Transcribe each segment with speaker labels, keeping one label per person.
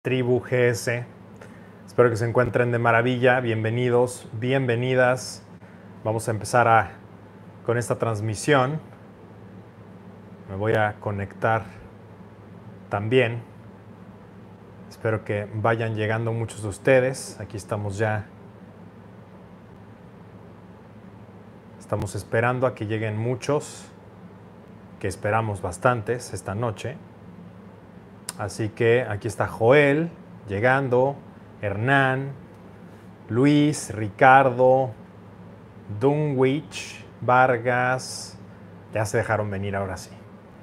Speaker 1: Tribu GS. Espero que se encuentren de maravilla. Bienvenidos, bienvenidas. Vamos a empezar con esta transmisión. Me voy a conectar también. Espero que vayan llegando muchos de ustedes. Aquí estamos ya. Estamos esperando a que lleguen muchos, que esperamos bastantes esta noche. Así que aquí está Joel llegando, Hernán, Luis, Ricardo, Dunwich, Vargas. Ya se dejaron venir ahora sí.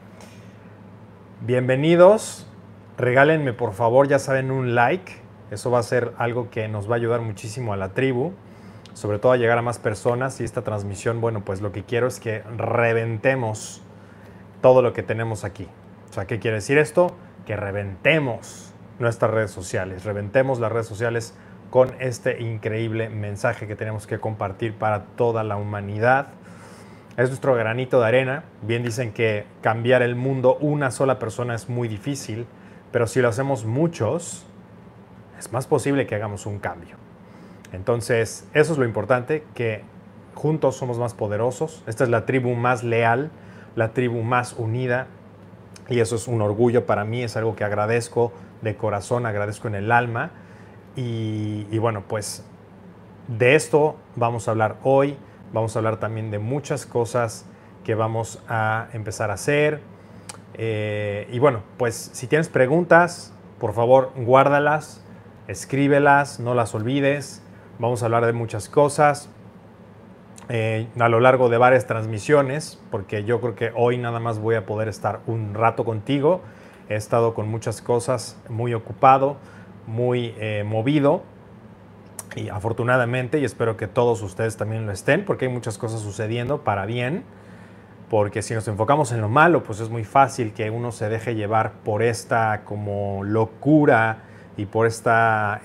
Speaker 1: Bienvenidos. Regálenme por favor, ya saben, un like. Eso va a ser algo que nos va a ayudar muchísimo a la tribu, sobre todo a llegar a más personas. Y esta transmisión, bueno, pues lo que quiero es que reventemos todo lo que tenemos aquí. O sea, ¿qué quiere decir esto? Que reventemos nuestras redes sociales, reventemos las redes sociales con este increíble mensaje que tenemos que compartir para toda la humanidad. Es nuestro granito de arena. Bien dicen que cambiar el mundo una sola persona es muy difícil, pero si lo hacemos muchos, es más posible que hagamos un cambio. Entonces, eso es lo importante, que juntos somos más poderosos. Esta es la tribu más leal, la tribu más unida. Y eso es un orgullo para mí, es algo que agradezco de corazón, agradezco en el alma. Y bueno, pues de esto vamos a hablar hoy. Vamos a hablar también de muchas cosas que vamos a empezar a hacer. Y bueno, pues si tienes preguntas, por favor, guárdalas, escríbelas, no las olvides. Vamos a hablar de muchas cosas a lo largo de varias transmisiones, porque yo creo que hoy nada más voy a poder estar un rato contigo. He estado con muchas cosas, muy ocupado, muy movido, y afortunadamente, y espero que todos ustedes también lo estén, porque hay muchas cosas sucediendo para bien, porque si nos enfocamos en lo malo, pues es muy fácil que uno se deje llevar por esta como locura y por esta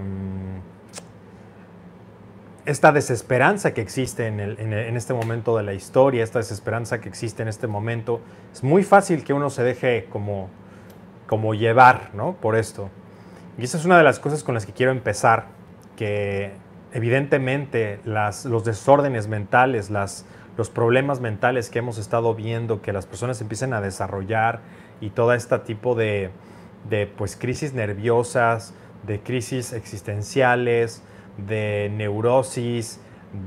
Speaker 1: desesperanza que existe en este momento de la historia, esta desesperanza que existe en este momento. Es muy fácil que uno se deje como llevar, ¿no?, por esto. Y esa es una de las cosas con las que quiero empezar, que evidentemente los desórdenes mentales, los problemas mentales que hemos estado viendo, que las personas empiezan a desarrollar, y todo este tipo de pues, crisis nerviosas, de crisis existenciales, de neurosis,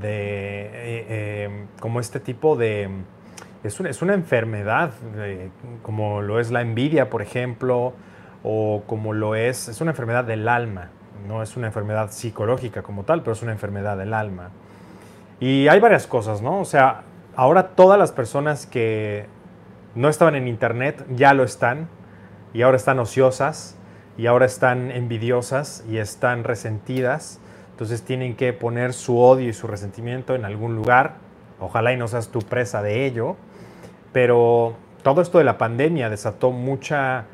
Speaker 1: como este tipo de... Es una enfermedad, como lo es la envidia, por ejemplo, o como lo es una enfermedad del alma. No es una enfermedad psicológica como tal, pero es una enfermedad del alma. Y hay varias cosas, ¿no? O sea, ahora todas las personas que no estaban en internet ya lo están, y ahora están ociosas, y ahora están envidiosas, y están resentidas. Entonces tienen que poner su odio y su resentimiento en algún lugar. Ojalá y no seas tú presa de ello. Pero todo esto de la pandemia desató muchas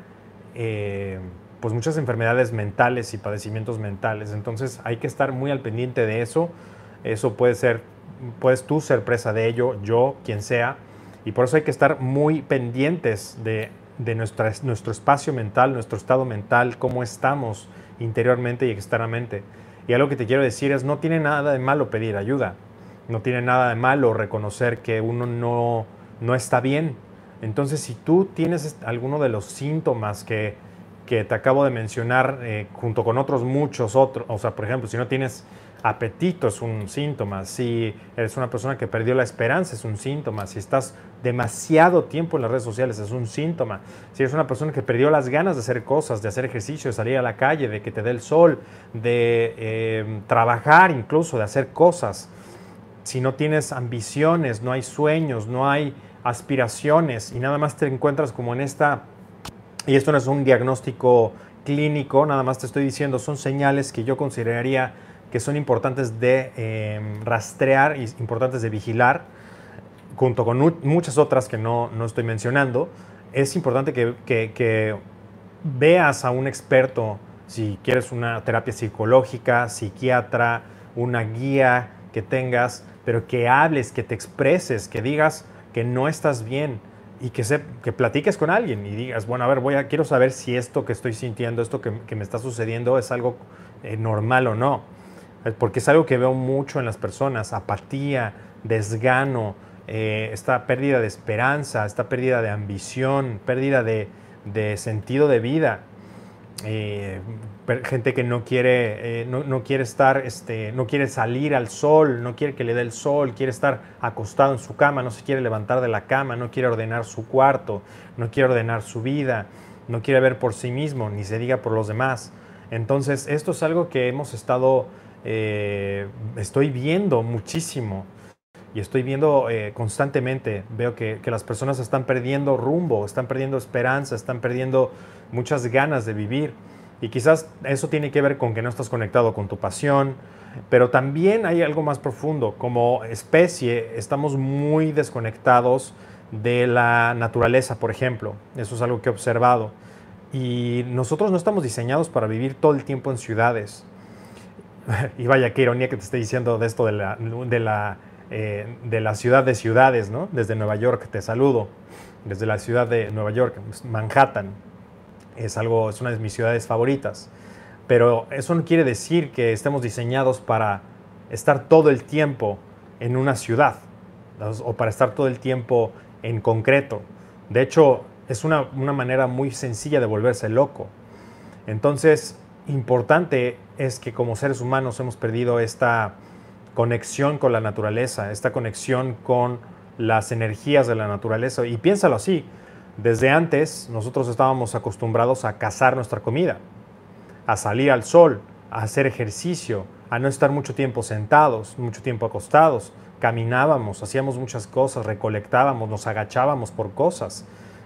Speaker 1: enfermedades mentales y padecimientos mentales. Entonces hay que estar muy al pendiente de eso. Eso puedes tú ser presa de ello, yo, quien sea. Y por eso hay que estar muy pendientes de nuestro espacio mental, nuestro estado mental, cómo estamos interiormente y externamente. Y algo que te quiero decir es, no tiene nada de malo pedir ayuda. No tiene nada de malo reconocer que uno no está bien. Entonces, si tú tienes alguno de los síntomas que te acabo de mencionar, junto con muchos otros, o sea, por ejemplo, si no tienes apetito es un síntoma, si eres una persona que perdió la esperanza es un síntoma, si estás demasiado tiempo en las redes sociales es un síntoma, si eres una persona que perdió las ganas de hacer cosas, de hacer ejercicio, de salir a la calle, de que te dé el sol, de trabajar incluso, de hacer cosas, si no tienes ambiciones, no hay sueños, no hay aspiraciones, y nada más te encuentras como en esta, y esto no es un diagnóstico clínico, nada más te estoy diciendo, son señales que yo consideraría que son importantes de rastrear y importantes de vigilar, junto con muchas otras que no estoy mencionando. Es importante que veas a un experto, si quieres una terapia psicológica, psiquiatra, una guía que tengas, pero que hables, que te expreses, que digas que no estás bien, que platiques con alguien y digas, bueno, a ver, quiero saber si esto que estoy sintiendo, esto que me está sucediendo es algo normal o no. Porque es algo que veo mucho en las personas: apatía, desgano, esta pérdida de esperanza, esta pérdida de ambición, pérdida de sentido de vida. Gente que no quiere, no quiere estar, no quiere salir al sol, no quiere que le dé el sol, quiere estar acostado en su cama, no se quiere levantar de la cama, no quiere ordenar su cuarto, no quiere ordenar su vida, no quiere ver por sí mismo, ni se diga por los demás. Entonces, esto es algo que hemos estado, estoy viendo muchísimo y estoy viendo constantemente. Veo que las personas están perdiendo rumbo, están perdiendo esperanza, están perdiendo muchas ganas de vivir. Y quizás eso tiene que ver con que no estás conectado con tu pasión, pero también hay algo más profundo. Como especie estamos muy desconectados de la naturaleza, por ejemplo. Eso es algo que he observado. Y nosotros no estamos diseñados para vivir todo el tiempo en ciudades. Y vaya, qué ironía que te esté diciendo de esto de la ciudad de ciudades, ¿no? Desde Nueva York te saludo, desde la ciudad de Nueva York, Manhattan. Es una de mis ciudades favoritas. Pero eso no quiere decir que estemos diseñados para estar todo el tiempo en una ciudad, ¿no? O para estar todo el tiempo en concreto. De hecho, es una manera muy sencilla de volverse loco. Entonces, importante es que como seres humanos hemos perdido esta conexión con la naturaleza, esta conexión con las energías de la naturaleza. Y piénsalo así: desde antes nosotros estábamos acostumbrados a cazar nuestra comida, a salir al sol, a hacer ejercicio, a no estar mucho tiempo sentados, mucho tiempo acostados. Caminábamos, hacíamos muchas cosas, recolectábamos, nos agachábamos por cosas.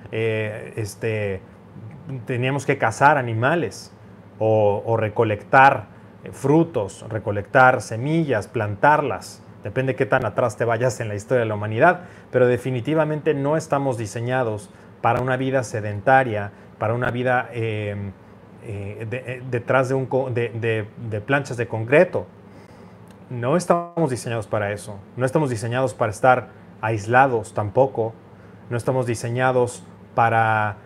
Speaker 1: Teníamos que cazar animales o recolectar frutos, recolectar semillas, plantarlas. Depende de qué tan atrás te vayas en la historia de la humanidad, pero definitivamente no estamos diseñados para una vida sedentaria, para una vida detrás de planchas de concreto. No estamos diseñados para eso. No estamos diseñados para estar aislados tampoco. No estamos diseñados para,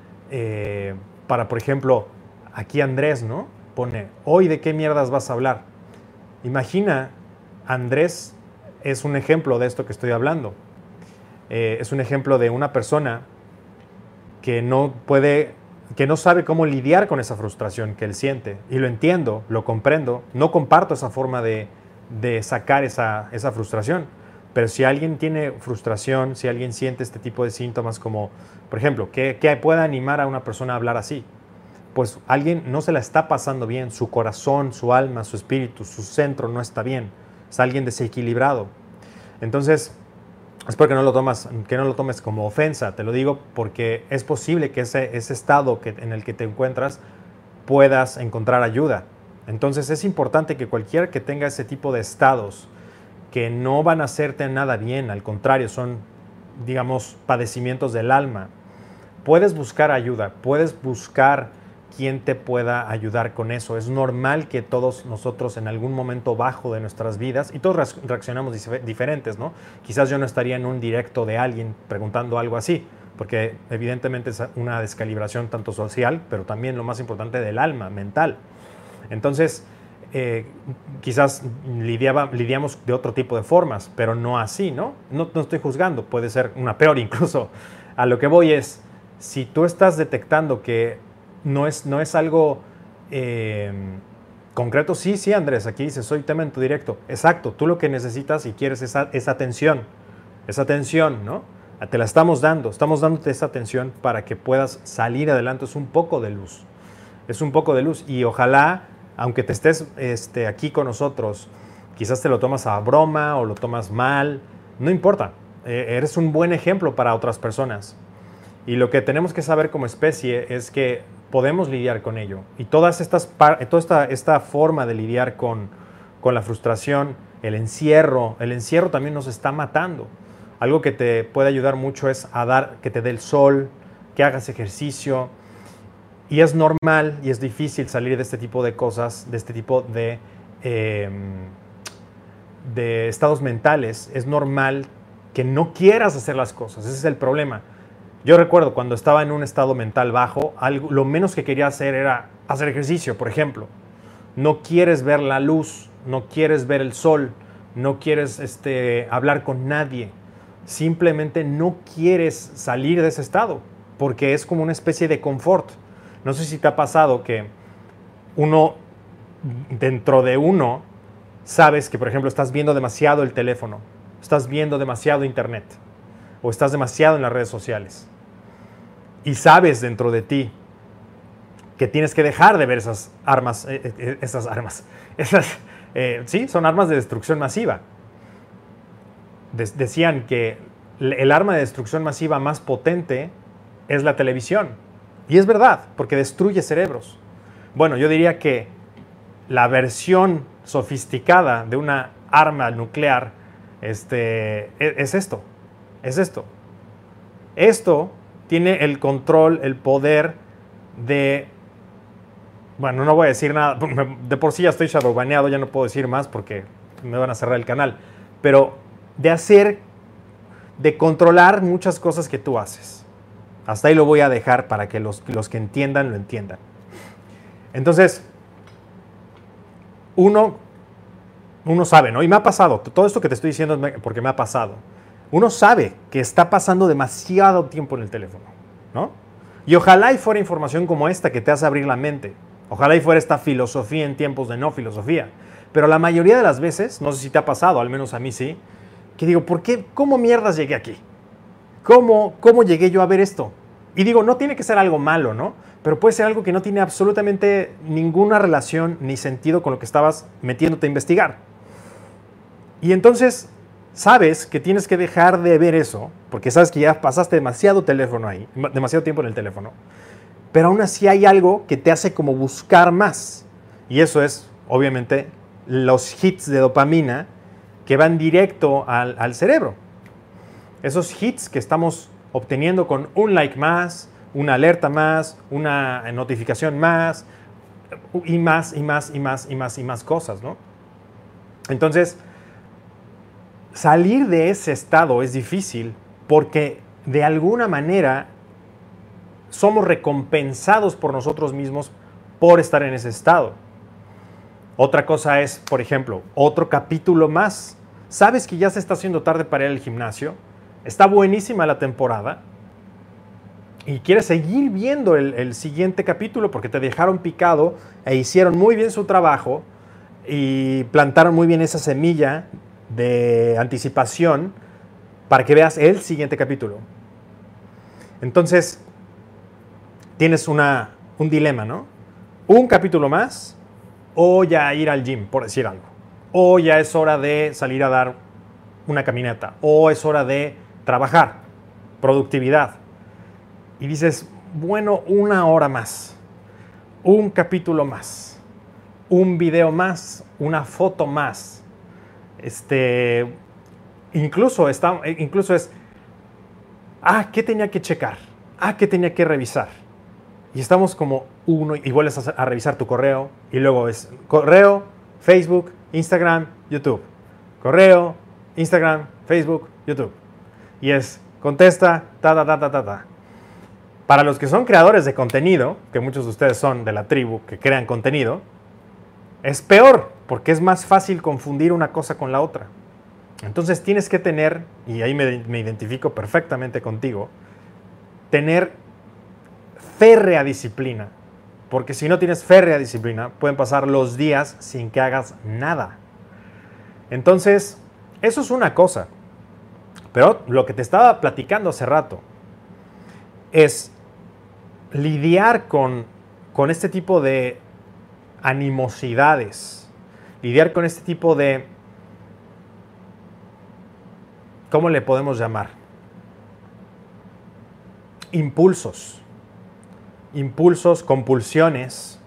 Speaker 1: por ejemplo, aquí Andrés, ¿no? Pone, hoy de qué mierdas vas a hablar. Imagina, Andrés es un ejemplo de esto que estoy hablando. Es un ejemplo de una persona que no sabe cómo lidiar con esa frustración que él siente. Y lo entiendo, lo comprendo. No comparto esa forma de sacar esa frustración. Pero si alguien tiene frustración, si alguien siente este tipo de síntomas como, por ejemplo, ¿qué puede animar a una persona a hablar así? Pues alguien no se la está pasando bien, su corazón, su alma, su espíritu, su centro no está bien. Es alguien desequilibrado. Entonces, espero que no lo tomes como ofensa. Te lo digo porque es posible que ese estado en el que te encuentras puedas encontrar ayuda. Entonces es importante que cualquiera que tenga ese tipo de estados que no van a hacerte nada bien, al contrario, son, digamos, padecimientos del alma, puedes buscar ayuda, puedes buscar quien te pueda ayudar con eso. Es normal que todos nosotros en algún momento bajo de nuestras vidas, y todos reaccionamos diferentes, ¿no? Quizás yo no estaría en un directo de alguien preguntando algo así, porque evidentemente es una descalibración tanto social, pero también lo más importante del alma, mental. Entonces, quizás lidiamos de otro tipo de formas, pero no así, ¿no? No estoy juzgando, puede ser una peor incluso. A lo que voy es, si tú estás detectando que no es algo concreto, sí, Andrés, aquí dice, soy tema en tu directo. Exacto, tú lo que necesitas y quieres es esa atención, ¿no? Te la estamos dándote esa atención para que puedas salir adelante. Es un poco de luz, y ojalá, aunque te estés aquí con nosotros, quizás te lo tomas a broma o lo tomas mal, no importa, eres un buen ejemplo para otras personas. Y lo que tenemos que saber como especie es que podemos lidiar con ello. Y toda esta forma de lidiar con la frustración, el encierro también nos está matando. Algo que te puede ayudar mucho es que te dé el sol, que hagas ejercicio. Y es normal y es difícil salir de este tipo de cosas, de este tipo de estados mentales. Es normal que no quieras hacer las cosas. Ese es el problema. Yo recuerdo cuando estaba en un estado mental bajo, lo menos que quería hacer era hacer ejercicio, por ejemplo. No quieres ver la luz, no quieres ver el sol, no quieres hablar con nadie. Simplemente no quieres salir de ese estado, porque es como una especie de confort. No sé si te ha pasado que dentro de uno, sabes que, por ejemplo, estás viendo demasiado el teléfono, estás viendo demasiado internet, o estás demasiado en las redes sociales. Y sabes dentro de ti que tienes que dejar de ver esas armas, sí, son armas de destrucción masiva. Decían que el arma de destrucción masiva más potente es la televisión. Y es verdad, porque destruye cerebros. Bueno, yo diría que la versión sofisticada de una arma nuclear es esto. Es esto. Esto tiene el control, el poder de... Bueno, no voy a decir nada. De por sí ya estoy shadowbaneado, ya no puedo decir más porque me van a cerrar el canal. Pero de controlar muchas cosas que tú haces. Hasta ahí lo voy a dejar para que los que entiendan, lo entiendan. Entonces, uno sabe, ¿no? Y me ha pasado. Todo esto que te estoy diciendo es porque me ha pasado. Uno sabe que está pasando demasiado tiempo en el teléfono, ¿no? Y ojalá y fuera información como esta que te hace abrir la mente. Ojalá y fuera esta filosofía en tiempos de no filosofía. Pero la mayoría de las veces, no sé si te ha pasado, al menos a mí sí, que digo, ¿cómo mierdas llegué aquí? ¿Cómo llegué yo a ver esto? Y digo, no tiene que ser algo malo, ¿no? Pero puede ser algo que no tiene absolutamente ninguna relación ni sentido con lo que estabas metiéndote a investigar. Y entonces sabes que tienes que dejar de ver eso, porque sabes que ya pasaste demasiado tiempo en el teléfono, pero aún así hay algo que te hace como buscar más. Y eso es, obviamente, los hits de dopamina que van directo al cerebro. Esos hits que estamos obteniendo con un like más, una alerta más, una notificación más, y más, y más, y más, y más, y más cosas, ¿no? Entonces, salir de ese estado es difícil porque de alguna manera somos recompensados por nosotros mismos por estar en ese estado. Otra cosa es, por ejemplo, otro capítulo más. Sabes que ya se está haciendo tarde para ir al gimnasio, está buenísima la temporada y quieres seguir viendo el siguiente capítulo porque te dejaron picado e hicieron muy bien su trabajo y plantaron muy bien esa semilla de anticipación para que veas el siguiente capítulo. Entonces, tienes un dilema, ¿no? Un capítulo más o ya ir al gym, por decir algo. O ya es hora de salir a dar una caminata. O es hora de trabajar, productividad. Y dices, bueno, una hora más, un capítulo más, un video más, una foto más. Incluso es, ¿qué tenía que checar? ¿Qué tenía que revisar? Y estamos como y vuelves a revisar tu correo, y luego es correo, Facebook, Instagram, YouTube. Correo, Instagram, Facebook, YouTube. Y es contesta, ta. Para los que son creadores de contenido, que muchos de ustedes son de la tribu que crean contenido, es peor, porque es más fácil confundir una cosa con la otra. Entonces tienes que tener, y ahí me identifico perfectamente contigo, tener férrea disciplina. Porque si no tienes férrea disciplina, pueden pasar los días sin que hagas nada. Entonces, eso es una cosa. Pero lo que te estaba platicando hace rato es lidiar con este tipo de animosidades, lidiar con este tipo de, ¿cómo le podemos llamar? Impulsos, compulsiones.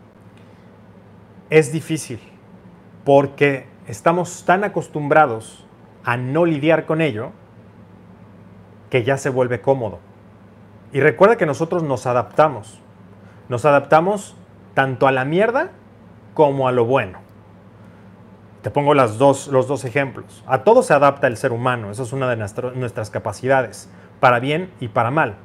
Speaker 1: Es difícil porque estamos tan acostumbrados a no lidiar con ello que ya se vuelve cómodo. Y recuerda que nosotros nos adaptamos. Nos adaptamos tanto a la mierda como a lo bueno. Te pongo los dos ejemplos. A todo se adapta el ser humano. Eso es una de nuestras capacidades. para bien y para mal.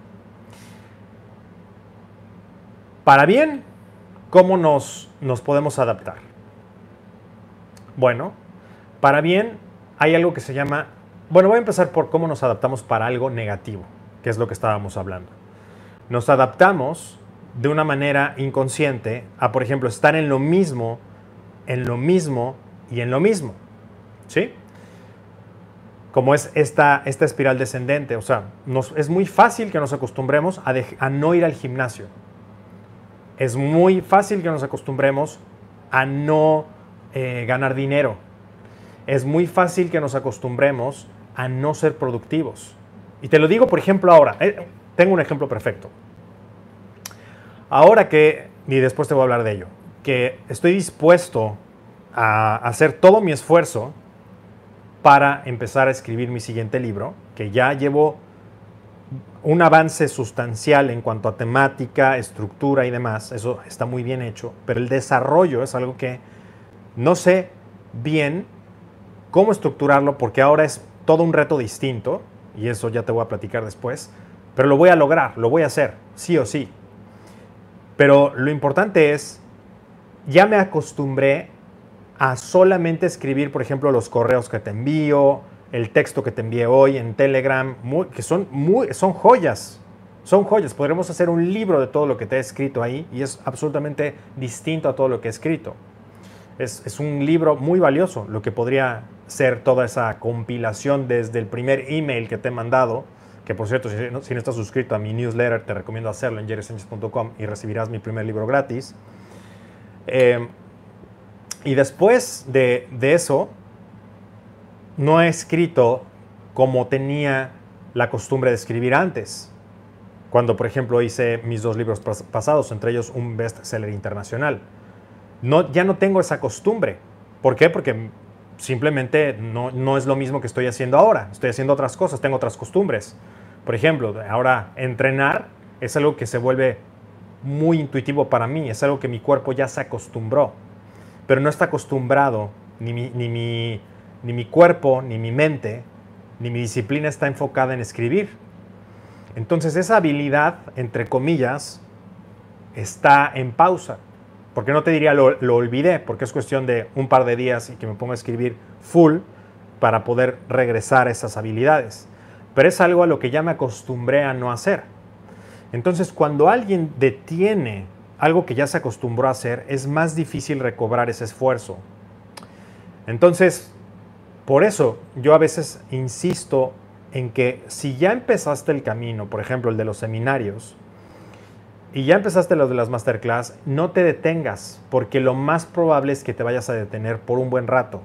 Speaker 1: Para bien, ¿cómo nos podemos adaptar? Bueno, para bien hay algo que se llama... Bueno, voy a empezar por cómo nos adaptamos para algo negativo, que es lo que estábamos hablando. Nos adaptamos de una manera inconsciente a, por ejemplo, estar en lo mismo y en lo mismo, ¿sí? Como es esta espiral descendente. O sea, es muy fácil que nos acostumbremos a no ir al gimnasio. Es muy fácil que nos acostumbremos a no ganar dinero. Es muy fácil que nos acostumbremos a no ser productivos. Y te lo digo, por ejemplo, ahora. Tengo un ejemplo perfecto. Ahora y después te voy a hablar de ello, que estoy dispuesto a hacer todo mi esfuerzo para empezar a escribir mi siguiente libro, que ya llevo un avance sustancial en cuanto a temática, estructura y demás. Eso está muy bien hecho, pero el desarrollo es algo que no sé bien cómo estructurarlo, porque ahora es todo un reto distinto, y eso ya te voy a platicar después, pero lo voy a lograr, lo voy a hacer, sí o sí. Pero lo importante es, ya me acostumbré a solamente escribir, por ejemplo, los correos que te envío, el texto que te envié hoy en Telegram, que son joyas. Son joyas. Podremos hacer un libro de todo lo que te he escrito ahí y es absolutamente distinto a todo lo que he escrito. Es un libro muy valioso, lo que podría ser toda esa compilación desde el primer email que te he mandado, que por cierto, si no estás suscrito a mi newsletter, te recomiendo hacerlo en jerrysanchez.com y recibirás mi primer libro gratis. Y después de eso, no he escrito como tenía la costumbre de escribir antes. Cuando, por ejemplo, hice mis 2 libros pasados, entre ellos un bestseller internacional. Ya no tengo esa costumbre. ¿Por qué? Porque simplemente no es lo mismo que estoy haciendo ahora. Estoy haciendo otras cosas, tengo otras costumbres. Por ejemplo, ahora entrenar es algo que se vuelve muy intuitivo para mí. Es algo que mi cuerpo ya se acostumbró. Pero no está acostumbrado, ni mi cuerpo, ni mi mente, ni mi disciplina está enfocada en escribir. Entonces esa habilidad, entre comillas, está en pausa. Porque no te diría lo olvidé, porque es cuestión de un par de días y que me ponga a escribir full para poder regresar a esas habilidades. Pero es algo a lo que ya me acostumbré a no hacer. Entonces, cuando alguien detiene algo que ya se acostumbró a hacer, es más difícil recobrar ese esfuerzo. Entonces, por eso yo a veces insisto en que si ya empezaste el camino, por ejemplo, el de los seminarios, y ya empezaste lo de las masterclass, no te detengas, porque lo más probable es que te vayas a detener por un buen rato.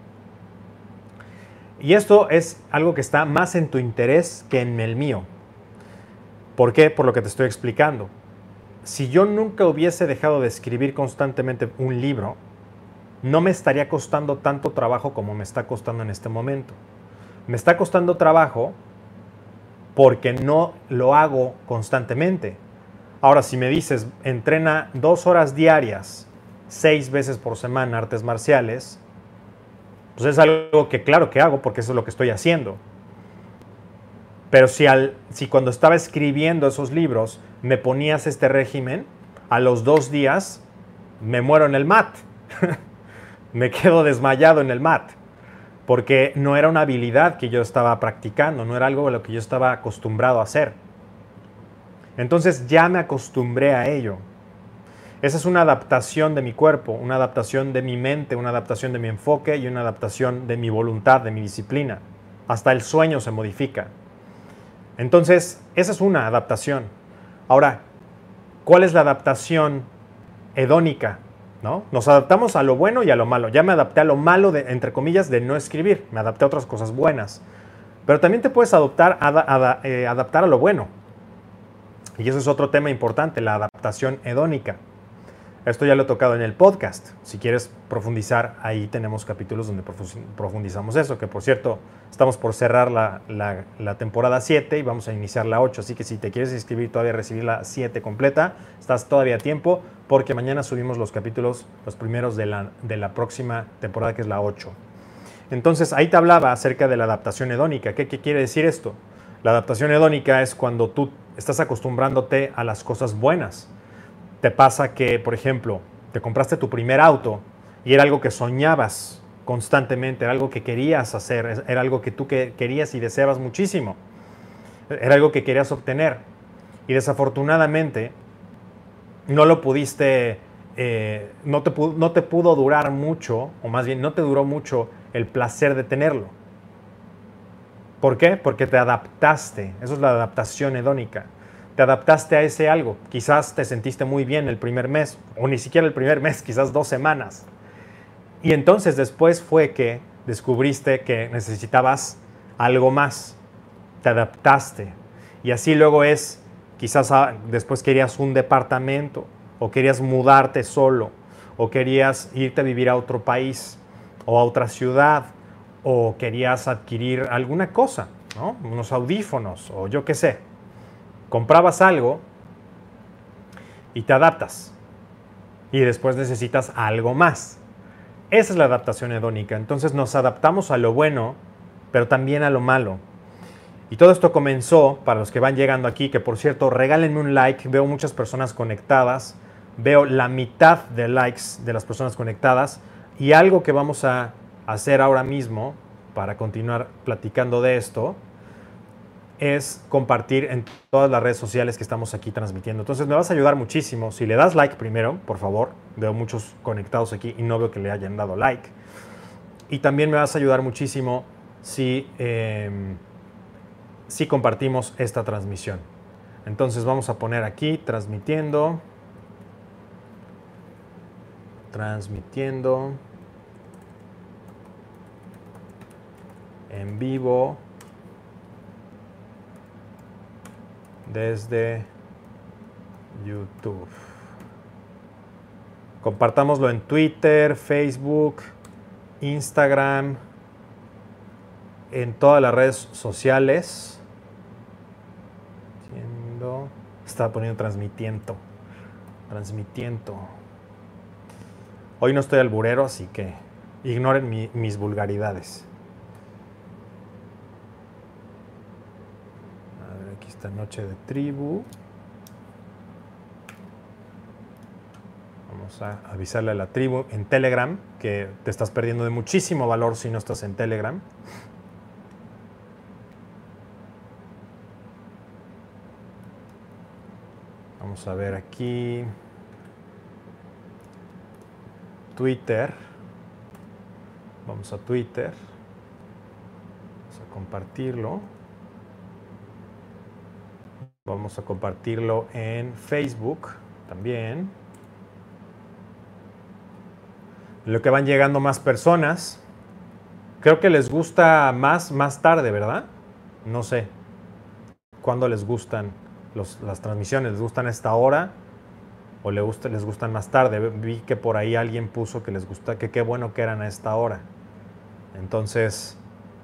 Speaker 1: Y esto es algo que está más en tu interés que en el mío. ¿Por qué? Por lo que te estoy explicando. Si yo nunca hubiese dejado de escribir constantemente un libro, no me estaría costando tanto trabajo como me está costando en este momento. Me está costando trabajo porque no lo hago constantemente. Ahora, si me dices, entrena 2 horas diarias, 6 veces por semana artes marciales, pues es algo que claro que hago porque eso es lo que estoy haciendo. Pero si cuando estaba escribiendo esos libros me ponías este régimen, a los 2 días me muero en el mat. Me quedo desmayado en el mat. Porque no era una habilidad que yo estaba practicando, no era algo a lo que yo estaba acostumbrado a hacer. Entonces ya me acostumbré a ello. Esa es una adaptación de mi cuerpo, una adaptación de mi mente, una adaptación de mi enfoque y una adaptación de mi voluntad, de mi disciplina. Hasta el sueño se modifica. Entonces, esa es una adaptación. Ahora, ¿cuál es la adaptación hedónica? ¿No? Nos adaptamos a lo bueno y a lo malo. Ya me adapté a lo malo, entre comillas, de no escribir. Me adapté a otras cosas buenas. Pero también te puedes adaptar a lo bueno. Y eso es otro tema importante, la adaptación hedónica. Esto ya lo he tocado en el podcast. Si quieres profundizar, ahí tenemos capítulos donde profundizamos eso. Que por cierto, estamos por cerrar la temporada 7 y vamos a iniciar la 8. Así que si te quieres inscribir todavía a recibir la 7 completa, estás todavía a tiempo porque mañana subimos los capítulos, los primeros de la próxima temporada, que es la 8. Entonces, ahí te hablaba acerca de la adaptación hedónica. ¿Qué quiere decir esto? La adaptación hedónica es cuando tú estás acostumbrándote a las cosas buenas. Te pasa que, por ejemplo, te compraste tu primer auto y era algo que soñabas constantemente, era algo que querías hacer, era algo que tú querías y deseabas muchísimo, era algo que querías obtener. Y desafortunadamente no lo pudiste, no te pudo durar mucho, o más bien no te duró mucho el placer de tenerlo. ¿Por qué? Porque te adaptaste. Eso es la adaptación hedónica. Te adaptaste a ese algo. Quizás te sentiste muy bien el primer mes, o ni siquiera el primer mes, quizás 2 semanas. Y entonces después fue que descubriste que necesitabas algo más. Te adaptaste. Y así luego es, quizás después querías un departamento, o querías mudarte solo, o querías irte a vivir a otro país, o a otra ciudad, o querías adquirir alguna cosa, ¿no? Unos audífonos, o yo qué sé. Comprabas algo y te adaptas. Y después necesitas algo más. Esa es la adaptación hedónica. Entonces nos adaptamos a lo bueno, pero también a lo malo. Y todo esto comenzó, para los que van llegando aquí, que por cierto, regálenme un like. Veo muchas personas conectadas. Veo la mitad de likes de las personas conectadas. Y algo que vamos a hacer ahora mismo, para continuar platicando de esto, es compartir en todas las redes sociales que estamos aquí transmitiendo. Entonces me vas a ayudar muchísimo. Si le das like primero, por favor. Veo muchos conectados aquí y no veo que le hayan dado like. Y también me vas a ayudar muchísimo si compartimos esta transmisión. Entonces vamos a poner aquí transmitiendo en vivo desde YouTube. Compartámoslo en Twitter, Facebook, Instagram, en todas las redes sociales. Estaba poniendo transmitiendo. Hoy no estoy alburero, así que ignoren mis vulgaridades. A ver, aquí está Noche de Tribu. Vamos a avisarle a la tribu en Telegram que te estás perdiendo de muchísimo valor si no estás en Telegram. Vamos a ver aquí Twitter. Vamos a Twitter. Vamos a compartirlo. Vamos a compartirlo en Facebook también. Lo que van llegando más personas. Creo que les gusta más tarde, ¿verdad? No sé. ¿Cuándo les gustan las transmisiones? ¿Les gustan a esta hora o les gustan más tarde? Vi que por ahí alguien puso que les gusta, que qué bueno que eran a esta hora. Entonces,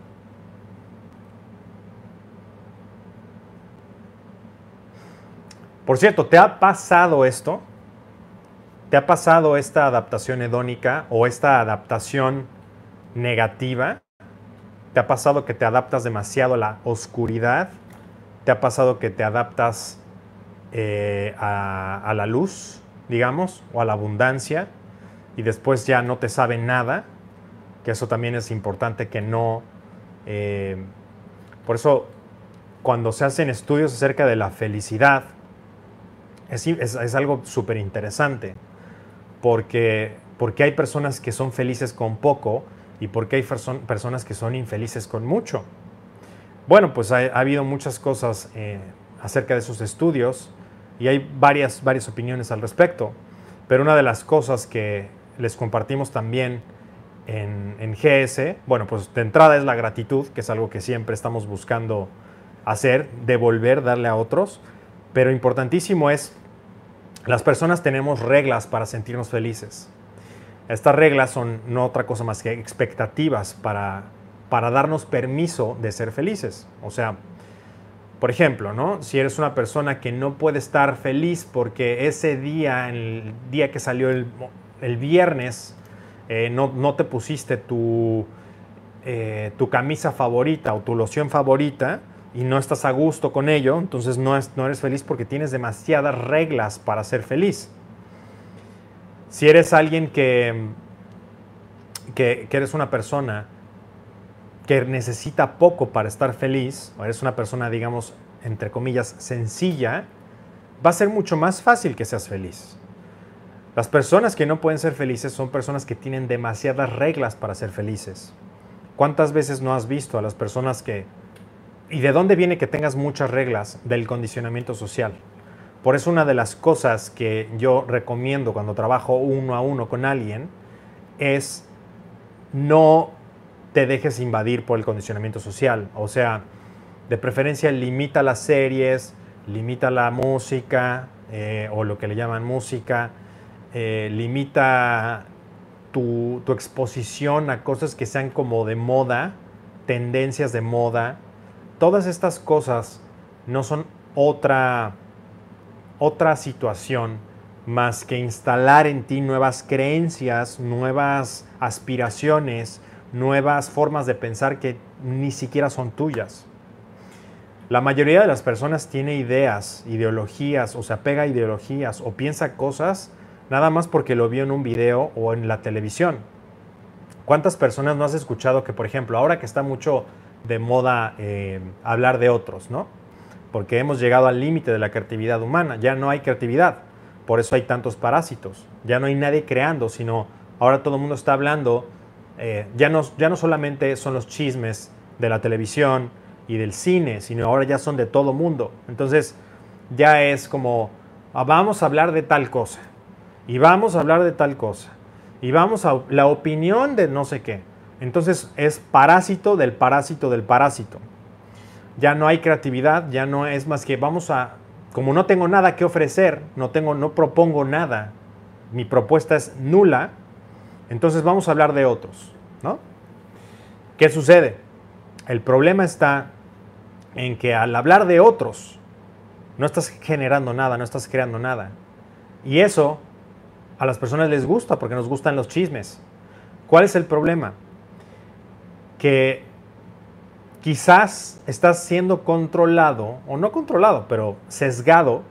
Speaker 1: por cierto, ¿te ha pasado esto? ¿Te ha pasado esta adaptación hedónica o esta adaptación negativa? ¿Te ha pasado que te adaptas demasiado a la oscuridad? ¿Te ha pasado que te adaptas a la luz, digamos, o a la abundancia, y después ya no te sabe nada? Que eso también es importante que no... por eso, cuando se hacen estudios acerca de la felicidad, es algo súper interesante, porque hay personas que son felices con poco y porque hay personas que son infelices con mucho. Bueno, pues ha habido muchas cosas acerca de esos estudios y hay varias opiniones al respecto. Pero una de las cosas que les compartimos también en GS, bueno, pues de entrada es la gratitud, que es algo que siempre estamos buscando hacer, devolver, darle a otros. Pero importantísimo es, las personas tenemos reglas para sentirnos felices. Estas reglas son no otra cosa más que expectativas para darnos permiso de ser felices. O sea, por ejemplo, ¿no? Si eres una persona que no puede estar feliz porque ese día, el día que salió el viernes, no te pusiste tu camisa favorita o tu loción favorita, y no estás a gusto con ello, entonces no eres feliz porque tienes demasiadas reglas para ser feliz. Si eres alguien que eres una persona que necesita poco para estar feliz, o eres una persona, digamos, entre comillas, sencilla, va a ser mucho más fácil que seas feliz. Las personas que no pueden ser felices son personas que tienen demasiadas reglas para ser felices. ¿Cuántas veces no has visto a las personas que... ¿Y de dónde viene que tengas muchas reglas? Del condicionamiento social. Por eso una de las cosas que yo recomiendo cuando trabajo uno a uno con alguien es no te dejes invadir por el condicionamiento social. O sea, de preferencia limita las series, limita la música o lo que le llaman música, limita tu exposición a cosas que sean como de moda, tendencias de moda. Todas estas cosas no son otra situación más que instalar en ti nuevas creencias, nuevas aspiraciones, nuevas formas de pensar que ni siquiera son tuyas. La mayoría de las personas tiene ideas, ideologías, o se apega a ideologías, o piensa cosas nada más porque lo vio en un video o en la televisión. ¿Cuántas personas no has escuchado que, por ejemplo, ahora que está mucho de moda hablar de otros, ¿no? Porque hemos llegado al límite de la creatividad humana, ya no hay creatividad, por eso hay tantos parásitos, ya no hay nadie creando, sino ahora todo el mundo está hablando, ya no solamente son los chismes de la televisión y del cine, sino ahora ya son de todo mundo. Entonces ya es como, vamos a hablar de tal cosa, y vamos a hablar de tal cosa, y vamos a la opinión de no sé qué. Entonces es parásito del parásito del parásito. Ya no hay creatividad, ya no es más que como no tengo nada que ofrecer, no propongo nada, mi propuesta es nula, entonces vamos a hablar de otros, ¿no? ¿Qué sucede? El problema está en que al hablar de otros, no estás generando nada, no estás creando nada. Y eso a las personas les gusta porque nos gustan los chismes. ¿Cuál es el problema? Que quizás estás siendo controlado, o no controlado, pero sesgado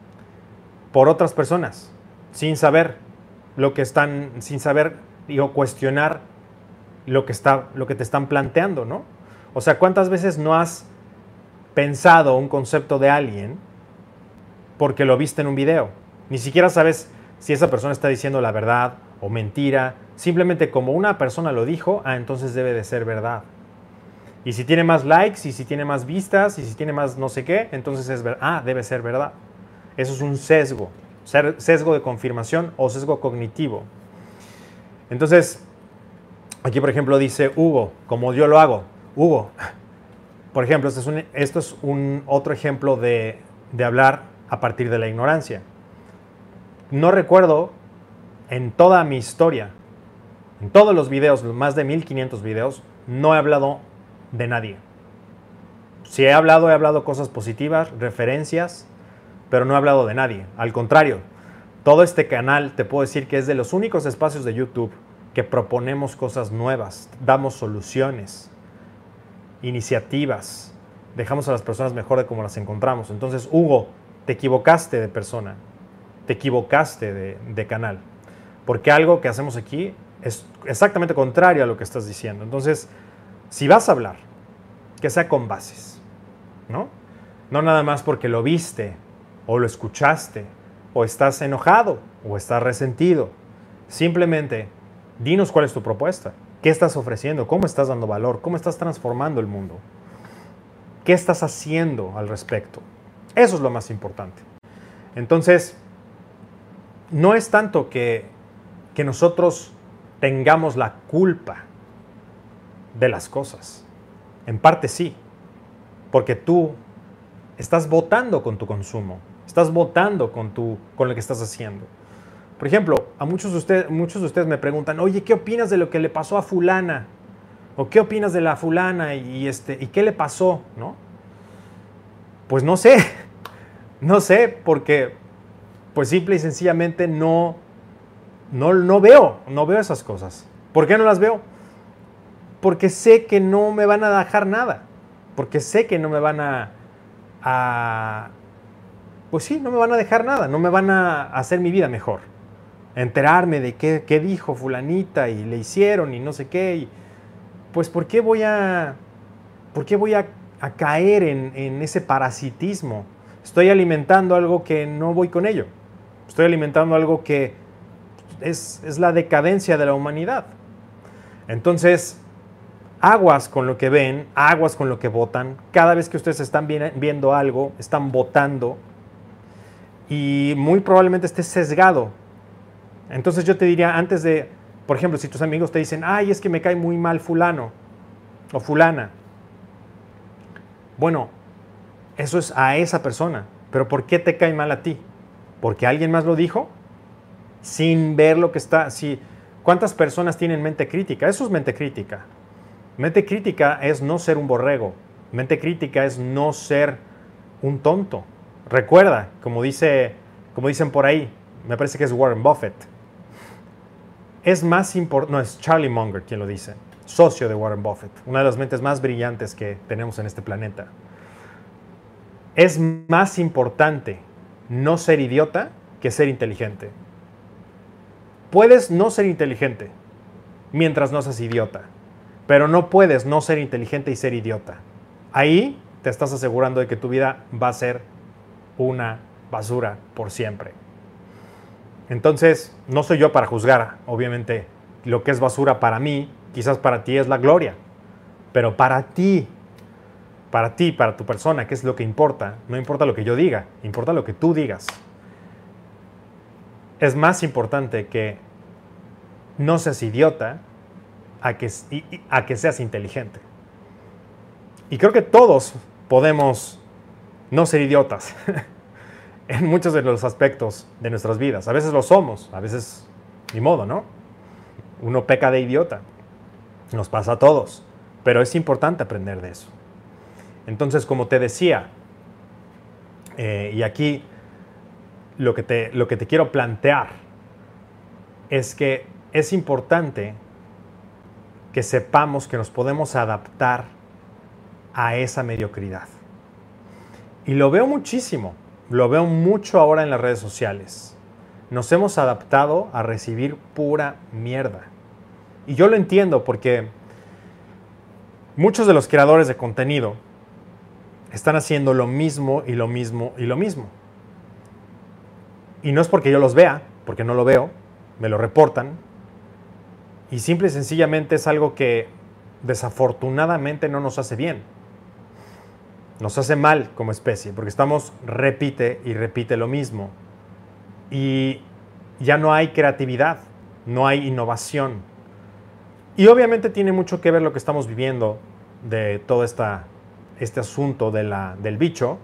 Speaker 1: por otras personas, sin saber o cuestionar lo que te están planteando, ¿no? O sea, ¿cuántas veces no has pensado un concepto de alguien porque lo viste en un video? Ni siquiera sabes si esa persona está diciendo la verdad o mentira. Simplemente como una persona lo dijo, entonces debe de ser verdad. Y si tiene más likes, y si tiene más vistas, y si tiene más no sé qué, entonces debe ser verdad. Eso es un sesgo de confirmación o sesgo cognitivo. Entonces, aquí por ejemplo dice Hugo, como yo lo hago. Hugo, por ejemplo, esto es un otro ejemplo de hablar a partir de la ignorancia. No recuerdo en toda mi historia, en todos los videos, más de 1500 videos, no he hablado de nadie. Si he hablado cosas positivas, referencias, pero no he hablado de nadie. Al contrario, todo este canal te puedo decir que es de los únicos espacios de YouTube que proponemos cosas nuevas, damos soluciones, iniciativas, dejamos a las personas mejor de como las encontramos. Entonces, Hugo, te equivocaste de persona, te equivocaste de canal, porque algo que hacemos aquí es exactamente contrario a lo que estás diciendo. Entonces, si vas a hablar, que sea con bases, ¿no? No nada más porque lo viste, o lo escuchaste, o estás enojado, o estás resentido. Simplemente, dinos cuál es tu propuesta. ¿Qué estás ofreciendo? ¿Cómo estás dando valor? ¿Cómo estás transformando el mundo? ¿Qué estás haciendo al respecto? Eso es lo más importante. Entonces, no es tanto que nosotros tengamos la culpa de las cosas. En parte sí, porque tú estás votando con tu consumo, estás votando con lo que estás haciendo. Por ejemplo, a muchos de ustedes me preguntan, oye, ¿qué opinas de lo que le pasó a fulana? ¿O qué opinas de la fulana y qué le pasó? ¿No? Pues no sé, porque pues simple y sencillamente no veo esas cosas. ¿Por qué no las veo? Porque sé que no me van a dejar nada. porque sé que no me van pues sí, no me van a dejar nada, no me van a hacer mi vida mejor. Enterarme de qué dijo fulanita y le hicieron y no sé qué. Y pues ¿por qué voy a caer en ese parasitismo? Estoy alimentando algo que no voy con ello. Estoy alimentando algo que es la decadencia de la humanidad. Entonces, aguas con lo que ven, aguas con lo que votan. Cada vez que ustedes están viendo algo, están votando y muy probablemente esté sesgado. Entonces yo te diría, antes de, por ejemplo, si tus amigos te dicen, ay, es que me cae muy mal fulano o fulana. Bueno, eso es a esa persona. Pero ¿por qué te cae mal a ti? ¿Porque alguien más lo dijo? Sin ver lo que está... ¿Cuántas personas tienen mente crítica? Eso es mente crítica. Mente crítica es no ser un borrego. Mente crítica es no ser un tonto. Recuerda, como dicen por ahí, me parece que es Warren Buffett. Es más importante, no, es Charlie Munger quien lo dice, socio de Warren Buffett, una de las mentes más brillantes que tenemos en este planeta. Es más importante no ser idiota que ser inteligente. Puedes no ser inteligente mientras no seas idiota, pero no puedes no ser inteligente y ser idiota. Ahí te estás asegurando de que tu vida va a ser una basura por siempre. Entonces, no soy yo para juzgar, obviamente, lo que es basura para mí, quizás para ti es la gloria, pero para tu persona, ¿qué es lo que importa? No importa lo que yo diga, importa lo que tú digas. Es más importante que no seas idiota a que seas inteligente. Y creo que todos podemos no ser idiotas en muchos de los aspectos de nuestras vidas. A veces lo somos, a veces ni modo, ¿no? Uno peca de idiota. Nos pasa a todos. Pero es importante aprender de eso. Entonces, como te decía, y aquí lo que te quiero plantear es que es importante que sepamos que nos podemos adaptar a esa mediocridad. Y lo veo muchísimo, lo veo mucho ahora en las redes sociales. Nos hemos adaptado a recibir pura mierda. Y yo lo entiendo porque muchos de los creadores de contenido están haciendo lo mismo y lo mismo y lo mismo. Y no es porque yo los vea, porque no lo veo, me lo reportan. Y simple y sencillamente es algo que desafortunadamente no nos hace bien. Nos hace mal como especie, porque estamos repite y repite lo mismo. Y ya no hay creatividad, no hay innovación. Y obviamente tiene mucho que ver lo que estamos viviendo de todo este asunto del bicho.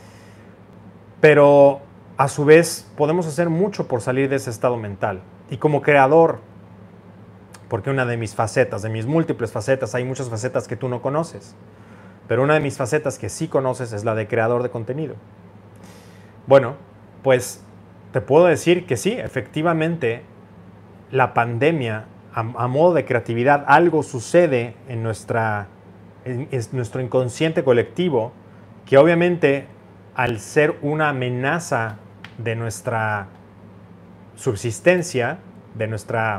Speaker 1: Pero a su vez podemos hacer mucho por salir de ese estado mental. Y como creador, porque una de mis facetas, de mis múltiples facetas, hay muchas facetas que tú no conoces. Pero una de mis facetas que sí conoces es la de creador de contenido. Bueno, pues te puedo decir que sí, efectivamente, la pandemia, a modo de creatividad, algo sucede en nuestro inconsciente colectivo, que obviamente al ser una amenaza de nuestra subsistencia, de nuestra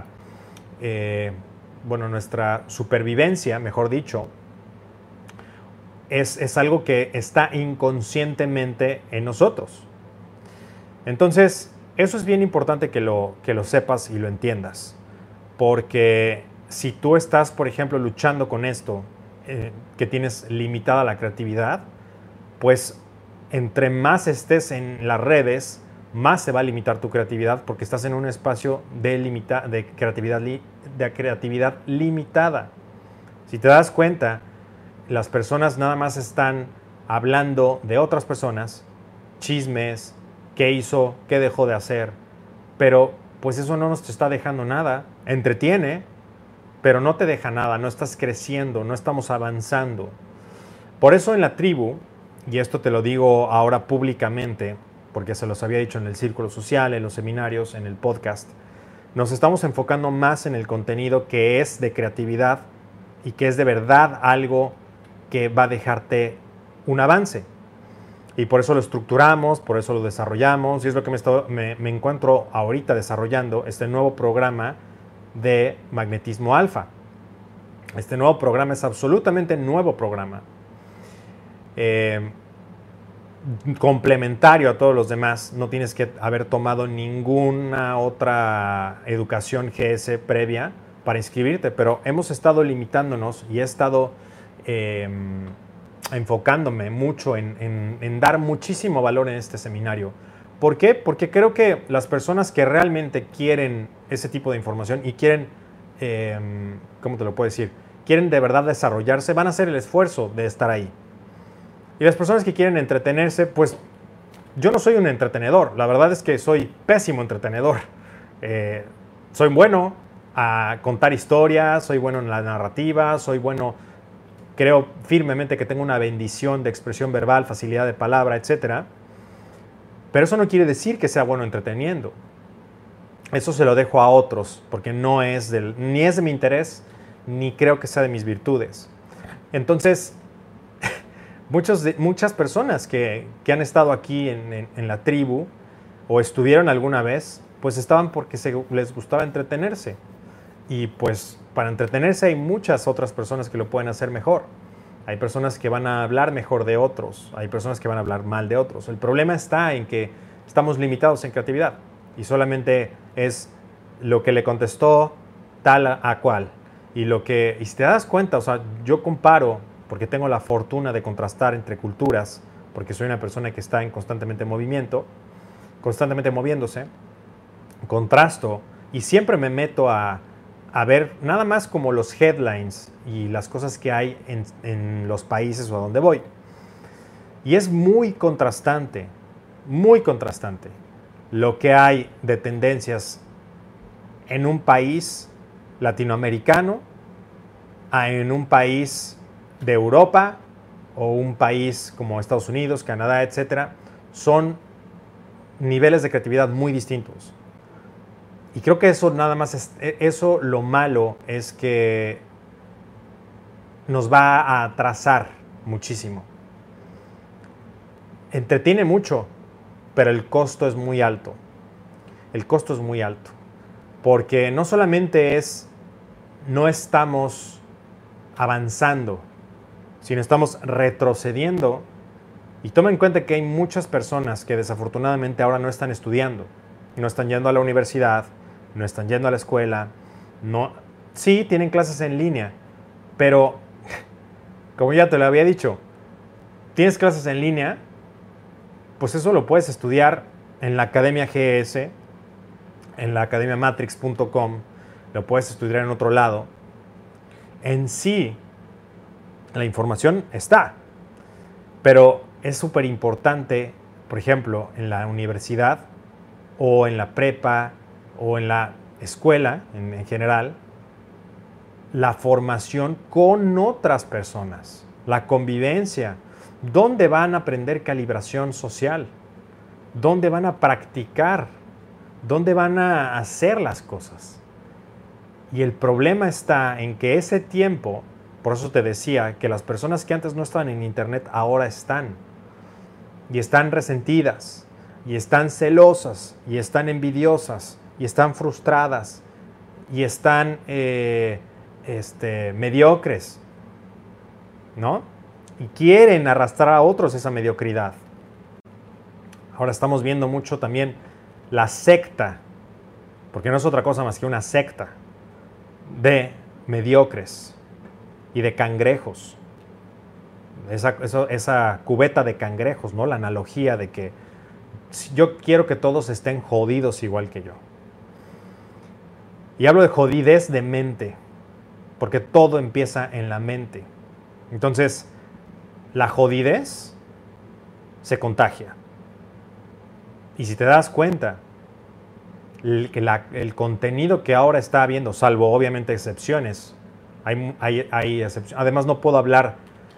Speaker 1: supervivencia, mejor dicho, es algo que está inconscientemente en nosotros. Entonces, eso es bien importante que lo sepas y lo entiendas. Porque si tú estás, por ejemplo, luchando con esto, que tienes limitada la creatividad, pues entre más estés en las redes, más se va a limitar tu creatividad porque estás en un espacio de creatividad limitada. Si te das cuenta, las personas nada más están hablando de otras personas, chismes, qué hizo, qué dejó de hacer, pero pues eso no nos está dejando nada. Entretiene, pero no te deja nada, no estás creciendo, no estamos avanzando. Por eso en la tribu, y esto te lo digo ahora públicamente, porque se los había dicho en el círculo social, en los seminarios, en el podcast, nos estamos enfocando más en el contenido que es de creatividad y que es de verdad algo que va a dejarte un avance. Y por eso lo estructuramos, por eso lo desarrollamos, y es lo que me encuentro ahorita desarrollando este nuevo programa de magnetismo alfa. Este nuevo programa es absolutamente nuevo programa. Complementario a todos los demás, no tienes que haber tomado ninguna otra educación GS previa para inscribirte, pero hemos estado limitándonos y he estado enfocándome mucho en dar muchísimo valor en este seminario. ¿Por qué? Porque creo que las personas que realmente quieren ese tipo de información y quieren, ¿cómo te lo puedo decir? Quieren de verdad desarrollarse, van a hacer el esfuerzo de estar ahí. Y las personas que quieren entretenerse, pues yo no soy un entretenedor. La verdad es que soy pésimo entretenedor. Soy bueno a contar historias, soy bueno en la narrativa, soy bueno, creo firmemente que tengo una bendición de expresión verbal, facilidad de palabra, etc. Pero eso no quiere decir que sea bueno entreteniendo. Eso se lo dejo a otros, porque no es ni es de mi interés, ni creo que sea de mis virtudes. Entonces, muchas personas que han estado aquí en la tribu o estuvieron alguna vez, pues estaban porque les gustaba entretenerse. Y pues para entretenerse hay muchas otras personas que lo pueden hacer mejor. Hay personas que van a hablar mejor de otros, hay personas que van a hablar mal de otros. El problema está en que estamos limitados en creatividad y solamente es lo que le contestó tal a cual. Y si te das cuenta, o sea, yo comparo, porque tengo la fortuna de contrastar entre culturas, porque soy una persona que está en constantemente movimiento, constantemente moviéndose, contrasto y siempre me meto a ver nada más como los headlines y las cosas que hay en los países o a donde voy. Y es muy contrastante lo que hay de tendencias en un país latinoamericano en un país de Europa o un país como Estados Unidos, Canadá, etcétera. Son niveles de creatividad muy distintos. Y creo que eso nada más eso lo malo es que nos va a atrasar muchísimo. Entretiene mucho, pero el costo es muy alto. El costo es muy alto. Porque no solamente no estamos avanzando, sino estamos retrocediendo. Y toma en cuenta que hay muchas personas que desafortunadamente ahora no están estudiando, no están yendo a la universidad, no están yendo a la escuela, sí tienen clases en línea, pero como ya te lo había dicho, tienes clases en línea, pues eso lo puedes estudiar en la Academia GS, en la academiamatrix.com, lo puedes estudiar en otro lado. En sí, la información está, pero es súper importante, por ejemplo, en la universidad o en la prepa o en la escuela en general, la formación con otras personas, la convivencia, dónde van a aprender calibración social, dónde van a practicar, dónde van a hacer las cosas. Y el problema está en que ese tiempo, por eso te decía que las personas que antes no estaban en internet ahora están. Y están resentidas, y están celosas, y están envidiosas, y están frustradas, y están mediocres, ¿no? Y quieren arrastrar a otros esa mediocridad. Ahora estamos viendo mucho también la secta, porque no es otra cosa más que una secta de mediocres y de cangrejos. Esa cubeta de cangrejos, ¿no? La analogía de que yo quiero que todos estén jodidos igual que yo. Y hablo de jodidez de mente, porque todo empieza en la mente. Entonces, la jodidez se contagia. Y si te das cuenta, el contenido que ahora está habiendo, salvo obviamente excepciones, hay excepciones. Además, no puedo hablar,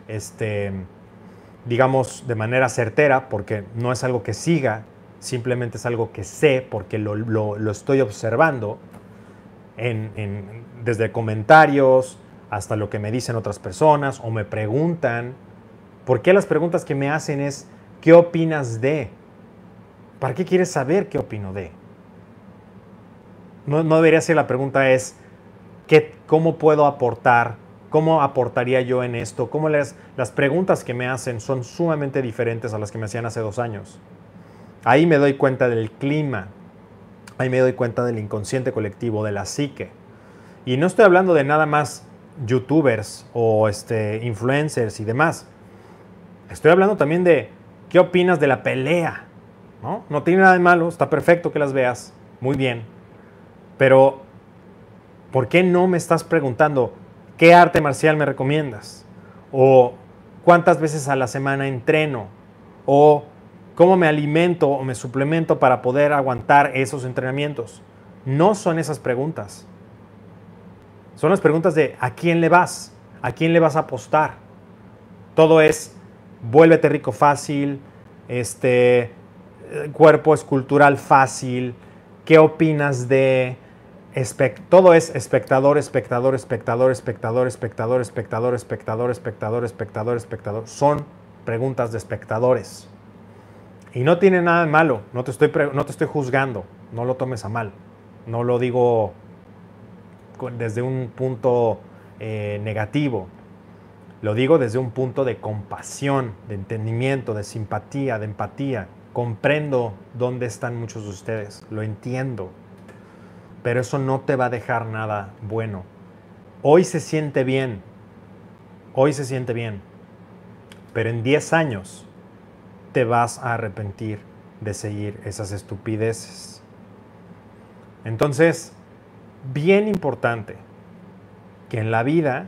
Speaker 1: digamos, de manera certera, porque no es algo que siga, simplemente es algo que sé, porque lo estoy observando desde comentarios hasta lo que me dicen otras personas o me preguntan. ¿Por qué las preguntas que me hacen es ¿qué opinas de? ¿Para qué quieres saber qué opino de? No debería ser la pregunta es ¿cómo puedo aportar? ¿Cómo aportaría yo en esto? Las preguntas que me hacen son sumamente diferentes a las que me hacían hace 2 años. Ahí me doy cuenta del clima. Ahí me doy cuenta del inconsciente colectivo, de la psique. Y no estoy hablando de nada más youtubers o influencers y demás. Estoy hablando también de qué opinas de la pelea. No tiene nada de malo, está perfecto que las veas, muy bien. Pero, ¿por qué no me estás preguntando qué arte marcial me recomiendas? O cuántas veces a la semana entreno? O cómo me alimento o me suplemento para poder aguantar esos entrenamientos. No son esas preguntas. Son las preguntas de ¿a quién le vas? ¿A quién le vas a apostar? Todo es vuélvete rico fácil, cuerpo escultural fácil, ¿qué opinas de? Todo es espectador, espectador, espectador, espectador, espectador, espectador, espectador, espectador, espectador, espectador. Son preguntas de espectadores. Y no tiene nada de malo, no te estoy juzgando, no lo tomes a mal. No lo digo desde un punto negativo. Lo digo desde un punto de compasión, de entendimiento, de simpatía, de empatía. Comprendo dónde están muchos de ustedes, lo entiendo. Pero eso no te va a dejar nada bueno. Hoy se siente bien, pero en 10 años te vas a arrepentir de seguir esas estupideces. Entonces, bien importante que en la vida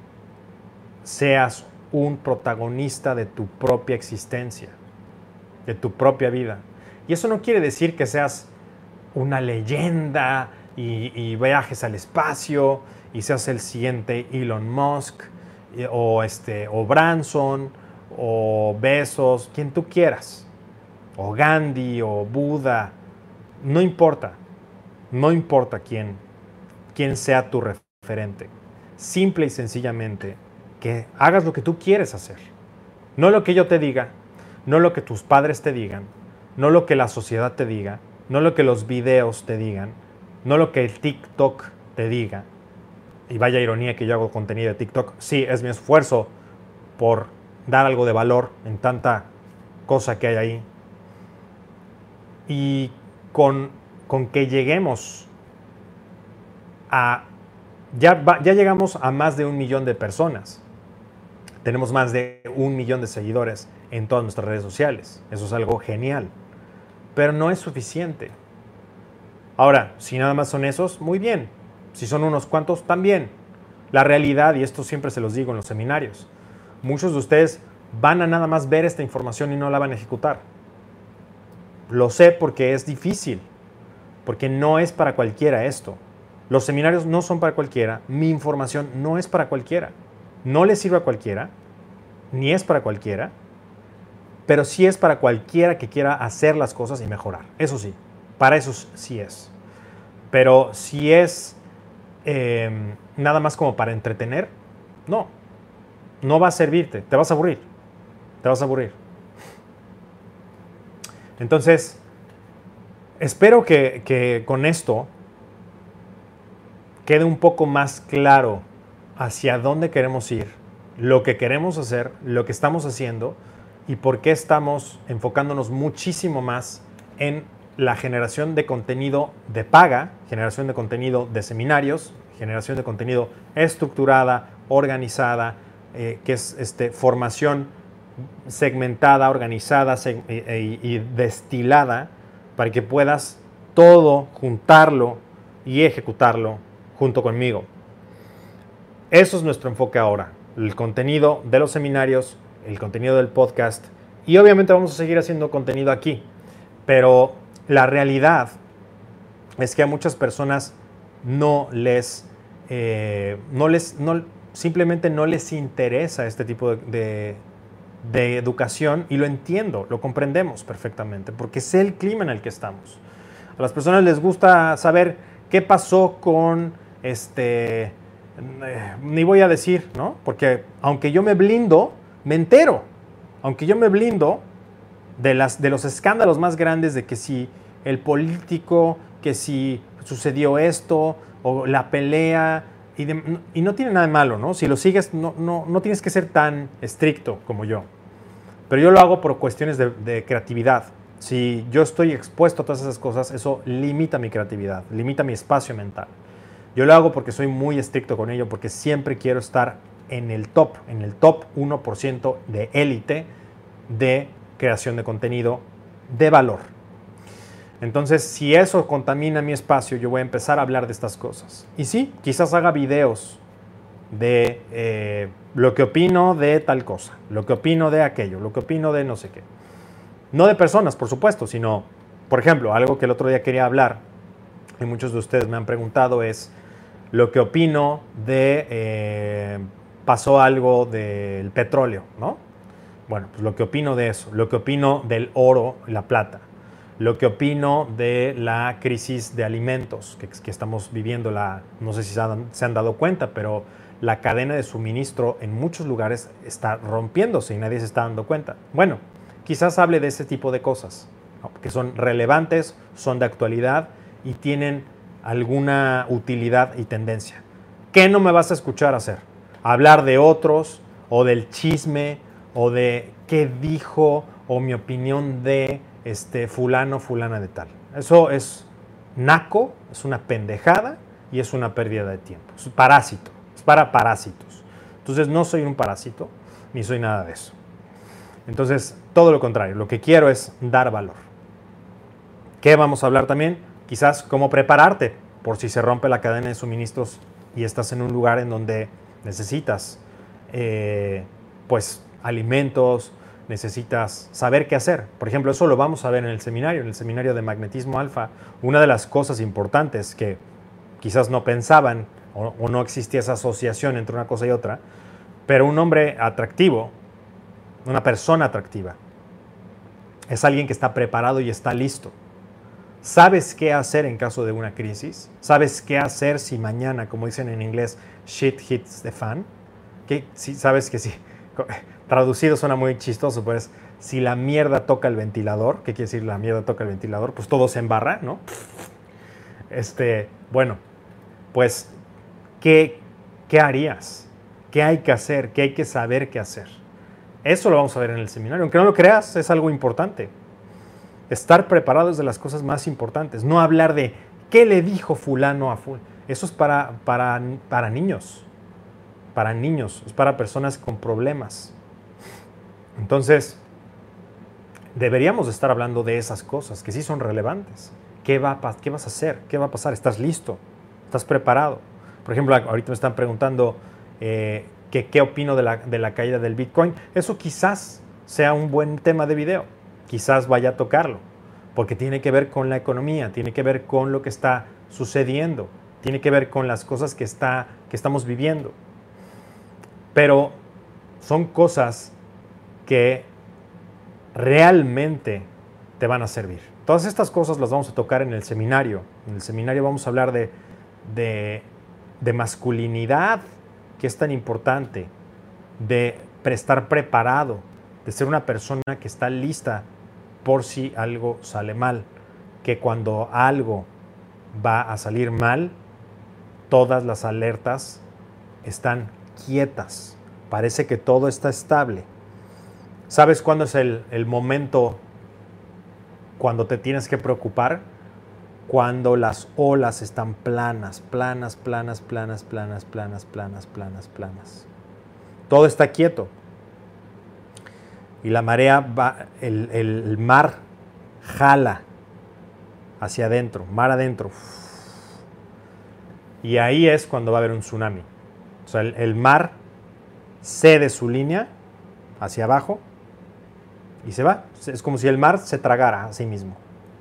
Speaker 1: seas un protagonista de tu propia existencia, de tu propia vida. Y eso no quiere decir que seas una leyenda y viajes al espacio y seas el siguiente Elon Musk o Branson o Bezos, quien tú quieras, o Gandhi o Buda, no importa quién sea tu referente. Simple y sencillamente que hagas lo que tú quieres hacer, no lo que yo te diga, no lo que tus padres te digan, no lo que la sociedad te diga, no lo que los videos te digan, no lo que el TikTok te diga. Y vaya ironía que yo hago contenido de TikTok. Sí, es mi esfuerzo por dar algo de valor en tanta cosa que hay ahí. Y con que lleguemos a... Ya llegamos a más de 1 millón de personas. Tenemos más de 1 millón de seguidores en todas nuestras redes sociales. Eso es algo genial. Pero no es suficiente. Ahora, si nada más son esos, muy bien. Si son unos cuantos, también. La realidad, y esto siempre se los digo en los seminarios, muchos de ustedes van a nada más ver esta información y no la van a ejecutar. Lo sé porque es difícil, porque no es para cualquiera esto. Los seminarios no son para cualquiera, mi información no es para cualquiera. No le sirve a cualquiera, ni es para cualquiera, pero sí es para cualquiera que quiera hacer las cosas y mejorar. Eso sí, para eso sí es. Pero si es nada más como para entretener, no va a servirte, te vas a aburrir. Entonces, espero que con esto quede un poco más claro hacia dónde queremos ir, lo que queremos hacer, lo que estamos haciendo y por qué estamos enfocándonos muchísimo más en la generación de contenido de paga, generación de contenido de seminarios, generación de contenido estructurada, organizada, que es formación segmentada, organizada y destilada para que puedas todo juntarlo y ejecutarlo junto conmigo. Eso es nuestro enfoque ahora, el contenido de los seminarios, el contenido del podcast y obviamente vamos a seguir haciendo contenido aquí, pero la realidad es que a muchas personas simplemente no les interesa este tipo de educación y lo entiendo, lo comprendemos perfectamente porque sé el clima en el que estamos. A las personas les gusta saber qué pasó con ni voy a decir, ¿no? Porque aunque yo me blindo, me entero. Aunque yo me blindo de los escándalos más grandes de que si el político, que si sucedió esto, o la pelea, y no tiene nada de malo, ¿no? Si lo sigues, no tienes que ser tan estricto como yo. Pero yo lo hago por cuestiones de creatividad. Si yo estoy expuesto a todas esas cosas, eso limita mi creatividad, limita mi espacio mental. Yo lo hago porque soy muy estricto con ello, porque siempre quiero estar en el top 1% de élite de creación de contenido de valor. Entonces, si eso contamina mi espacio, yo voy a empezar a hablar de estas cosas. Y sí, quizás haga videos de lo que opino de tal cosa, lo que opino de aquello, lo que opino de no sé qué. No de personas, por supuesto, sino, por ejemplo, algo que el otro día quería hablar, y muchos de ustedes me han preguntado, es lo que opino de, pasó algo del petróleo, ¿no? Bueno, pues lo que opino de eso, lo que opino del oro y la plata, lo que opino de la crisis de alimentos que estamos viviendo, no sé si se han dado cuenta, pero la cadena de suministro en muchos lugares está rompiéndose y nadie se está dando cuenta. Bueno, quizás hable de ese tipo de cosas, ¿no? Que son relevantes, son de actualidad y tienen alguna utilidad y tendencia. ¿Qué no me vas a escuchar hacer? Hablar de otros o del chisme o de qué dijo o mi opinión de fulano, fulana de tal. Eso es naco, es una pendejada y es una pérdida de tiempo. Es un parásito, es para parásitos. Entonces no soy un parásito ni soy nada de eso. Entonces, todo lo contrario, lo que quiero es dar valor. ¿Qué vamos a hablar también? Quizás cómo prepararte por si se rompe la cadena de suministros y estás en un lugar en donde necesitas pues alimentos, necesitas saber qué hacer. Por ejemplo, eso lo vamos a ver en el seminario de magnetismo alfa. Una de las cosas importantes que quizás no pensaban o no existía esa asociación entre una cosa y otra, pero un hombre atractivo, una persona atractiva, es alguien que está preparado y está listo. ¿Sabes qué hacer en caso de una crisis? ¿Sabes qué hacer si mañana, como dicen en inglés, shit hits the fan? Sí, sabes que sí. Traducido suena muy chistoso, pues si la mierda toca el ventilador, ¿qué quiere decir la mierda toca el ventilador? Pues todo se embarra, ¿no? Bueno, pues, ¿qué harías? ¿Qué hay que hacer? ¿Qué hay que saber qué hacer? Eso lo vamos a ver en el seminario. Aunque no lo creas, es algo importante. Estar preparado es de las cosas más importantes. No hablar de qué le dijo fulano a fulano. Eso es para niños. Para niños. Es para personas con problemas. Entonces, deberíamos estar hablando de esas cosas que sí son relevantes. ¿Qué vas a hacer? ¿Qué va a pasar? ¿Estás listo? ¿Estás preparado? Por ejemplo, ahorita me están preguntando qué opino de la caída del Bitcoin. Eso quizás sea un buen tema de video. Quizás vaya a tocarlo, porque tiene que ver con la economía, tiene que ver con lo que está sucediendo, tiene que ver con las cosas que estamos viviendo. Pero son cosas que realmente te van a servir. Todas estas cosas las vamos a tocar en el seminario. En el seminario vamos a hablar de masculinidad, que es tan importante, de estar preparado, de ser una persona que está lista por si algo sale mal, que cuando algo va a salir mal, todas las alertas están quietas, parece que todo está estable. ¿Sabes cuándo es el momento cuando te tienes que preocupar? Cuando las olas están planas. Todo está quieto. Y la marea va, el mar jala hacia adentro, mar adentro. Y ahí es cuando va a haber un tsunami. O sea, el mar cede su línea hacia abajo y se va. Es como si el mar se tragara a sí mismo.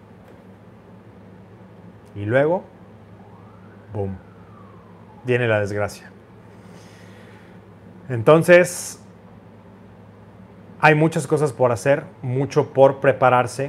Speaker 1: Y luego, boom, viene la desgracia. Entonces, hay muchas cosas por hacer, mucho por prepararse.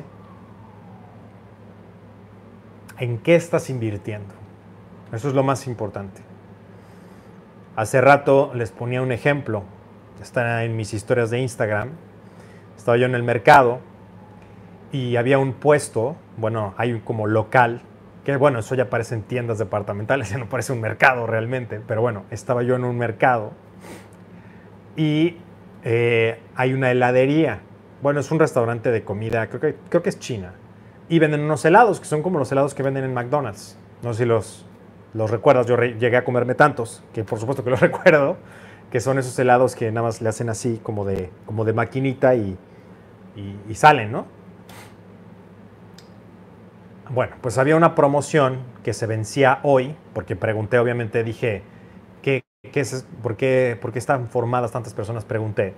Speaker 1: ¿En qué estás invirtiendo? Eso es lo más importante. Hace rato les ponía un ejemplo, está en mis historias de Instagram. Estaba yo en el mercado y había un puesto, bueno, hay un como local, que bueno, eso ya parecen tiendas departamentales, ya no parece un mercado realmente, pero bueno, estaba yo en un mercado y hay una heladería. Bueno, es un restaurante de comida, creo que es china. Y venden unos helados, que son como los helados que venden en McDonald's. No sé si los recuerdas, yo llegué a comerme tantos, que por supuesto que los recuerdo, que son esos helados que nada más le hacen así como de maquinita y salen, ¿no? Bueno, pues había una promoción que se vencía hoy, porque pregunté, obviamente dije, por qué están formadas tantas personas? Pregunté.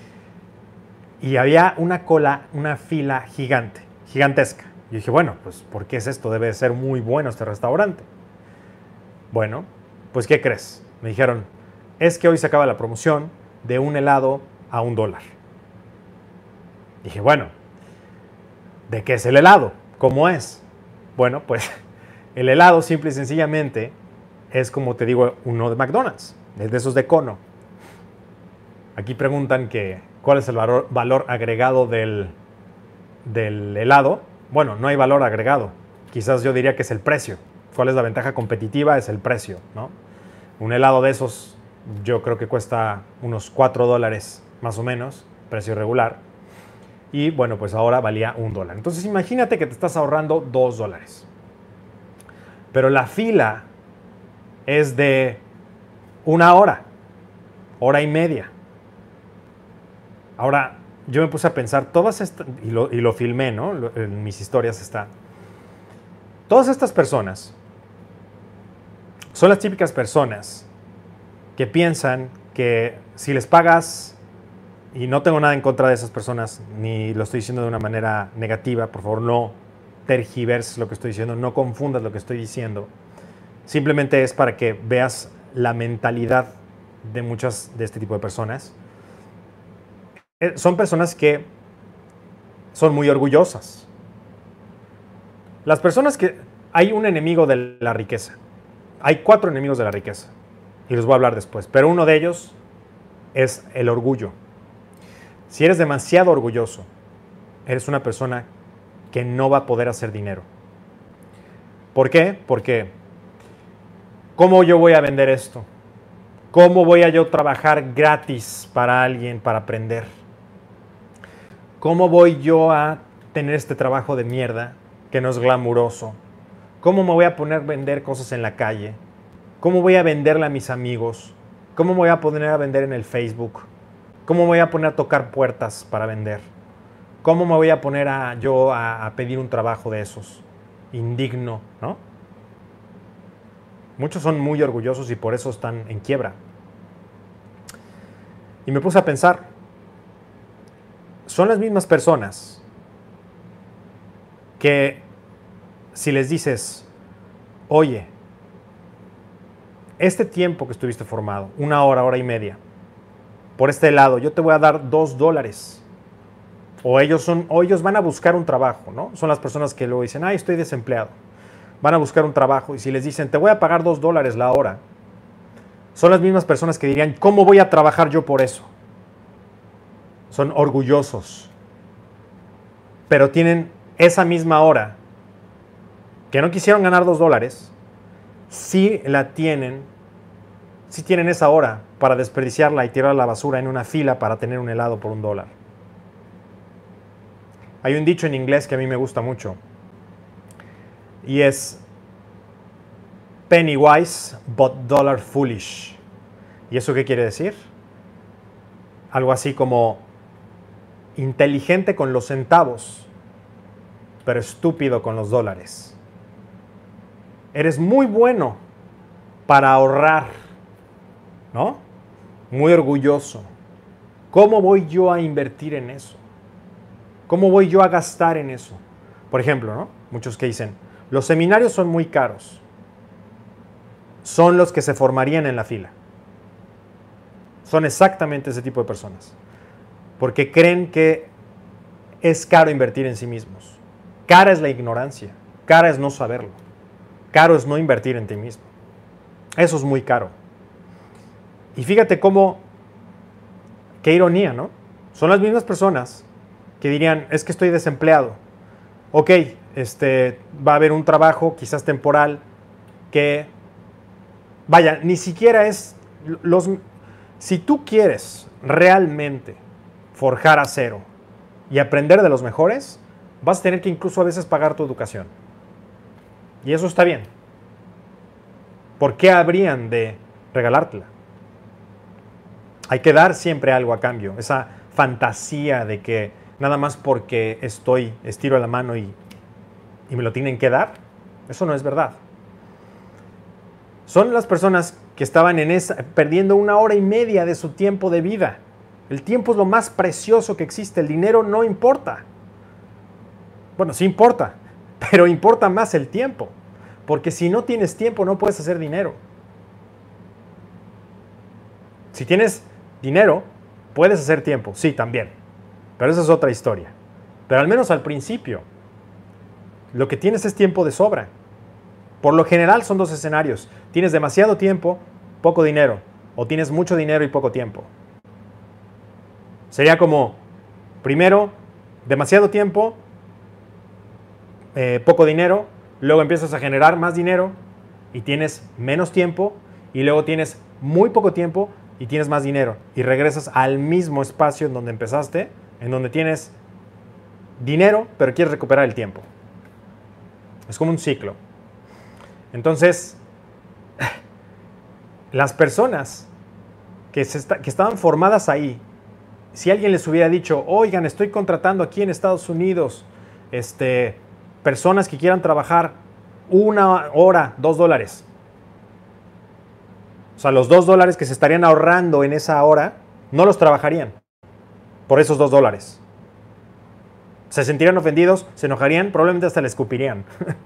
Speaker 1: Y había una cola, una fila gigantesca. Y dije, bueno, pues ¿por qué es esto? Debe ser muy bueno este restaurante. Bueno, pues ¿qué crees? Me dijeron, es que hoy se acaba la promoción de un helado a $1. Dije, bueno, ¿de qué es el helado? ¿Cómo es? Bueno, pues el helado simple y sencillamente es, como te digo, uno de McDonald's, es de esos de cono. Aquí preguntan que cuál es el valor agregado del helado. Bueno, no hay valor agregado. Quizás yo diría que es el precio. ¿Cuál es la ventaja competitiva? Es el precio, ¿no? Un helado de esos yo creo que cuesta unos $4 más o menos, precio regular. Y bueno, pues ahora valía $1. Entonces imagínate que te estás ahorrando $2. Pero la fila es de 1 hora y media. Ahora, yo me puse a pensar, todas estas, y lo filmé, ¿no? En mis historias está. Todas estas personas son las típicas personas que piensan que si les pagas, y no tengo nada en contra de esas personas, ni lo estoy diciendo de una manera negativa, por favor no tergiverses lo que estoy diciendo, no confundas lo que estoy diciendo, simplemente es para que veas la mentalidad de muchas de este tipo de personas. Son personas que son muy orgullosas. Las personas que... Hay un enemigo de la riqueza. Hay 4 enemigos de la riqueza. Y los voy a hablar después. Pero uno de ellos es el orgullo. Si eres demasiado orgulloso, eres una persona que no va a poder hacer dinero. ¿Por qué? Porque ¿cómo yo voy a vender esto? ¿Cómo voy a yo trabajar gratis para alguien para aprender? ¿Cómo voy yo a tener este trabajo de mierda que no es glamuroso? ¿Cómo me voy a poner a vender cosas en la calle? ¿Cómo voy a venderle a mis amigos? ¿Cómo me voy a poner a vender en el Facebook? ¿Cómo me voy a poner a tocar puertas para vender? ¿Cómo me voy a poner a pedir un trabajo de esos? Indigno, ¿no? Muchos son muy orgullosos y por eso están en quiebra. Y me puse a pensar, son las mismas personas que si les dices, oye, este tiempo que estuviste formado, 1 hora, hora y media, por este lado, yo te voy a dar $2. O ellos van a buscar un trabajo, ¿no? Son las personas que luego dicen, ay, estoy desempleado. Van a buscar un trabajo y si les dicen, te voy a pagar $2 la hora, son las mismas personas que dirían, ¿cómo voy a trabajar yo por eso? Son orgullosos. Pero tienen esa misma hora que no quisieron ganar $2, sí tienen esa hora para desperdiciarla y tirar a la basura en una fila para tener un helado por $1. Hay un dicho en inglés que a mí me gusta mucho y es penny wise but dollar foolish. ¿Y eso qué quiere decir? Algo así como inteligente con los centavos, pero estúpido con los dólares. Eres muy bueno para ahorrar, ¿no? Muy orgulloso. ¿Cómo voy yo a invertir en eso? ¿Cómo voy yo a gastar en eso? Por ejemplo, ¿no? Muchos que dicen, los seminarios son muy caros. Son los que se formarían en la fila. Son exactamente ese tipo de personas. Porque creen que es caro invertir en sí mismos. Cara es la ignorancia. Cara es no saberlo. Caro es no invertir en ti mismo. Eso es muy caro. Y fíjate cómo, qué ironía, ¿no? Son las mismas personas que dirían, es que estoy desempleado. Ok, va a haber un trabajo quizás temporal que, vaya, ni siquiera es si tú quieres realmente forjar acero y aprender de los mejores, vas a tener que incluso a veces pagar tu educación. Y eso está bien. ¿Por qué habrían de regalártela? Hay que dar siempre algo a cambio. Esa fantasía de que nada más porque estiro la mano y me lo tienen que dar, eso no es verdad. Son las personas que estaban perdiendo 1 hora y media de su tiempo de vida. El tiempo es lo más precioso que existe. El dinero no importa. Bueno, sí importa, pero importa más el tiempo. Porque si no tienes tiempo, no puedes hacer dinero. Si tienes dinero, puedes hacer tiempo. Sí, también. Pero esa es otra historia. Pero al menos al principio, lo que tienes es tiempo de sobra. Por lo general son 2 escenarios. Tienes demasiado tiempo, poco dinero. O tienes mucho dinero y poco tiempo. Sería como, primero, demasiado tiempo, poco dinero. Luego empiezas a generar más dinero y tienes menos tiempo. Y luego tienes muy poco tiempo y tienes más dinero. Y regresas al mismo espacio en donde empezaste, en donde tienes dinero, pero quieres recuperar el tiempo. Es como un ciclo. Entonces, las personas que estaban formadas ahí, si alguien les hubiera dicho, oigan, estoy contratando aquí en Estados Unidos personas que quieran trabajar 1 hora, $2. O sea, los $2 que se estarían ahorrando en esa hora, no los trabajarían por esos $2. Se sentirían ofendidos, se enojarían, probablemente hasta le escupirían.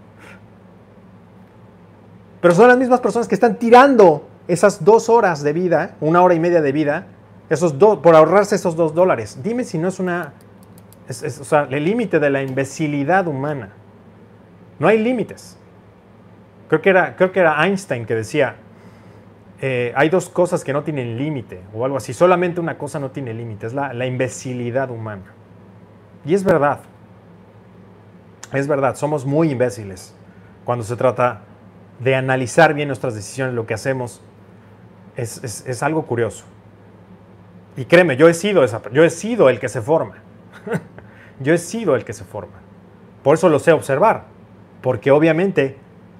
Speaker 1: Pero son las mismas personas que están tirando esas 2 horas de vida, 1 hora y media de vida, por ahorrarse esos $2. Dime si no es o sea, el límite de la imbecilidad humana. No hay límites. Creo que era Einstein que decía, hay 2 cosas que no tienen límite, o algo así. Solamente una cosa no tiene límite, es la imbecilidad humana. Y es verdad. Es verdad, somos muy imbéciles cuando se trata de analizar bien nuestras decisiones, lo que hacemos. Es algo curioso. Y créeme, yo he sido el que se forma. Yo he sido el que se forma. Por eso lo sé observar. Porque obviamente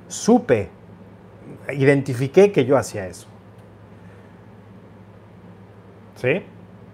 Speaker 1: identifiqué que yo hacía eso. ¿Sí?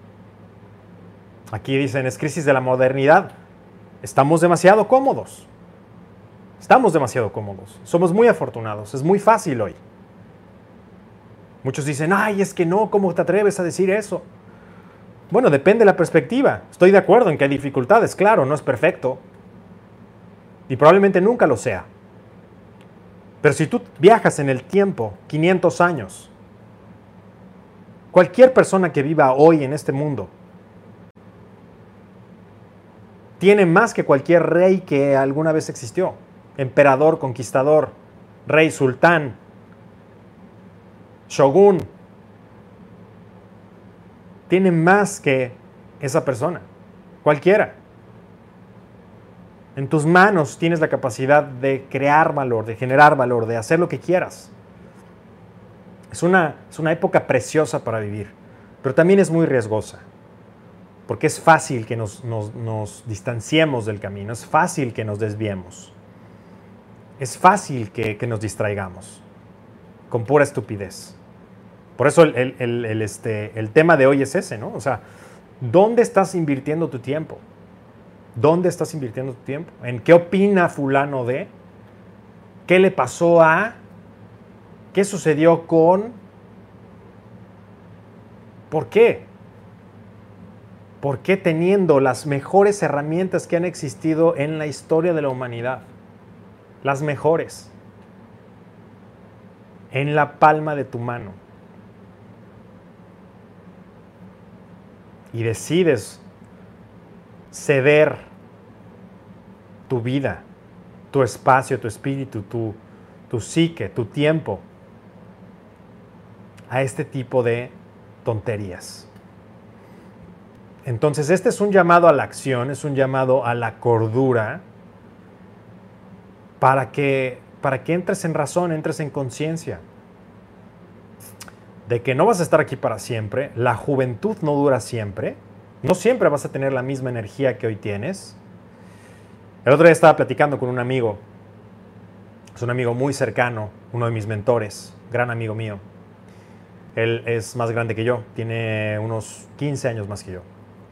Speaker 1: Aquí dicen, es crisis de la modernidad. Estamos demasiado cómodos. Estamos demasiado cómodos. Somos muy afortunados. Es muy fácil hoy. Muchos dicen, ay, es que no, ¿cómo te atreves a decir eso? Bueno, depende de la perspectiva. Estoy de acuerdo en que hay dificultades, claro, no es perfecto. Y probablemente nunca lo sea. Pero si tú viajas en el tiempo, 500 años, cualquier persona que viva hoy en este mundo tiene más que cualquier rey que alguna vez existió. Emperador, conquistador, rey, sultán, shogun. Tiene más que esa persona. Cualquiera. En tus manos tienes la capacidad de crear valor, de generar valor, de hacer lo que quieras. Es una época preciosa para vivir, pero también es muy riesgosa. Porque es fácil que nos distanciemos del camino, es fácil que nos desviemos. Es fácil que nos distraigamos con pura estupidez. Por eso el tema de hoy es ese, ¿no? O sea, ¿dónde estás invirtiendo tu tiempo? ¿Dónde estás invirtiendo tu tiempo? ¿En qué opina fulano de? ¿Qué le pasó a? ¿Qué sucedió con? ¿Por qué? ¿Por qué teniendo las mejores herramientas que han existido en la historia de la humanidad? Las mejores. En la palma de tu mano. Y decides ceder tu vida, tu espacio, tu espíritu, tu psique, tu tiempo a este tipo de tonterías. Entonces, este es un llamado a la acción, es un llamado a la cordura para que entres en razón, entres en conciencia de que no vas a estar aquí para siempre, la juventud no dura siempre, no siempre vas a tener la misma energía que hoy tienes. El otro día estaba platicando con un amigo, es un amigo muy cercano, uno de mis mentores, gran amigo mío. Él es más grande que yo, tiene unos 15 años más que yo.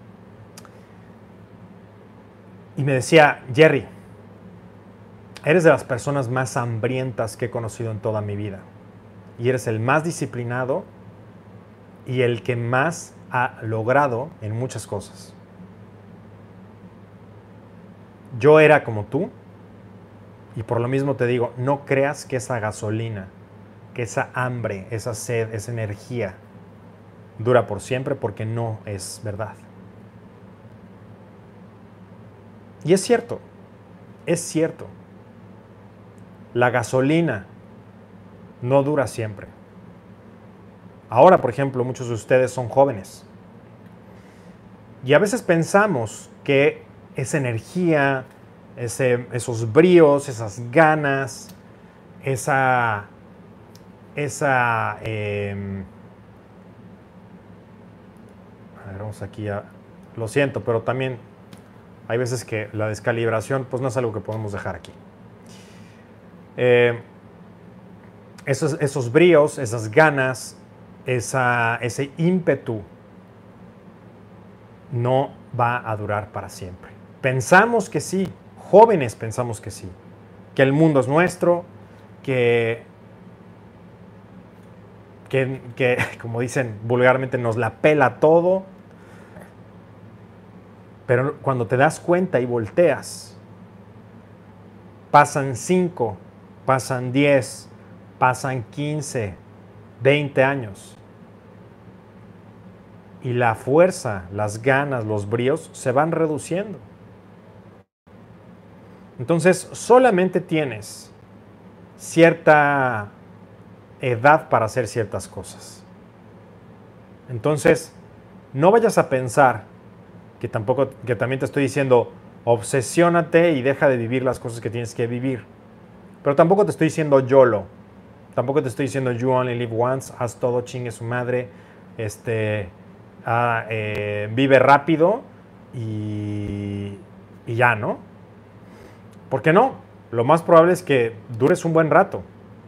Speaker 1: Y me decía, Jerry, eres de las personas más hambrientas que he conocido en toda mi vida. Y eres el más disciplinado y el que más ha logrado en muchas cosas. Yo era como tú y por lo mismo te digo, no creas que esa gasolina, que esa hambre, esa sed, esa energía dura por siempre, porque no es verdad. Y es cierto, es cierto. La gasolina no dura siempre. Ahora, por ejemplo, muchos de ustedes son jóvenes. Y a veces pensamos que esa energía, esos bríos, esas ganas, a ver, vamos aquí lo siento, pero también hay veces que la descalibración pues no es algo que podemos dejar aquí. Esos bríos, esas ganas, ese ímpetu no va a durar para siempre. Pensamos que sí, jóvenes pensamos que sí, que el mundo es nuestro, que como dicen vulgarmente, nos la pela todo. Pero cuando te das cuenta y volteas, pasan 5, pasan 10, pasan 15, 20 años. Y la fuerza, las ganas, los bríos se van reduciendo. Entonces, solamente tienes cierta edad para hacer ciertas cosas. Entonces, no vayas a pensar que también te estoy diciendo, obsesiónate y deja de vivir las cosas que tienes que vivir. Pero tampoco te estoy diciendo YOLO. Tampoco te estoy diciendo you only live once, haz todo, chingue su madre, vive rápido y ya, ¿no? ¿Por qué no? Lo más probable es que dures un buen rato.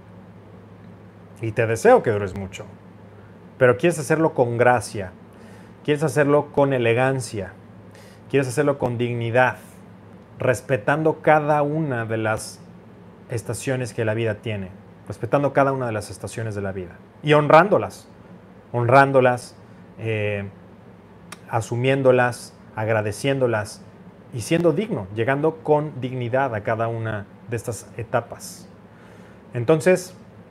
Speaker 1: Y te deseo que dures mucho. Pero quieres hacerlo con gracia. Quieres hacerlo con elegancia. Quieres hacerlo con dignidad. Respetando cada una de las estaciones que la vida tiene. Respetando cada una de las estaciones de la vida. Y honrándolas. Honrándolas. Asumiéndolas. Agradeciéndolas. Y siendo digno. Llegando con dignidad a cada una de estas etapas. Entonces,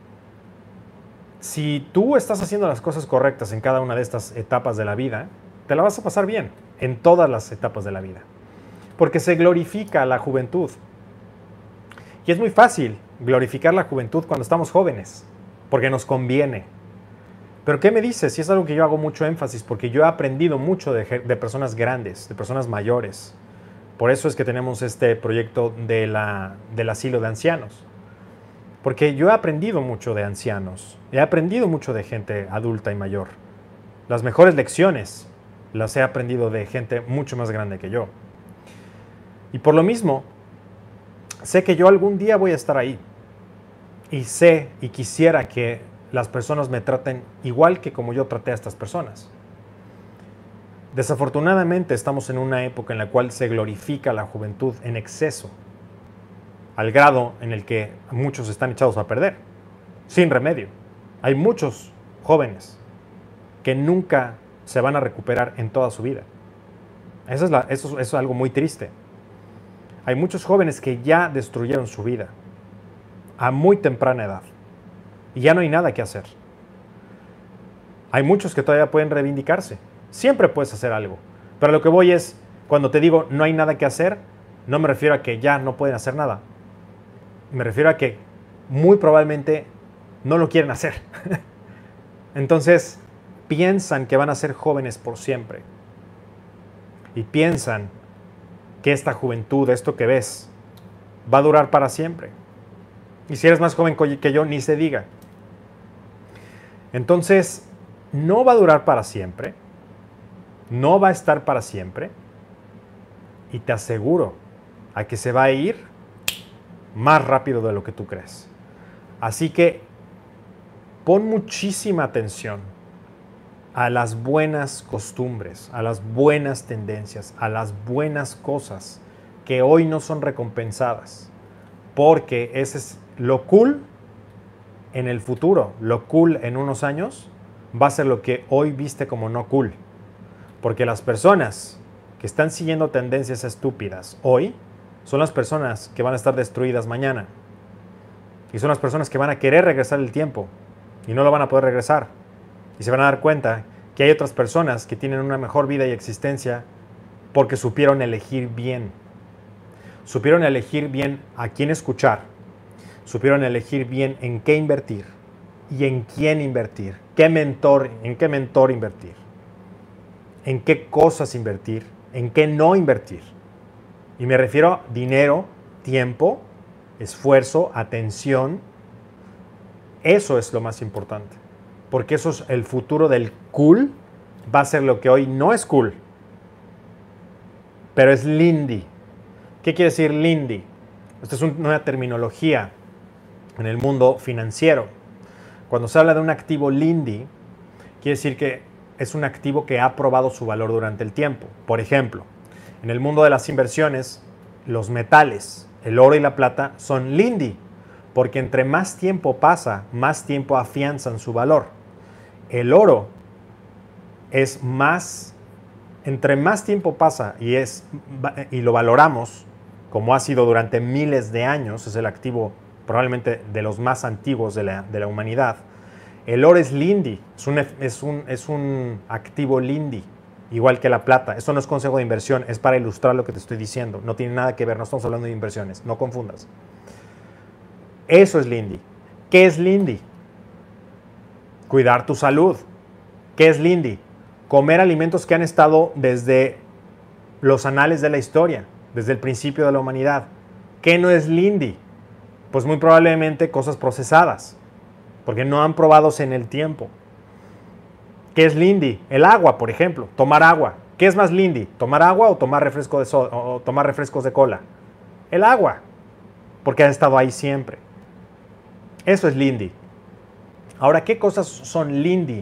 Speaker 1: si tú estás haciendo las cosas correctas en cada una de estas etapas de la vida, te la vas a pasar bien en todas las etapas de la vida. Porque se glorifica la juventud. Y es muy fácil glorificar la juventud cuando estamos jóvenes, porque nos conviene. Pero ¿qué me dices? Si es algo que yo hago mucho énfasis, porque yo he aprendido mucho de personas grandes, de personas mayores. Por eso es que tenemos este proyecto del asilo de ancianos. Porque yo he aprendido mucho de ancianos, he aprendido mucho de gente adulta y mayor. Las mejores lecciones las he aprendido de gente mucho más grande que yo. Y por lo mismo, sé que yo algún día voy a estar ahí. Y sé y quisiera que las personas me traten igual que como yo traté a estas personas. Desafortunadamente estamos en una época en la cual se glorifica la juventud en exceso, al grado en el que muchos están echados a perder, sin remedio. Hay muchos jóvenes que nunca se van a recuperar en toda su vida. Eso es algo muy triste. Hay muchos jóvenes que ya destruyeron su vida a muy temprana edad y ya no hay nada que hacer. Hay muchos que todavía pueden reivindicarse. Siempre puedes hacer algo. Pero lo que voy es, cuando te digo no hay nada que hacer, no me refiero a que ya no pueden hacer nada. Me refiero a que muy probablemente no lo quieren hacer. Entonces, piensan que van a ser jóvenes por siempre. Y piensan que esta juventud, esto que ves, va a durar para siempre. Y si eres más joven que yo, ni se diga. Entonces, no va a durar para siempre. No va a estar para siempre. Y te aseguro a que se va a ir más rápido de lo que tú crees. Así que pon muchísima atención a las buenas costumbres, a las buenas tendencias, a las buenas cosas que hoy no son recompensadas. Porque ese es lo cool en el futuro, lo cool en unos años va a ser lo que hoy viste como no cool. Porque las personas que están siguiendo tendencias estúpidas hoy son las personas que van a estar destruidas mañana. Y son las personas que van a querer regresar el tiempo y no lo van a poder regresar. Y se van a dar cuenta que hay otras personas que tienen una mejor vida y existencia porque supieron elegir bien. Supieron elegir bien a quién escuchar. Supieron elegir bien en qué invertir y en quién invertir. En qué mentor invertir. En qué cosas invertir. En qué no invertir. Y me refiero a dinero, tiempo, esfuerzo, atención. Eso es lo más importante. Porque eso es el futuro del cool. Va a ser lo que hoy no es cool. Pero es lindy. ¿Qué quiere decir lindy? Esta es una terminología en el mundo financiero. Cuando se habla de un activo lindy, quiere decir que es un activo que ha probado su valor durante el tiempo. Por ejemplo, en el mundo de las inversiones, los metales, el oro y la plata son lindy, porque entre más tiempo pasa, más tiempo afianzan su valor. El oro es más, entre más tiempo pasa y lo valoramos, como ha sido durante miles de años, es el activo probablemente de los más antiguos de la humanidad. El oro es lindy, es un activo lindy, igual que la plata. Esto no es consejo de inversión, es para ilustrar lo que te estoy diciendo. No tiene nada que ver, no estamos hablando de inversiones, no confundas. Eso es lindy. ¿Qué es lindy? Cuidar tu salud. ¿Qué es lindy? Comer alimentos que han estado desde los anales de la historia, desde el principio de la humanidad. ¿Qué no es lindy? Pues muy probablemente cosas procesadas, porque no han probados en el tiempo. ¿Qué es lindy? El agua, por ejemplo, tomar agua. ¿Qué es más lindy? ¿Tomar agua o tomar tomar refrescos de cola? El agua, porque ha estado ahí siempre. Eso es lindy. Ahora, ¿qué cosas son lindy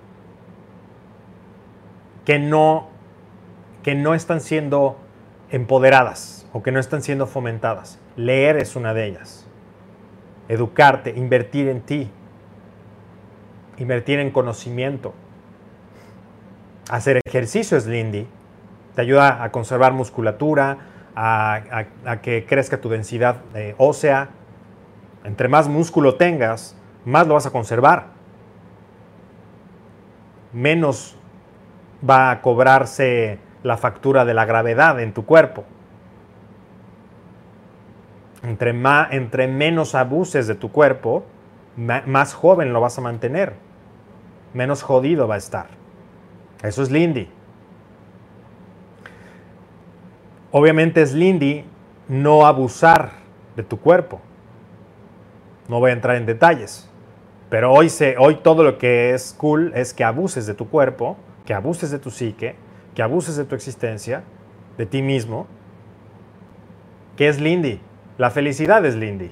Speaker 1: que no están siendo empoderadas o que no están siendo fomentadas? Leer es una de ellas. Educarte, invertir en ti, invertir en conocimiento. Hacer ejercicio es lindy, te ayuda a conservar musculatura, a que crezca tu densidad ósea. Entre más músculo tengas, más lo vas a conservar. Menos va a cobrarse la factura de la gravedad en tu cuerpo. Entre menos abuses de tu cuerpo, más joven lo vas a mantener. Menos jodido va a estar. Eso es lindy. Obviamente es lindy no abusar de tu cuerpo. No voy a entrar en detalles. Pero hoy todo lo que es cool es que abuses de tu cuerpo, que abuses de tu psique, que abuses de tu existencia, de ti mismo. ¿Qué es lindy? La felicidad es lindy.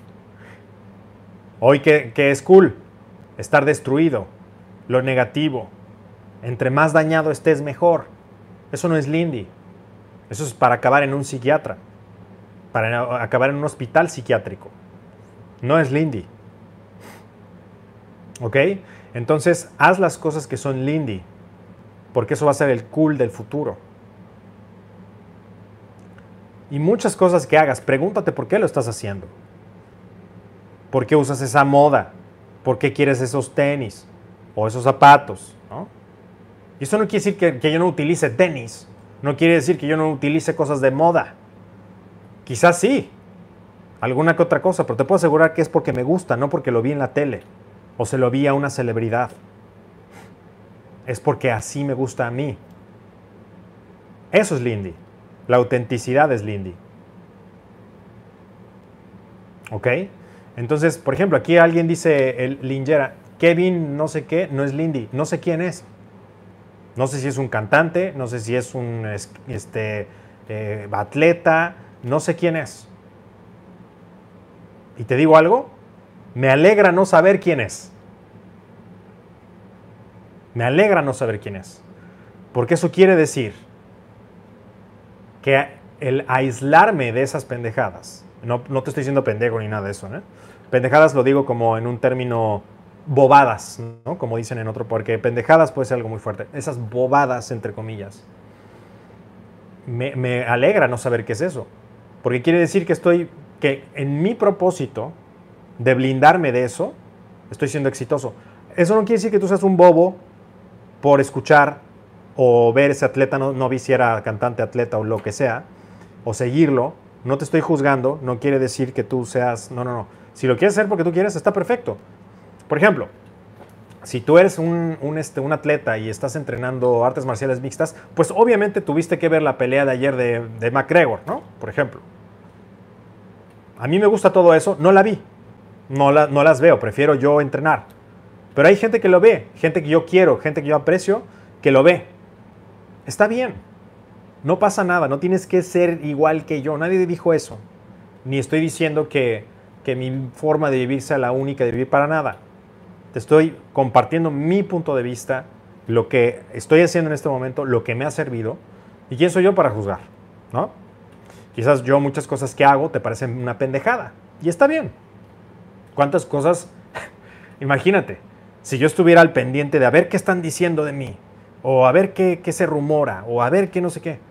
Speaker 1: Hoy, ¿qué es cool? Estar destruido, lo negativo. Entre más dañado estés, mejor. Eso no es lindy. Eso es para acabar en un psiquiatra, para acabar en un hospital psiquiátrico. No es lindy. ¿Ok? Entonces, haz las cosas que son lindy, porque eso va a ser el cool del futuro. Y muchas cosas que hagas, pregúntate por qué lo estás haciendo. ¿Por qué usas esa moda? ¿Por qué quieres esos tenis o esos zapatos? ¿No? Y eso no quiere decir que yo no utilice tenis. No quiere decir que yo no utilice cosas de moda. Quizás sí, alguna que otra cosa, pero te puedo asegurar que es porque me gusta, no porque lo vi en la tele o se lo vi a una celebridad. es porque así me gusta a mí. Eso es Lindy. La autenticidad es Lindy. ¿Ok? Entonces, por ejemplo, aquí alguien dice, el Lingera, Kevin no sé qué, no es Lindy. No sé quién es. No sé si es un cantante, no sé si es un atleta, no sé quién es. Y te digo algo, me alegra no saber quién es. Me alegra no saber quién es. Porque eso quiere decir que el aislarme de esas pendejadas, no te estoy diciendo pendejo ni nada de eso, ¿no? Pendejadas lo digo como en un término bobadas, ¿no? Como dicen en otro, porque pendejadas puede ser algo muy fuerte. Esas bobadas, entre comillas. Me alegra no saber qué es eso. Porque quiere decir que en mi propósito de blindarme de eso, estoy siendo exitoso. Eso no quiere decir que tú seas un bobo por escuchar o ver ese atleta, no vi si era cantante, atleta o lo que sea, o seguirlo. No te estoy juzgando, no quiere decir que tú seas... No. Si lo quieres hacer porque tú quieres, está perfecto. Por ejemplo, si tú eres un atleta y estás entrenando artes marciales mixtas, pues obviamente tuviste que ver la pelea de ayer de McGregor, ¿no? Por ejemplo. A mí me gusta todo eso, no la vi. No las veo, prefiero yo entrenar. Pero hay gente que lo ve, gente que yo quiero, gente que yo aprecio, que lo ve. Está bien. No pasa nada, no tienes que ser igual que yo. Nadie dijo eso. Ni estoy diciendo que mi forma de vivir sea la única de vivir para nada. Te estoy compartiendo mi punto de vista, lo que estoy haciendo en este momento, lo que me ha servido. ¿Y quién soy yo para juzgar? ¿No? Quizás yo muchas cosas que hago te parecen una pendejada. Y está bien. ¿Cuántas cosas? Imagínate, si yo estuviera al pendiente de a ver qué están diciendo de mí, o a ver qué se rumora, o a ver qué no sé qué.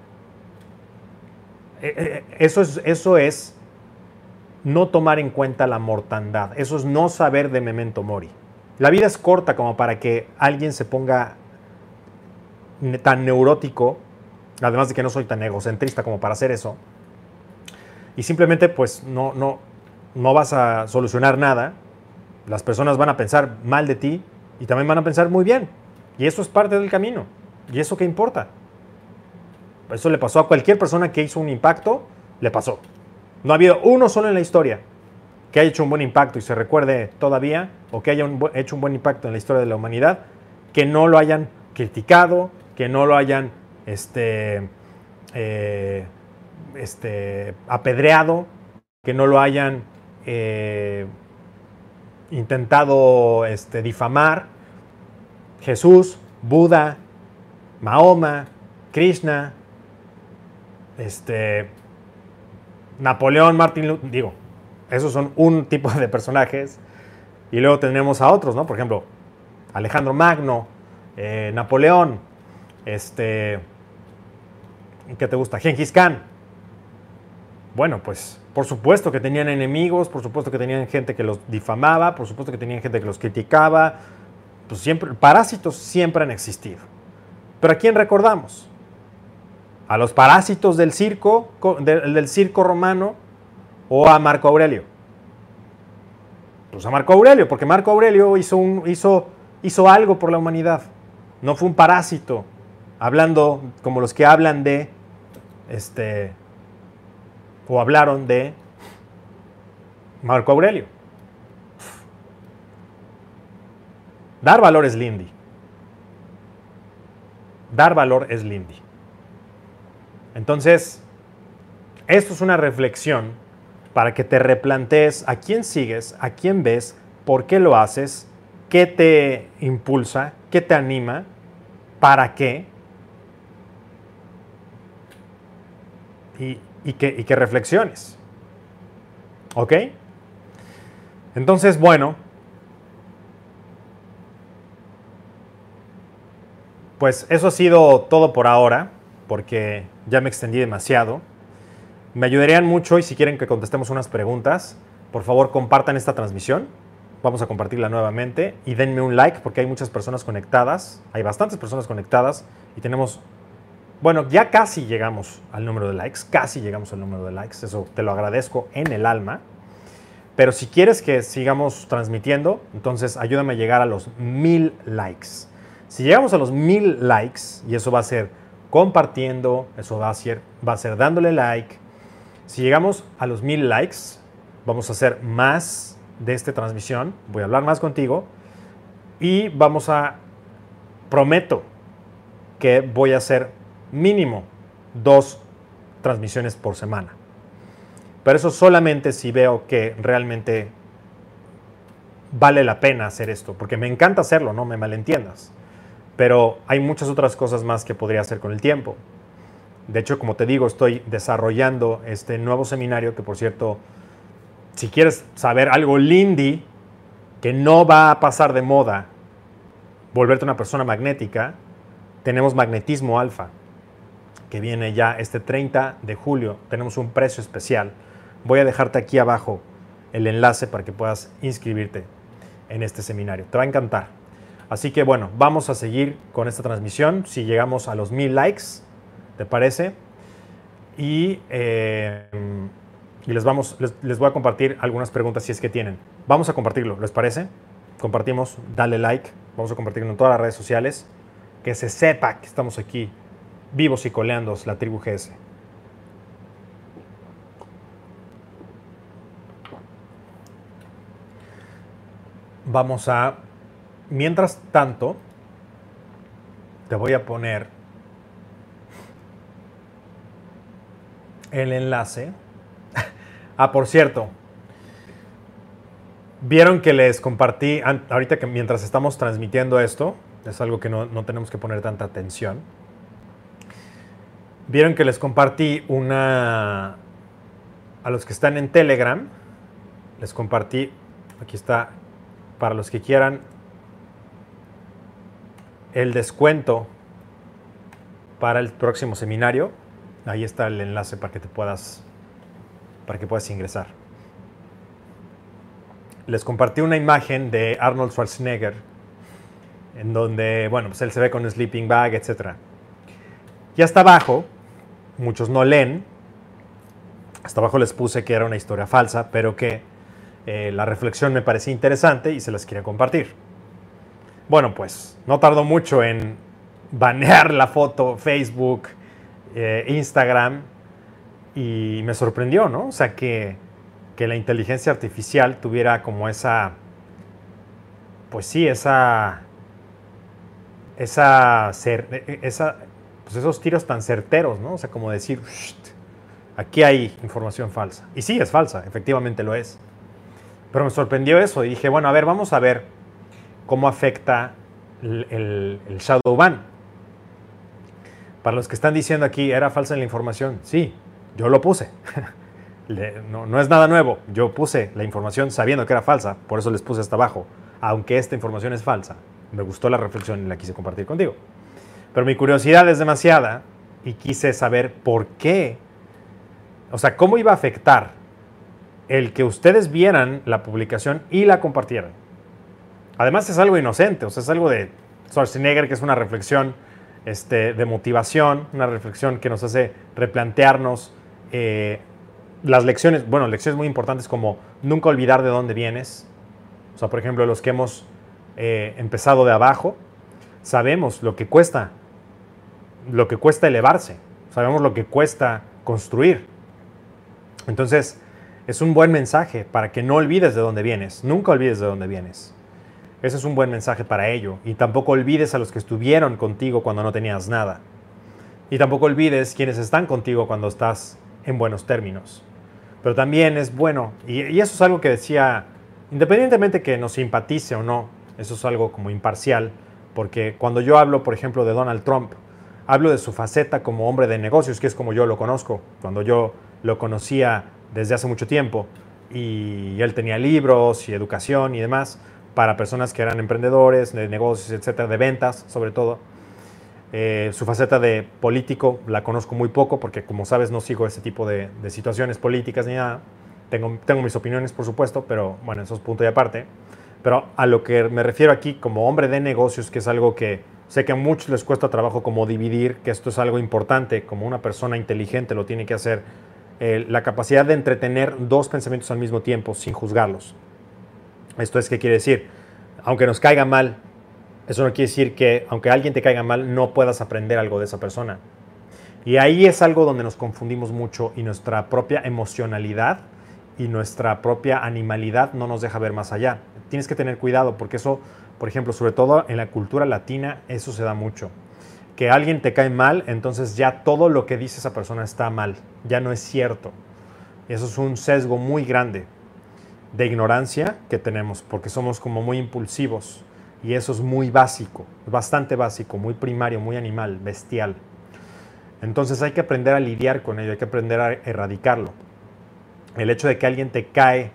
Speaker 1: Eso es no tomar en cuenta la mortandad. Eso es no saber de memento mori. La vida es corta como para que alguien se ponga tan neurótico, además de que no soy tan egocentrista como para hacer eso, y simplemente pues no vas a solucionar nada. Las personas van a pensar mal de ti y también van a pensar muy bien. Y eso es parte del camino. ¿Y eso qué importa? Eso le pasó a cualquier persona que hizo un impacto, le pasó. No ha habido uno solo en la historia que haya hecho un buen impacto y se recuerde todavía, o que haya hecho un buen impacto en la historia de la humanidad, que no lo hayan criticado, que no lo hayan apedreado, que no lo hayan intentado difamar. Jesús, Buda, Mahoma, Krishna, Napoleón, Martin Luther, digo, esos son un tipo de personajes. Y luego tenemos a otros, ¿no? Por ejemplo, Alejandro Magno, Napoleón, ¿qué te gusta? Gengis Khan. Bueno, pues por supuesto que tenían enemigos, por supuesto que tenían gente que los difamaba, por supuesto que tenían gente que los criticaba. Pues siempre, parásitos siempre han existido. Pero ¿a quién recordamos? ¿A los parásitos del circo romano o a Marco Aurelio? Pues a Marco Aurelio, porque Marco Aurelio hizo algo por la humanidad. No fue un parásito, hablando como los que hablan de, o hablaron de Marco Aurelio. Dar valor es Lindy. Dar valor es Lindy. Entonces, esto es una reflexión para que te replantees a quién sigues, a quién ves, por qué lo haces, qué te impulsa, qué te anima, para qué. Y que reflexiones. ¿Ok? Entonces, bueno, pues eso ha sido todo por ahora, porque ya me extendí demasiado. Me ayudarían mucho y si quieren que contestemos unas preguntas, por favor compartan esta transmisión. Vamos a compartirla nuevamente y denme un like porque hay muchas personas conectadas. Hay bastantes personas conectadas y tenemos... Bueno, ya casi llegamos al número de likes. Casi llegamos al número de likes. Eso te lo agradezco en el alma. Pero si quieres que sigamos transmitiendo, entonces ayúdame a llegar a los 1000 likes. Si llegamos a los 1000 likes, y eso va a ser compartiendo, eso va a ser dándole like. Si llegamos a los 1000 likes, vamos a hacer más de esta transmisión, voy a hablar más contigo y prometo que voy a hacer mínimo 2 transmisiones por semana. Pero eso solamente si veo que realmente vale la pena hacer esto, porque me encanta hacerlo, no me malentiendas. Pero hay muchas otras cosas más que podría hacer con el tiempo. De hecho, como te digo, estoy desarrollando este nuevo seminario que, por cierto, si quieres saber algo lindy, que no va a pasar de moda, volverte una persona magnética, tenemos Magnetismo Alfa, que viene ya este 30 de julio. Tenemos un precio especial. Voy a dejarte aquí abajo el enlace para que puedas inscribirte en este seminario. Te va a encantar. Así que bueno, vamos a seguir con esta transmisión. Si llegamos a los 1000 likes, ¿te parece? Y les voy a compartir algunas preguntas si es que tienen. Vamos a compartirlo, ¿les parece? Compartimos, dale like. Vamos a compartirlo en todas las redes sociales. Que se sepa que estamos aquí, vivos y coleando, la tribu GS. Vamos a, mientras tanto, te voy a poner el enlace. Por cierto, vieron que les compartí, ahorita que mientras estamos transmitiendo esto, es algo que no tenemos que poner tanta atención. Vieron que les compartí a los que están en Telegram, les compartí, aquí está, para los que quieran, el descuento para el próximo seminario. Ahí está el enlace para que puedas ingresar. Les compartí una imagen de Arnold Schwarzenegger, en donde, bueno, pues él se ve con un sleeping bag, etc. Y hasta abajo, muchos no leen, hasta abajo les puse que era una historia falsa, pero que la reflexión me parecía interesante y se las quería compartir. Bueno, pues no tardó mucho en banear la foto Facebook, Instagram, y me sorprendió, ¿no? O sea, que la inteligencia artificial tuviera como esa, pues sí, pues esos tiros tan certeros, ¿no? O sea, como decir, aquí hay información falsa. Y sí, es falsa, efectivamente lo es. Pero me sorprendió eso y dije, bueno, a ver, vamos a ver cómo afecta el shadow ban. Para los que están diciendo aquí, ¿era falsa la información? Sí, yo lo puse. No es nada nuevo. Yo puse la información sabiendo que era falsa, por eso les puse hasta abajo. Aunque esta información es falsa, me gustó la reflexión y la quise compartir contigo. Pero mi curiosidad es demasiada y quise saber por qué, o sea, cómo iba a afectar el que ustedes vieran la publicación y la compartieran. Además es algo inocente, o sea, es algo de Schwarzenegger, que es una reflexión de motivación, una reflexión que nos hace replantearnos las lecciones, bueno, lecciones muy importantes como nunca olvidar de dónde vienes. O sea, por ejemplo, los que hemos empezado de abajo, sabemos lo que cuesta elevarse, sabemos lo que cuesta construir. Entonces, es un buen mensaje para que no olvides de dónde vienes, nunca olvides de dónde vienes. Ese es un buen mensaje para ello. Y tampoco olvides a los que estuvieron contigo cuando no tenías nada. Y tampoco olvides quienes están contigo cuando estás en buenos términos. Pero también es bueno, y eso es algo que decía, independientemente que nos simpatice o no, eso es algo como imparcial, porque cuando yo hablo, por ejemplo, de Donald Trump, hablo de su faceta como hombre de negocios, que es como yo lo conozco, cuando yo lo conocía desde hace mucho tiempo, y él tenía libros y educación y demás, para personas que eran emprendedores, de negocios, etcétera, de ventas sobre todo. Su faceta de político la conozco muy poco porque, como sabes, no sigo ese tipo de situaciones políticas ni nada. Tengo mis opiniones, por supuesto, pero bueno, eso es punto y aparte. Pero a lo que me refiero aquí como hombre de negocios, que es algo que sé que a muchos les cuesta trabajo como dividir, que esto es algo importante, como una persona inteligente lo tiene que hacer, la capacidad de entretener dos pensamientos al mismo tiempo sin juzgarlos. Esto es, ¿qué quiere decir? Aunque nos caiga mal Eso no quiere decir que, aunque alguien te caiga mal, no puedas aprender algo de esa persona. Y ahí es algo donde nos confundimos mucho y nuestra propia emocionalidad y nuestra propia animalidad no nos deja ver más allá. Tienes que tener cuidado porque eso, por ejemplo, sobre todo en la cultura latina, eso se da mucho. Que alguien te cae mal, entonces ya todo lo que dice esa persona está mal, ya no es cierto. Eso es un sesgo muy grande de ignorancia que tenemos porque somos como muy impulsivos y eso es muy básico, bastante básico, muy primario, muy animal, bestial. Entonces hay que aprender a lidiar con ello, hay que aprender a erradicarlo. El hecho de que alguien te cae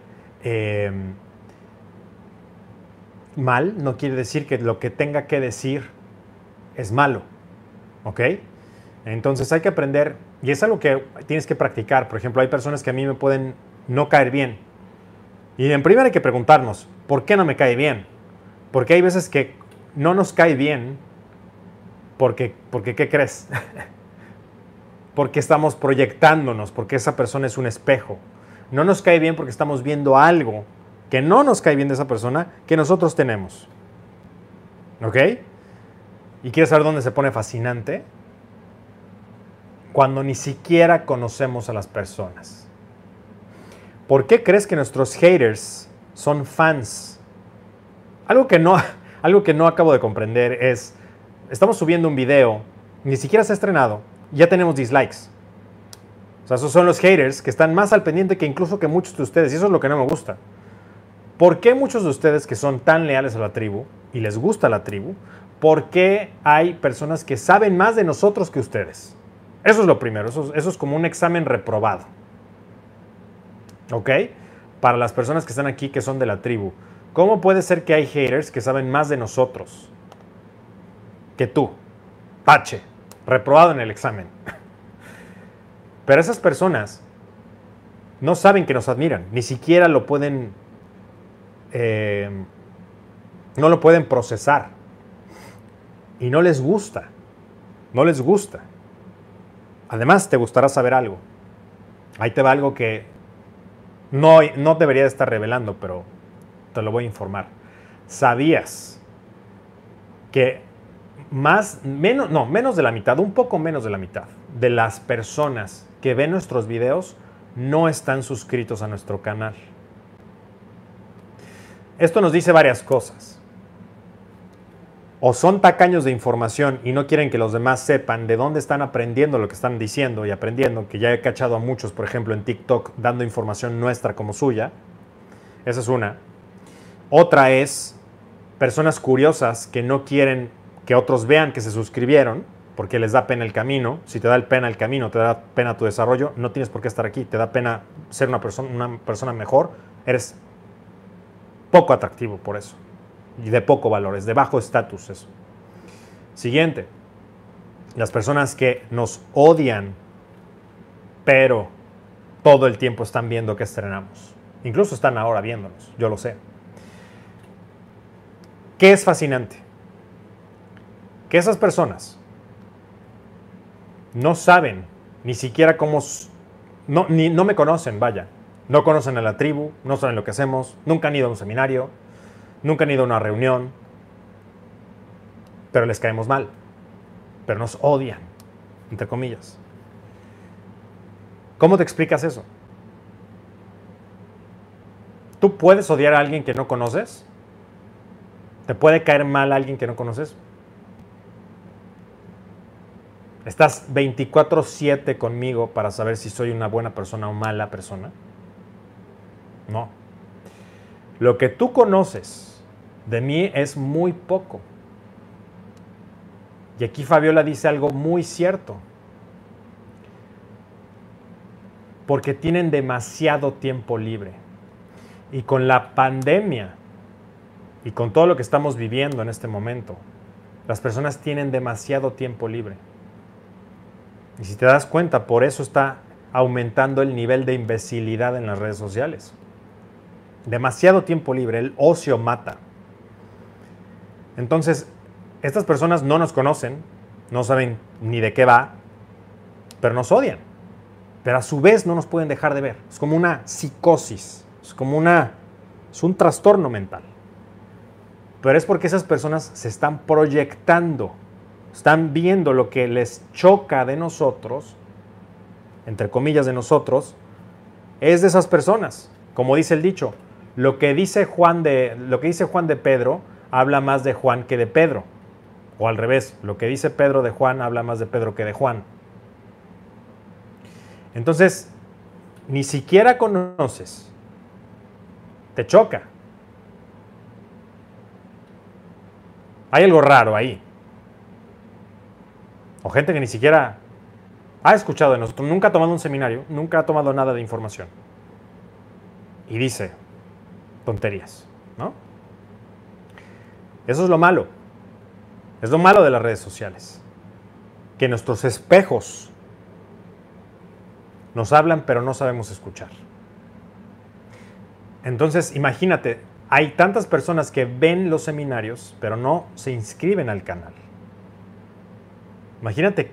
Speaker 1: mal no quiere decir que lo que tenga que decir es malo, ¿ok? Entonces hay que aprender, y es algo que tienes que practicar. Por ejemplo, hay personas que a mí me pueden no caer bien. Y en primer hay que preguntarnos, ¿por qué no me cae bien? Porque hay veces que no nos cae bien porque ¿qué crees? Porque estamos proyectándonos, porque esa persona es un espejo. No nos cae bien porque estamos viendo algo que no nos cae bien de esa persona que nosotros tenemos. ¿Ok? ¿Y quieres saber dónde se pone fascinante? Cuando ni siquiera conocemos a las personas. ¿Por qué crees que nuestros haters son fans? Algo que no acabo de comprender es, estamos subiendo un video, ni siquiera se ha estrenado, ya tenemos dislikes. O sea, esos son los haters que están más al pendiente que incluso que muchos de ustedes, y eso es lo que no me gusta. ¿Por qué muchos de ustedes que son tan leales a la tribu y les gusta la tribu, por qué hay personas que saben más de nosotros que ustedes? Eso es lo primero, eso es como un examen reprobado. ¿Ok? Para las personas que están aquí que son de la tribu. ¿Cómo puede ser que hay haters que saben más de nosotros que tú? Pache, reprobado en el examen. Pero esas personas no saben que nos admiran, ni siquiera lo pueden, no lo pueden procesar. Y no les gusta, no les gusta. Además, te gustará saber algo. Ahí te va algo que no debería de estar revelando, pero te lo voy a informar. ¿Sabías que menos de la mitad, un poco menos de la mitad de las personas que ven nuestros videos no están suscritos a nuestro canal? Esto nos dice varias cosas. O son tacaños de información y no quieren que los demás sepan de dónde están aprendiendo lo que están diciendo y aprendiendo, que ya he cachado a muchos, por ejemplo, en TikTok, dando información nuestra como suya. Esa es una. Otra es personas curiosas que no quieren que otros vean que se suscribieron porque les da pena el camino. Si te da pena el camino, te da pena tu desarrollo, no tienes por qué estar aquí. Te da pena ser una persona mejor, eres poco atractivo por eso. Y de poco valor, es de bajo estatus eso. Siguiente, las personas que nos odian, pero todo el tiempo están viendo que estrenamos. Incluso están ahora viéndonos, yo lo sé. ¿Qué es fascinante? Que esas personas no saben ni siquiera cómo, no me conocen, vaya. No conocen a la tribu, no saben lo que hacemos, nunca han ido a un seminario, nunca han ido a una reunión, pero les caemos mal, pero nos odian, entre comillas. ¿Cómo te explicas eso? ¿Tú puedes odiar a alguien que no conoces? ¿Te puede caer mal a alguien que no conoces? ¿Estás 24/7 conmigo para saber si soy una buena persona o mala persona? No. Lo que tú conoces de mí es muy poco. Y aquí Fabiola dice algo muy cierto. Porque tienen demasiado tiempo libre. Y con la pandemia y con todo lo que estamos viviendo en este momento, las personas tienen demasiado tiempo libre. Y si te das cuenta, por eso está aumentando el nivel de imbecilidad en las redes sociales. Demasiado tiempo libre, el ocio mata. Entonces, estas personas no nos conocen, no saben ni de qué va, pero nos odian. Pero a su vez no nos pueden dejar de ver. Es como una psicosis, es un trastorno mental. pero es porque esas personas se están proyectando, están viendo lo que les choca de nosotros, entre comillas de nosotros, es de esas personas. Como dice el dicho, lo que dice Juan de Pedro habla más de Juan que de Pedro. O al revés, lo que dice Pedro de Juan habla más de Pedro que de Juan. Entonces, ni siquiera conoces, te choca. Hay algo raro ahí. O gente que ni siquiera ha escuchado de nosotros, nunca ha tomado un seminario, nunca ha tomado nada de información. Y dice tonterías, ¿no? Eso es lo malo. Es lo malo de las redes sociales. Que nuestros espejos nos hablan, pero no sabemos escuchar. Entonces, imagínate, hay tantas personas que ven los seminarios, pero no se inscriben al canal. Imagínate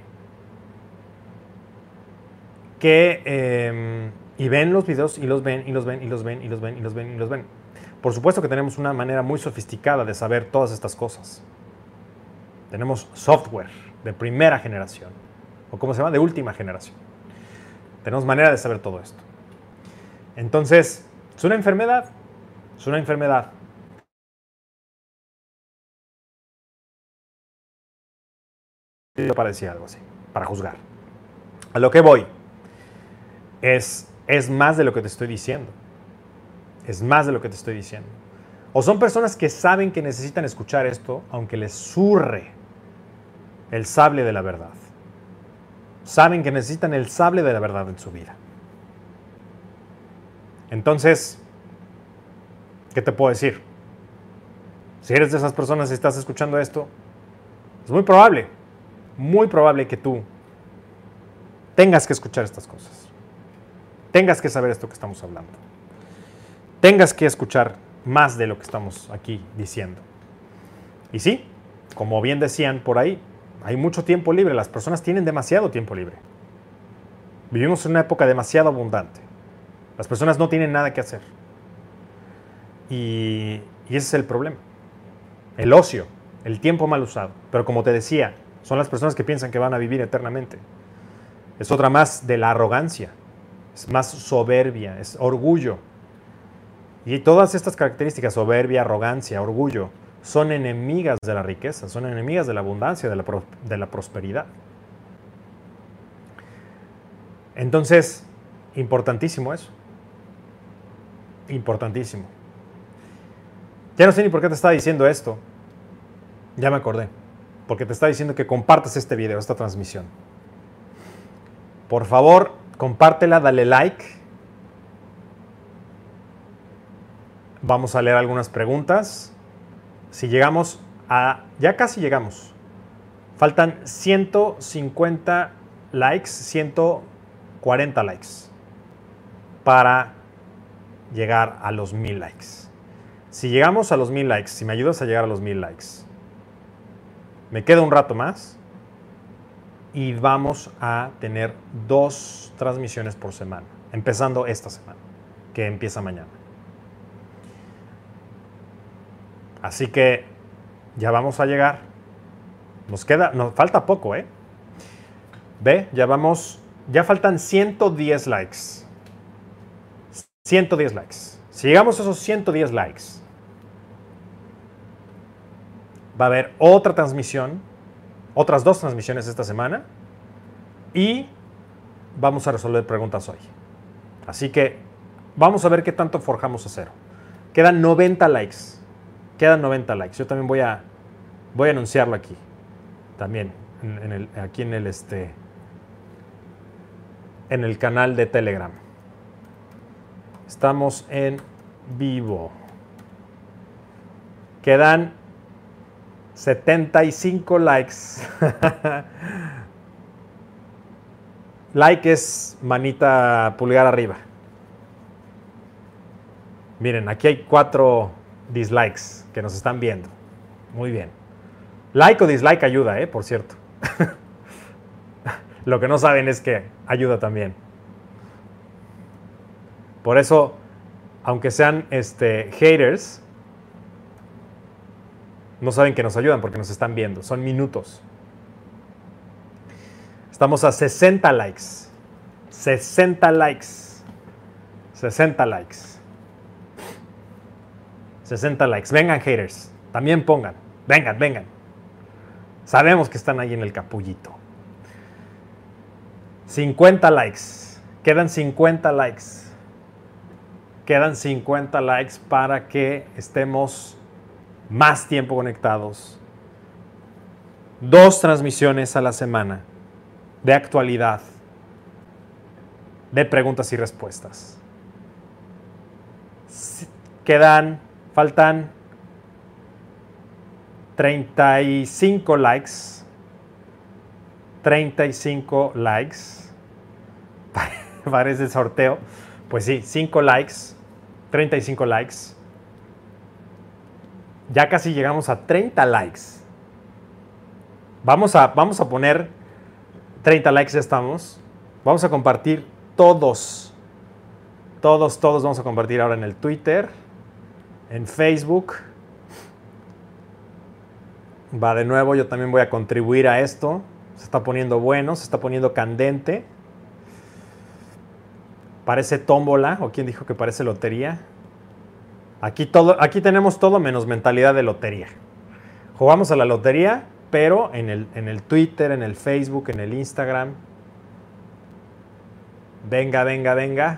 Speaker 1: y ven los videos y los ven, y los ven, y los ven, y los ven, y los ven, y los ven. Por supuesto que tenemos una manera muy sofisticada de saber todas estas cosas. Tenemos software de primera generación, o ¿cómo se llama? De última generación. Tenemos manera de saber todo esto. Entonces, es una enfermedad. Es una enfermedad. Para decir algo así, para juzgar. A lo que voy es más de lo que te estoy diciendo. Es más de lo que te estoy diciendo. O son personas que saben que necesitan escuchar esto, aunque les zurre el sable de la verdad. Saben que necesitan el sable de la verdad en su vida. Entonces, ¿qué te puedo decir? Si eres de esas personas y estás escuchando esto, es muy probable que tú tengas que escuchar estas cosas. Tengas que saber esto que estamos hablando. Tengas que escuchar más de lo que estamos aquí diciendo. Y sí, como bien decían por ahí, hay mucho tiempo libre. Las personas tienen demasiado tiempo libre. Vivimos en una época demasiado abundante. Las personas no tienen nada que hacer. Y ese es el problema. El ocio, el tiempo mal usado. Pero como te decía, son las personas que piensan que van a vivir eternamente. Es otra más de la arrogancia. Es más soberbia, es orgullo. Y todas estas características, soberbia, arrogancia, orgullo, son enemigas de la riqueza, son enemigas de la abundancia, de la prosperidad. Entonces, importantísimo eso. Importantísimo. Ya no sé ni por qué te estaba diciendo esto. Ya me acordé. Porque te está diciendo que compartas este video, esta transmisión. Por favor, compártela, dale like. Vamos a leer algunas preguntas. Si llegamos a... Ya casi llegamos. Faltan 150 likes, 140 likes para llegar a los 1000 likes. Si llegamos a los 1000 likes, si me ayudas a llegar a los 1000 likes, me queda un rato más y vamos a tener 2 transmisiones por semana, empezando esta semana, que empieza mañana. Así que ya vamos a llegar. Nos falta poco, ¿eh? Ve, ya faltan 110 likes. 110 likes. Si llegamos a esos 110 likes, va a haber otra transmisión, otras 2 transmisiones esta semana y vamos a resolver preguntas hoy. Así que vamos a ver qué tanto forjamos acero. Quedan 90 likes. Quedan 90 likes. Yo también voy a anunciarlo aquí. También aquí en el canal de Telegram. Estamos en vivo. Quedan 75 likes. Like es manita pulgar arriba. Miren, aquí hay 4 dislikes que nos están viendo. Muy bien. Like o dislike ayuda, por cierto. Lo que no saben es que ayuda también. Por eso, aunque sean haters, No saben que nos ayudan porque nos están viendo. Son minutos. Estamos a 60 likes. 60 likes. 60 likes. 60 likes. Vengan, haters. También pongan. Vengan, vengan. Sabemos que están ahí en el capullito. 50 likes. Quedan 50 likes. Quedan 50 likes para que estemos más tiempo conectados. 2 transmisiones a la semana de actualidad, de preguntas y respuestas. Faltan 35 likes. 35 likes. Parece sorteo. Pues sí, 5 likes. 35 likes. Ya casi llegamos a 30 likes. Vamos a poner 30 likes, ya estamos. Vamos a compartir todos. Todos vamos a compartir ahora en el Twitter, en Facebook. Va de nuevo, yo también voy a contribuir a esto. Se está poniendo bueno, se está poniendo candente. Parece tómbola, o quién dijo que parece lotería. Aquí tenemos todo menos mentalidad de lotería. Jugamos a la lotería, pero en el Twitter, en el Facebook, en el Instagram. Venga, venga, venga.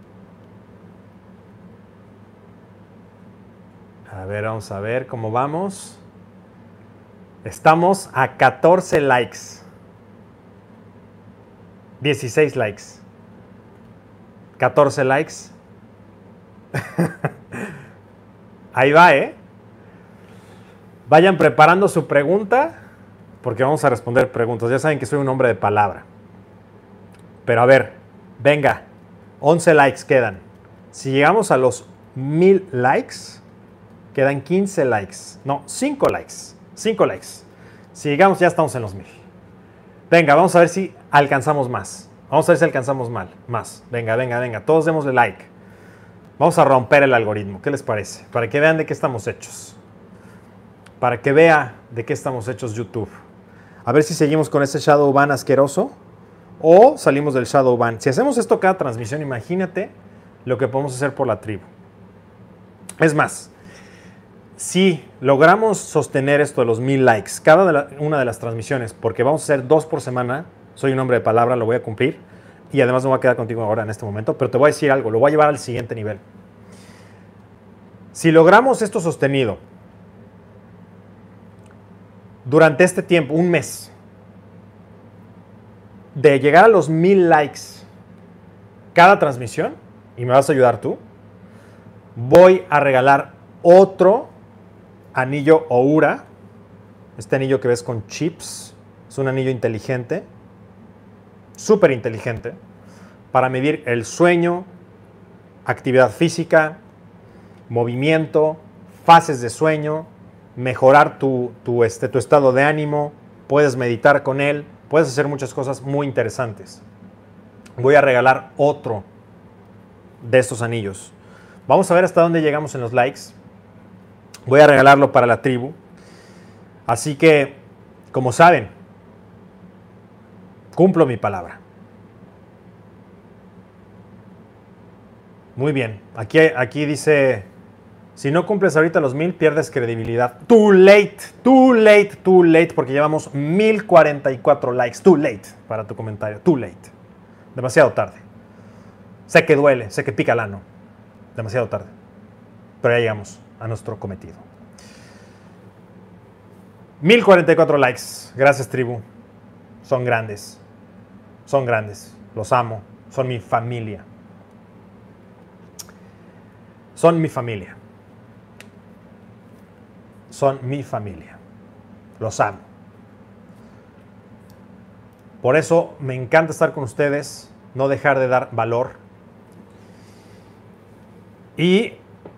Speaker 1: A ver, vamos a ver cómo vamos. Estamos a 14 likes. 16 likes. 14 likes. Ahí va, ¿eh? Vayan preparando su pregunta, porque vamos a responder preguntas. Ya saben que soy un hombre de palabra. Pero a ver, venga. 11 likes quedan. Si llegamos a los 1000 likes, quedan 15 likes. No, 5 likes. 5 likes. Si llegamos, ya estamos en los 1000. Venga, vamos a ver si alcanzamos más. Vamos a ver si alcanzamos más. Venga, venga, venga. Todos démosle like. Vamos a romper el algoritmo. ¿Qué les parece? Para que vean de qué estamos hechos. Para que vea de qué estamos hechos YouTube. A ver si seguimos con ese shadow ban asqueroso o salimos del shadow ban. Si hacemos esto cada transmisión, imagínate lo que podemos hacer por la tribu. Es más, si logramos sostener esto de los 1000 likes cada una de las transmisiones, porque vamos a hacer 2 por semana, soy un hombre de palabra, lo voy a cumplir, y además no voy a quedar contigo ahora en este momento, pero te voy a decir algo, lo voy a llevar al siguiente nivel. Si logramos esto sostenido durante este tiempo, un mes, de llegar a los 1000 likes cada transmisión, y me vas a ayudar tú, voy a regalar otro anillo Oura, este anillo que ves con chips, es un anillo inteligente, súper inteligente, para medir el sueño, actividad física, movimiento, fases de sueño, mejorar tu estado de ánimo, puedes meditar con él, puedes hacer muchas cosas muy interesantes. Voy a regalar otro de estos anillos. Vamos a ver hasta dónde llegamos en los likes. Voy a regalarlo para la tribu. Así que, como saben, cumplo mi palabra. Muy bien. Aquí dice, si no cumples ahorita los 1000, pierdes credibilidad. Too late, too late, too late, porque llevamos 1044 likes. Too late para tu comentario. Too late. Demasiado tarde. Sé que duele, sé que pica el ano. Demasiado tarde. Pero ya llegamos a nuestro cometido. 1044 likes. Gracias, tribu. Son grandes. Son grandes. Los amo. Son mi familia. Son mi familia. Son mi familia. Los amo. Por eso me encanta estar con ustedes, no dejar de dar valor. Y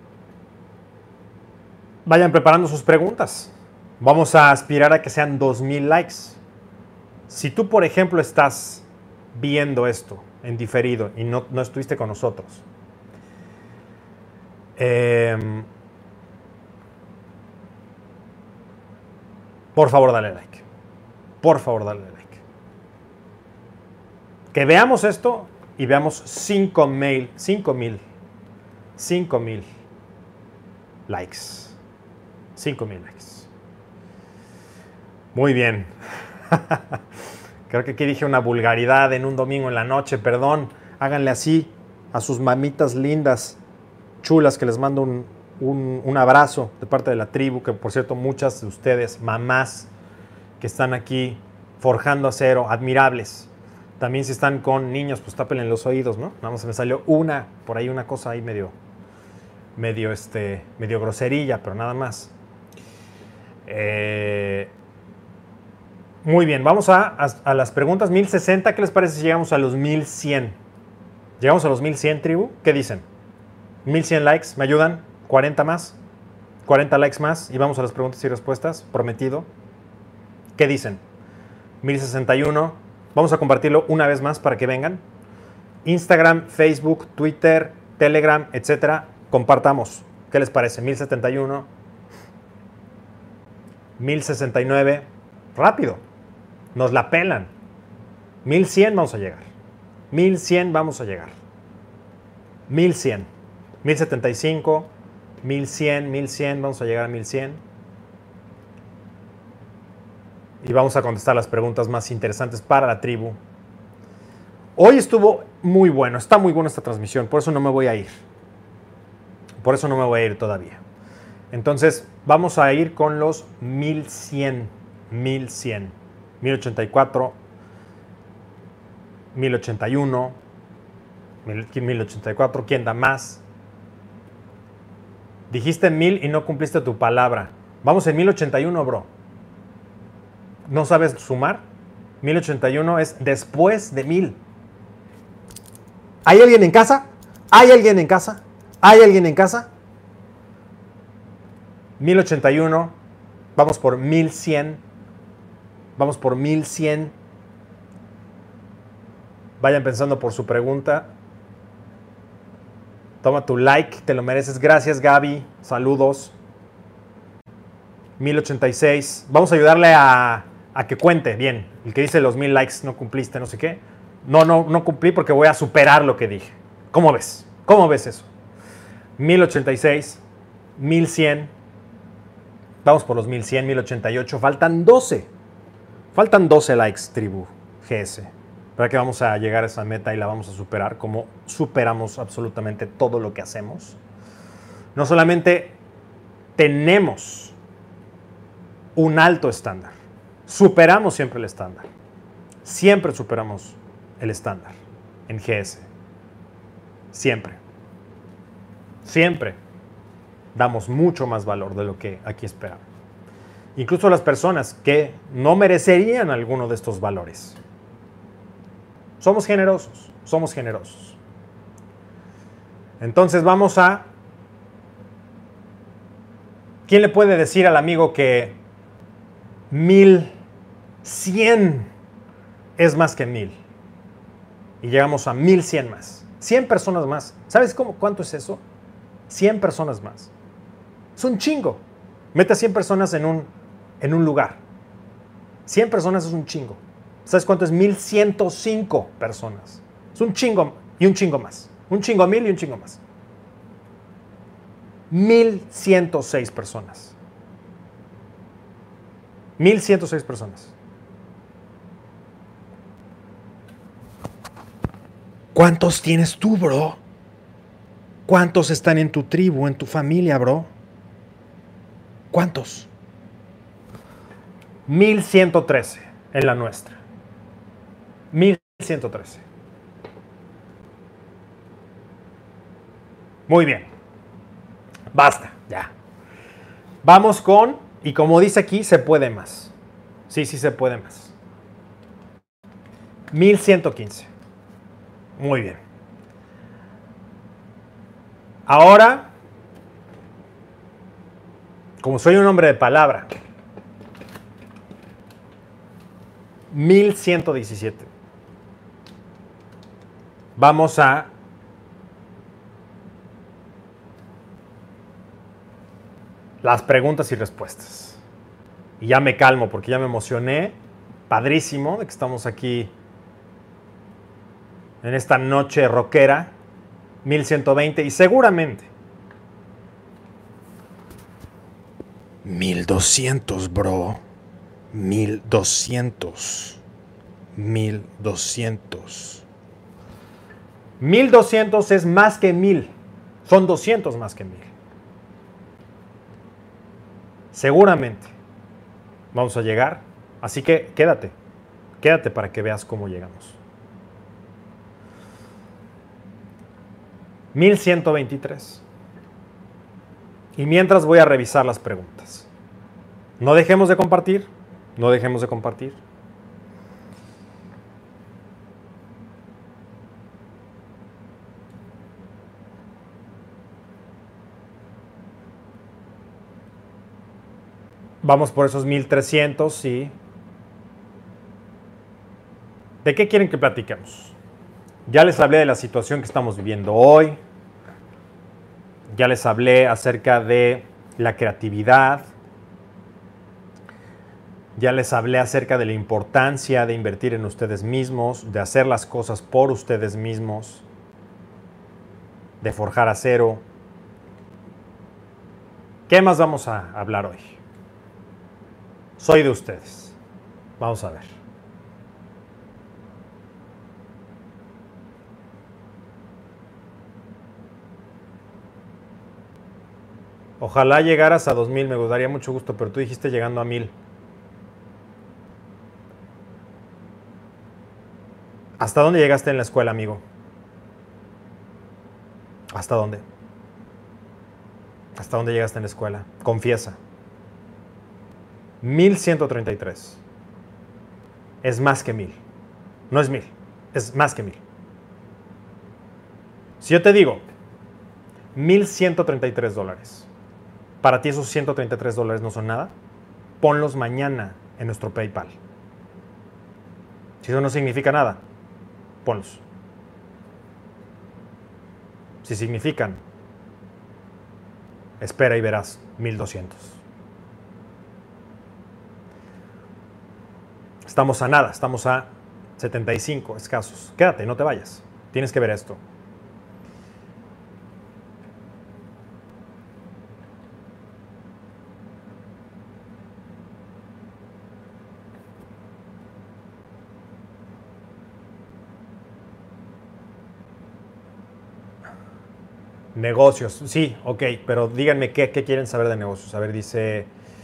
Speaker 1: vayan preparando sus preguntas. Vamos a aspirar a que sean 2000 likes. Si tú, por ejemplo, estás viendo esto en diferido y no estuviste con nosotros, Por favor, dale like. Por favor, dale like. Que veamos esto y veamos 5,000 likes. 5,000 likes. Muy bien. Creo que aquí dije una vulgaridad en un domingo en la noche, perdón. Háganle así a sus mamitas lindas, chulas, que les mando un abrazo de parte de la tribu, que por cierto muchas de ustedes, mamás, que están aquí forjando acero, admirables. También si están con niños, pues tápenle los oídos, ¿no? Nada más se me salió por ahí una cosa ahí medio groserilla, pero nada más. Muy bien, vamos a las preguntas 1060. ¿Qué les parece si llegamos a los 1100? ¿Llegamos a los 1100, tribu? ¿Qué dicen? 1100 likes, ¿me ayudan? 40 más, 40 likes más y vamos a las preguntas y respuestas, prometido. ¿Qué dicen? 1061. Vamos a compartirlo una vez más para que vengan. Instagram, Facebook, Twitter, Telegram, etcétera. Compartamos. ¿Qué les parece? 1071. 1069. Rápido. Nos la pelan. 1100 vamos a llegar. 1100 vamos a llegar. 1100. 1075. 1100, 1100. Vamos a llegar a 1100. Y vamos a contestar las preguntas más interesantes para la tribu. Hoy estuvo muy bueno, está muy buena esta transmisión, por eso no me voy a ir. Por eso no me voy a ir todavía. Entonces, vamos a ir con los 1100, 1100, 1084, 1081, 1084, ¿quién da más? Dijiste 1000 y no cumpliste tu palabra. Vamos en 1081, bro. ¿No sabes sumar? 1081 es después de 1000. ¿Hay alguien en casa? ¿Hay alguien en casa? ¿Hay alguien en casa? 1081. Vamos por 1100. Vamos por 1100. Vayan pensando por su pregunta. Toma tu like, te lo mereces. Gracias, Gaby. Saludos. 1086. Vamos a ayudarle a que cuente bien. El que dice los 1000 likes no cumpliste, no sé qué. No cumplí porque voy a superar lo que dije. ¿Cómo ves? ¿Cómo ves eso? 1086, 1100. Vamos por los 1100, 1088. Faltan 12. Faltan 12 likes, tribu GS. ¿Para que vamos a llegar a esa meta y la vamos a superar? Como superamos absolutamente todo lo que hacemos. No solamente tenemos un alto estándar. Superamos siempre el estándar. Siempre superamos el estándar en GS. Siempre. Siempre damos mucho más valor de lo que aquí esperamos. Incluso las personas que no merecerían alguno de estos valores. Somos generosos. Somos generosos. Entonces vamos a... ¿Quién le puede decir al amigo que 1100 es más que 1000? Y llegamos a 1100 más. 100 personas más. ¿Sabes cuánto es eso? 100 personas más. Es un chingo. Mete a 100 personas en un lugar. 100 personas es un chingo. ¿Sabes cuánto es 1105 personas? Es un chingo y un chingo más. Un chingo 1000 y un chingo más. 1106 personas. 1106 personas. ¿Cuántos tienes tú, bro? ¿Cuántos están en tu tribu, en tu familia, bro? ¿Cuántos? 1113 en la nuestra. 1113. Muy bien. Basta, ya. Vamos con, y como dice aquí, se puede más. Sí, sí se puede más. 1115. Muy bien. Ahora, como soy un hombre de palabra, 1117. Vamos a las preguntas y respuestas. Y ya me calmo porque ya me emocioné. Padrísimo de que estamos aquí en esta noche rockera. 1120 y seguramente 1200, bro. 1200. 1200. 1200 es más que 1000. Son 200 más que 1000. Seguramente vamos a llegar. Así que quédate. Quédate para que veas cómo llegamos. 1123. Y mientras voy a revisar las preguntas. No dejemos de compartir. No dejemos de compartir. Vamos por esos 1300, sí. ¿De qué quieren que platiquemos? Ya les hablé de la situación que estamos viviendo hoy. Ya les hablé acerca de la creatividad. Ya les hablé acerca de la importancia de invertir en ustedes mismos, de hacer las cosas por ustedes mismos, de forjar acero. ¿Qué más vamos a hablar hoy? Soy de ustedes. Vamos a ver. Ojalá llegaras a 2000, me daría mucho gusto, pero tú dijiste llegando a 1000. ¿Hasta dónde llegaste en la escuela, amigo? ¿Hasta dónde? ¿Hasta dónde llegaste en la escuela? Confiesa. 1133. Es más que 1000. No es 1000, es más que 1000. Si yo te digo $1133, para ti esos $133 no son nada, ponlos mañana en nuestro PayPal. Si eso no significa nada, ponlos. Si significan, espera y verás 1200. Estamos a nada, estamos a 75 escasos. Quédate, no te vayas. Tienes que ver esto. Negocios, sí, ok, pero díganme qué quieren saber de negocios. A ver, dice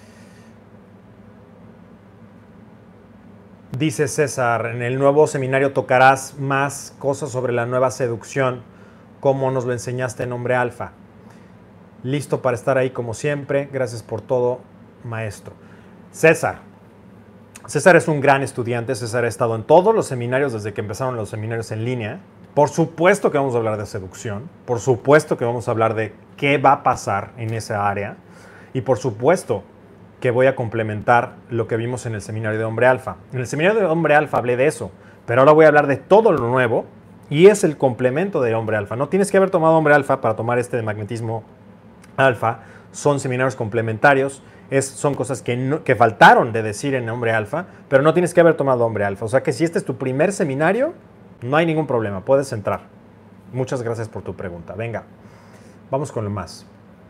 Speaker 1: César, en el nuevo seminario tocarás más cosas sobre la nueva seducción, como nos lo enseñaste en Hombre Alfa. Listo para estar ahí como siempre. Gracias por todo, maestro. César es un gran estudiante. César ha estado en todos los seminarios desde que empezaron los seminarios en línea. Por supuesto que vamos a hablar de seducción. Por supuesto que vamos a hablar de qué va a pasar en esa área. Y por supuesto que voy a complementar lo que vimos en el seminario de Hombre Alfa. En el seminario de Hombre Alfa hablé de eso, pero ahora voy a hablar de todo lo nuevo y es el complemento de Hombre Alfa. No tienes que haber tomado Hombre Alfa para tomar este de magnetismo alfa. Son seminarios complementarios. Son cosas que faltaron de decir en Hombre Alfa, pero no tienes que haber tomado Hombre Alfa. O sea que si este es tu primer seminario, no hay ningún problema, puedes entrar. Muchas gracias por tu pregunta. Venga, vamos con lo más.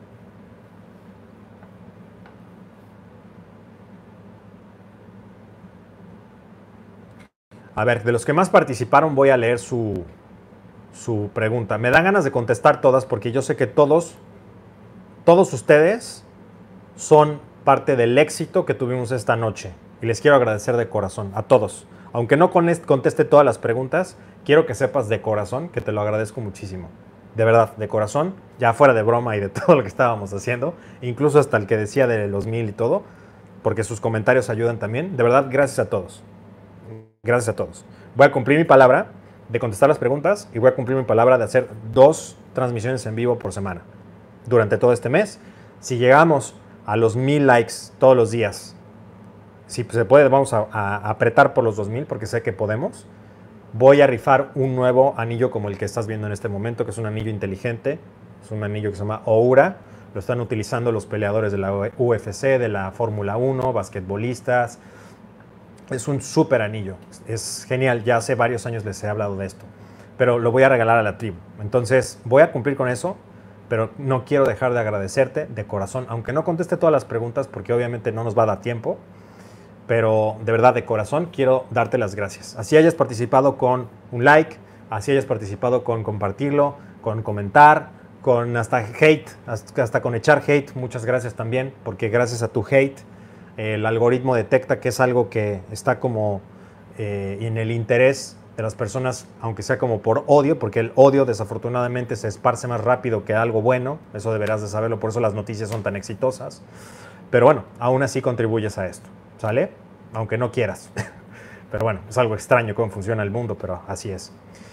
Speaker 1: A ver, de los que más participaron voy a leer su pregunta. Me dan ganas de contestar todas porque yo sé que todos ustedes son parte del éxito que tuvimos esta noche. Y les quiero agradecer de corazón a todos. Aunque no conteste todas las preguntas, quiero que sepas de corazón que te lo agradezco muchísimo. De verdad, de corazón, ya fuera de broma y de todo lo que estábamos haciendo, incluso hasta el que decía de los 1000 y todo, porque sus comentarios ayudan también. De verdad, gracias a todos. Gracias a todos. Voy a cumplir mi palabra de contestar las preguntas y voy a cumplir mi palabra de hacer 2 transmisiones en vivo por semana durante todo este mes. Si llegamos a los 1000 likes todos los días, si se puede, vamos a apretar por los 2000 porque sé que podemos. Voy a rifar un nuevo anillo como el que estás viendo en este momento, que es un anillo inteligente. Es un anillo que se llama Oura. lo están utilizando los peleadores de la UFC, de la Fórmula 1, basquetbolistas. Es un súper anillo, es genial, ya hace varios años les he hablado de esto, pero lo voy a regalar a la tribu. Entonces voy a cumplir con eso, pero no quiero dejar de agradecerte de corazón, aunque no conteste todas las preguntas porque obviamente no nos va a dar tiempo, pero de verdad de corazón quiero darte las gracias. Así hayas participado con un like, así hayas participado con compartirlo, con comentar, con hasta hate, hasta con echar hate. Muchas gracias también, porque gracias a tu hate el algoritmo detecta que es algo que está como en el interés de las personas, aunque sea como por odio, porque el odio desafortunadamente se esparce más rápido que algo bueno. Eso deberás de saberlo, por eso las noticias son tan exitosas. Pero bueno, aún así contribuyes a esto, ¿sale? Aunque no quieras. Pero bueno, es algo extraño cómo funciona el mundo, pero así es.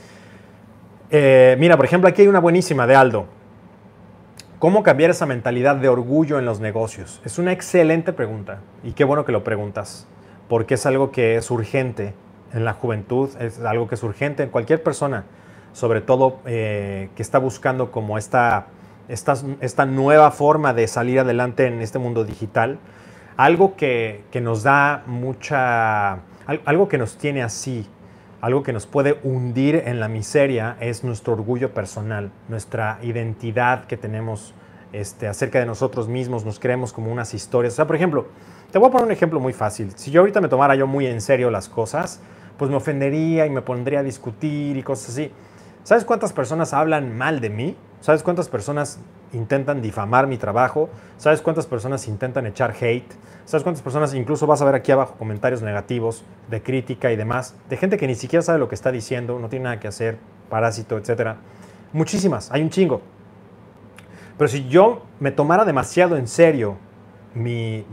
Speaker 1: Mira, por ejemplo, aquí hay una buenísima de Aldo. ¿Cómo cambiar esa mentalidad de orgullo en los negocios? Es una excelente pregunta y qué bueno que lo preguntas, porque es algo que es urgente en la juventud, es algo que es urgente en cualquier persona, sobre todo que está buscando como esta nueva forma de salir adelante en este mundo digital. Algo que nos da algo que nos tiene así, algo que nos puede hundir en la miseria es nuestro orgullo personal, nuestra identidad que tenemos acerca de nosotros mismos, nos creemos como unas historias. O sea, por ejemplo, te voy a poner un ejemplo muy fácil. Si yo ahorita me tomara yo muy en serio las cosas, pues me ofendería y me pondría a discutir y cosas así. ¿Sabes cuántas personas hablan mal de mí? ¿Sabes cuántas personas intentan difamar mi trabajo? ¿Sabes cuántas personas intentan echar hate? ¿Sabes cuántas personas, incluso vas a ver aquí abajo comentarios negativos de crítica y demás, de gente que ni siquiera sabe lo que está diciendo, no tiene nada que hacer, parásito, etcétera? Muchísimas, hay un chingo. Pero si yo me tomara demasiado en serio mi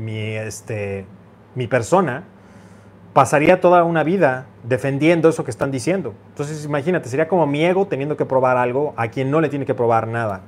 Speaker 1: persona, pasaría toda una vida defendiendo eso que están diciendo. Entonces imagínate, sería como mi ego teniendo que probar algo a quien no le tiene que probar nada.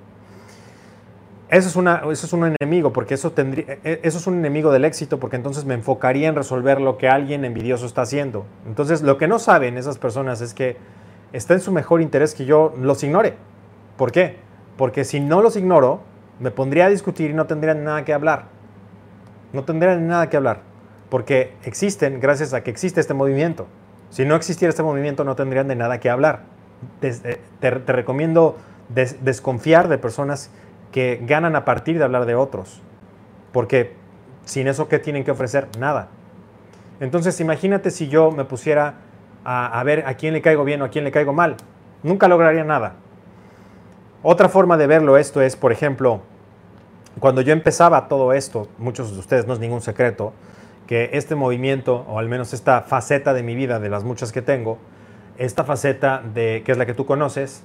Speaker 1: Eso es un enemigo, porque eso es un enemigo del éxito, porque entonces me enfocaría en resolver lo que alguien envidioso está haciendo. Entonces lo que no saben esas personas es que está en su mejor interés que yo los ignore. ¿Por qué? Porque si no los ignoro, me pondría a discutir y no tendrían nada que hablar. No tendrían nada que hablar, porque existen gracias a que existe este movimiento. Si no existiera este movimiento, no tendrían de nada que hablar. Te recomiendo desconfiar de personas que ganan a partir de hablar de otros, porque sin eso, ¿qué tienen que ofrecer? Nada. Entonces imagínate si yo me pusiera a ver a quién le caigo bien o a quién le caigo mal. Nunca lograría nada. Otra forma de verlo esto es, por ejemplo, cuando yo empezaba todo esto, muchos de ustedes no es ningún secreto, que este movimiento, o al menos esta faceta de mi vida, de las muchas que tengo, esta faceta que es la que tú conoces,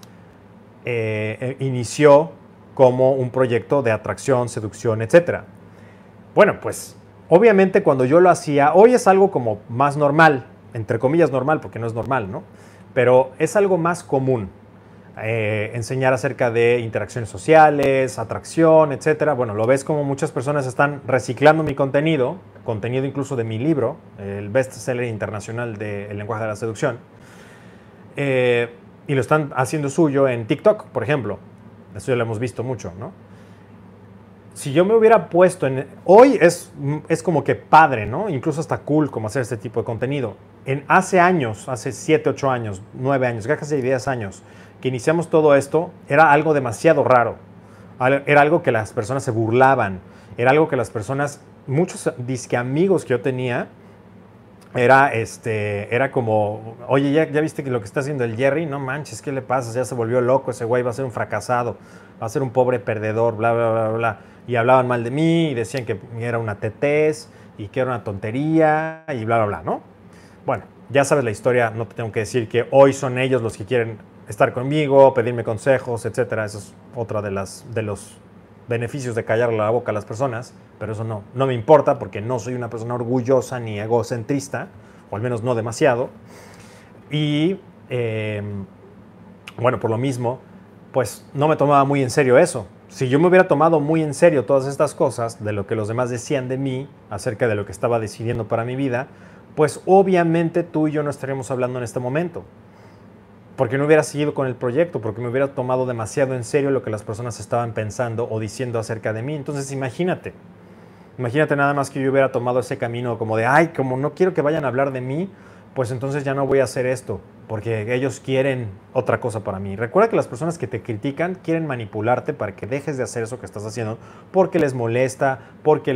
Speaker 1: inició como un proyecto de atracción, seducción, etc. Bueno, pues obviamente cuando yo lo hacía, hoy es algo como más normal, entre comillas normal, porque no es normal, ¿no? Pero es algo más común. Enseñar acerca de interacciones sociales, atracción, etc. Bueno, lo ves como muchas personas están reciclando mi contenido incluso de mi libro, el bestseller internacional de El lenguaje de la seducción, y lo están haciendo suyo en TikTok, por ejemplo. Eso ya lo hemos visto mucho, ¿no? Si yo me hubiera puesto hoy es como que padre, ¿no? Incluso hasta cool como hacer este tipo de contenido. Hace años, hace 7, 8 años, 9 años, casi 10 años, que iniciamos todo esto, era algo demasiado raro. Era algo que las personas se burlaban. Era algo que las personas, muchos disque amigos que yo tenía, era como, oye, ¿ya viste que lo que está haciendo el Jerry? No manches, ¿qué le pasa? Ya se volvió loco, ese güey va a ser un fracasado, va a ser un pobre perdedor, bla, bla, bla, bla. Y hablaban mal de mí y decían que era una tetez y que era una tontería y bla, bla, bla, ¿no? Bueno, ya sabes la historia, no te tengo que decir que hoy son ellos los que quieren estar conmigo, pedirme consejos, etcétera. Eso es otra de los beneficios de callarle la boca a las personas, pero eso no me importa porque no soy una persona orgullosa ni egocentrista, o al menos no demasiado. Y bueno, por lo mismo, pues no me tomaba muy en serio eso. Si yo me hubiera tomado muy en serio todas estas cosas, de lo que los demás decían de mí, acerca de lo que estaba decidiendo para mi vida, pues obviamente tú y yo no estaríamos hablando en este momento. porque no hubiera seguido con el proyecto, porque me hubiera tomado demasiado en serio lo que las personas estaban pensando o diciendo acerca de mí. Entonces imagínate nada más que yo hubiera tomado ese camino como de, ay, como no quiero que vayan a hablar de mí, pues entonces ya no voy a hacer esto, porque ellos quieren otra cosa para mí. Recuerda que las personas que te critican quieren manipularte para que dejes de hacer eso que estás haciendo, porque les molesta, porque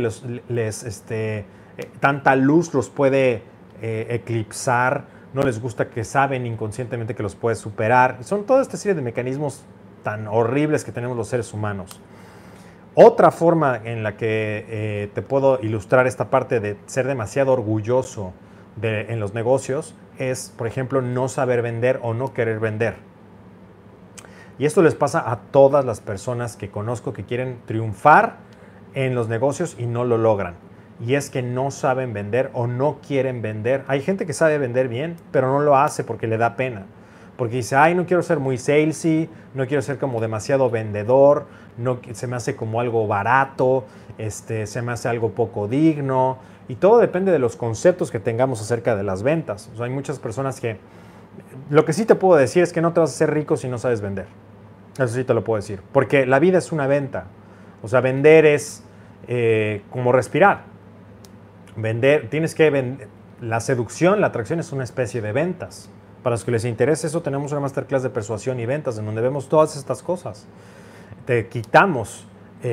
Speaker 1: tanta luz los puede eclipsar, no les gusta, que saben inconscientemente que los puedes superar. Son toda esta serie de mecanismos tan horribles que tenemos los seres humanos. Otra forma en la que te puedo ilustrar esta parte de ser demasiado orgulloso en los negocios es, por ejemplo, no saber vender o no querer vender. Y esto les pasa a todas las personas que conozco que quieren triunfar en los negocios y no lo logran. Y es que no saben vender o no quieren vender. Hay gente que sabe vender bien, pero no lo hace porque le da pena. Porque dice, ay, no quiero ser muy salesy, no quiero ser como demasiado vendedor, no, se me hace como algo barato, se me hace algo poco digno. Y todo depende de los conceptos que tengamos acerca de las ventas. O sea, hay muchas personas que... Lo que sí te puedo decir es que no te vas a hacer rico si no sabes vender. Eso sí te lo puedo decir. Porque la vida es una venta. O sea, vender es como respirar. Vender, tienes que vender. La seducción, la atracción es una especie de ventas. Para los que les interese eso, tenemos una masterclass de persuasión y ventas en donde vemos todas estas cosas. Te quitamos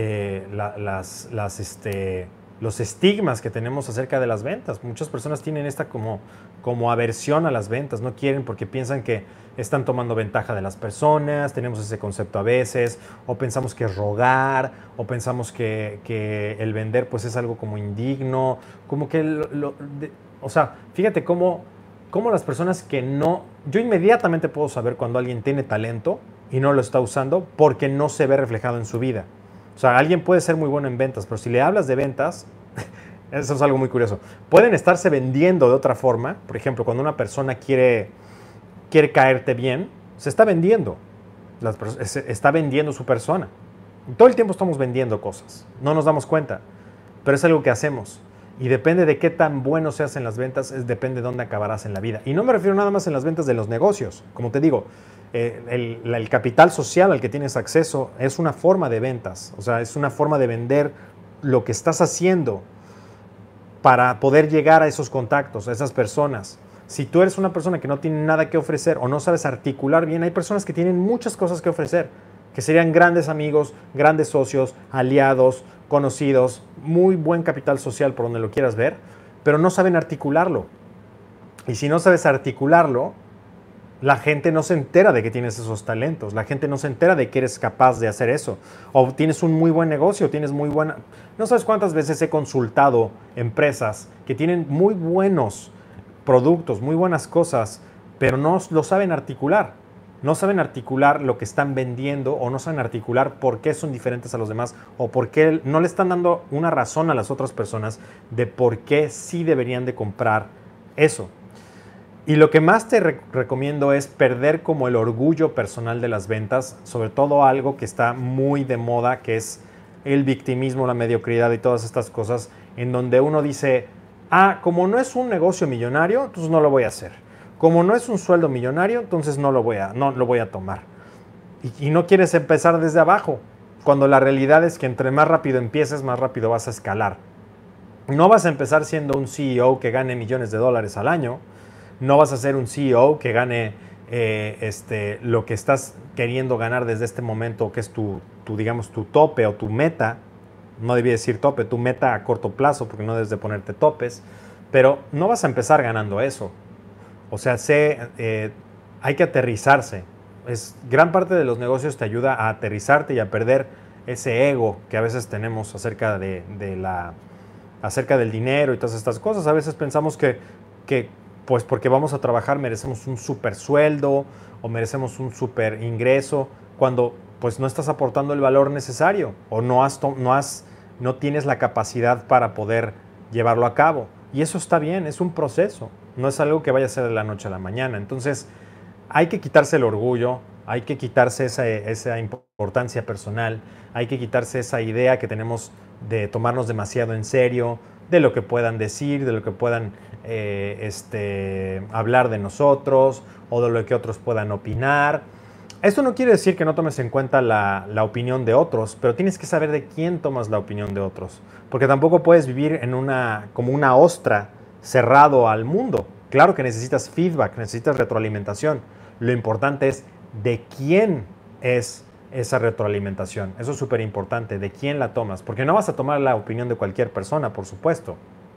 Speaker 1: los estigmas que tenemos acerca de las ventas. Muchas personas tienen esta como aversión a las ventas, no quieren porque piensan que están tomando ventaja de las personas, tenemos ese concepto a veces, o pensamos que es rogar, o pensamos que el vender pues es algo como indigno, como que, o sea, fíjate cómo las personas que no... Yo inmediatamente puedo saber cuando alguien tiene talento y no lo está usando porque no se ve reflejado en su vida. O sea, alguien puede ser muy bueno en ventas, pero si le hablas de ventas, eso es algo muy curioso. Pueden estarse vendiendo de otra forma. Por ejemplo, cuando una persona quiere caerte bien, se está vendiendo. Está vendiendo su persona. Todo el tiempo estamos vendiendo cosas. No nos damos cuenta, pero es algo que hacemos. Y depende de qué tan bueno seas en las ventas, depende de dónde acabarás en la vida. Y no me refiero nada más en las ventas de los negocios. Como te digo, el capital social al que tienes acceso es una forma de ventas. O sea, es una forma de vender lo que estás haciendo para poder llegar a esos contactos, a esas personas. Si tú eres una persona que no tiene nada que ofrecer o no sabes articular bien, hay personas que tienen muchas cosas que ofrecer, que serían grandes amigos, grandes socios, aliados, conocidos, muy buen capital social por donde lo quieras ver, pero no saben articularlo. Y si no sabes articularlo, la gente no se entera de que tienes esos talentos, la gente no se entera de que eres capaz de hacer eso. O tienes un muy buen negocio, tienes muy buena... No sabes cuántas veces he consultado empresas que tienen muy buenos productos, muy buenas cosas, pero no lo saben articular. No saben articular lo que están vendiendo o no saben articular por qué son diferentes a los demás o por qué no le están dando una razón a las otras personas de por qué sí deberían de comprar eso. Y lo que más te recomiendo es perder como el orgullo personal de las ventas, sobre todo algo que está muy de moda, que es el victimismo, la mediocridad y todas estas cosas, en donde uno dice, como no es un negocio millonario, entonces no lo voy a hacer. Como no es un sueldo millonario, entonces no lo voy a tomar. Y no quieres empezar desde abajo, cuando la realidad es que entre más rápido empieces, más rápido vas a escalar. No vas a empezar siendo un CEO que gane millones de dólares al año, no vas a ser un CEO que gane lo que estás queriendo ganar desde este momento, que es tu tope o tu meta. No debí decir tope, tu meta a corto plazo, porque no debes de ponerte topes, pero no vas a empezar ganando eso. O sea, hay que aterrizarse. Gran parte de los negocios te ayuda a aterrizarte y a perder ese ego que a veces tenemos acerca del dinero y todas estas cosas. A veces pensamos que pues porque vamos a trabajar merecemos un super sueldo o merecemos un super ingreso, cuando pues no estás aportando el valor necesario o no tienes la capacidad para poder llevarlo a cabo. Y eso está bien, es un proceso, no es algo que vaya a ser de la noche a la mañana. Entonces hay que quitarse el orgullo, hay que quitarse esa importancia personal, hay que quitarse esa idea que tenemos de tomarnos demasiado en serio, de lo que puedan decir, de lo que puedan hablar de nosotros o de lo que otros puedan opinar. Esto no quiere decir que no tomes en cuenta la opinión de otros, pero tienes que saber de quién tomas la opinión de otros, porque tampoco puedes vivir como una ostra cerrado al mundo. Claro que necesitas feedback, necesitas retroalimentación. Lo importante es de quién es esa retroalimentación. Eso es súper importante, de quién la tomas, porque no vas a tomar la opinión de cualquier persona, por supuesto.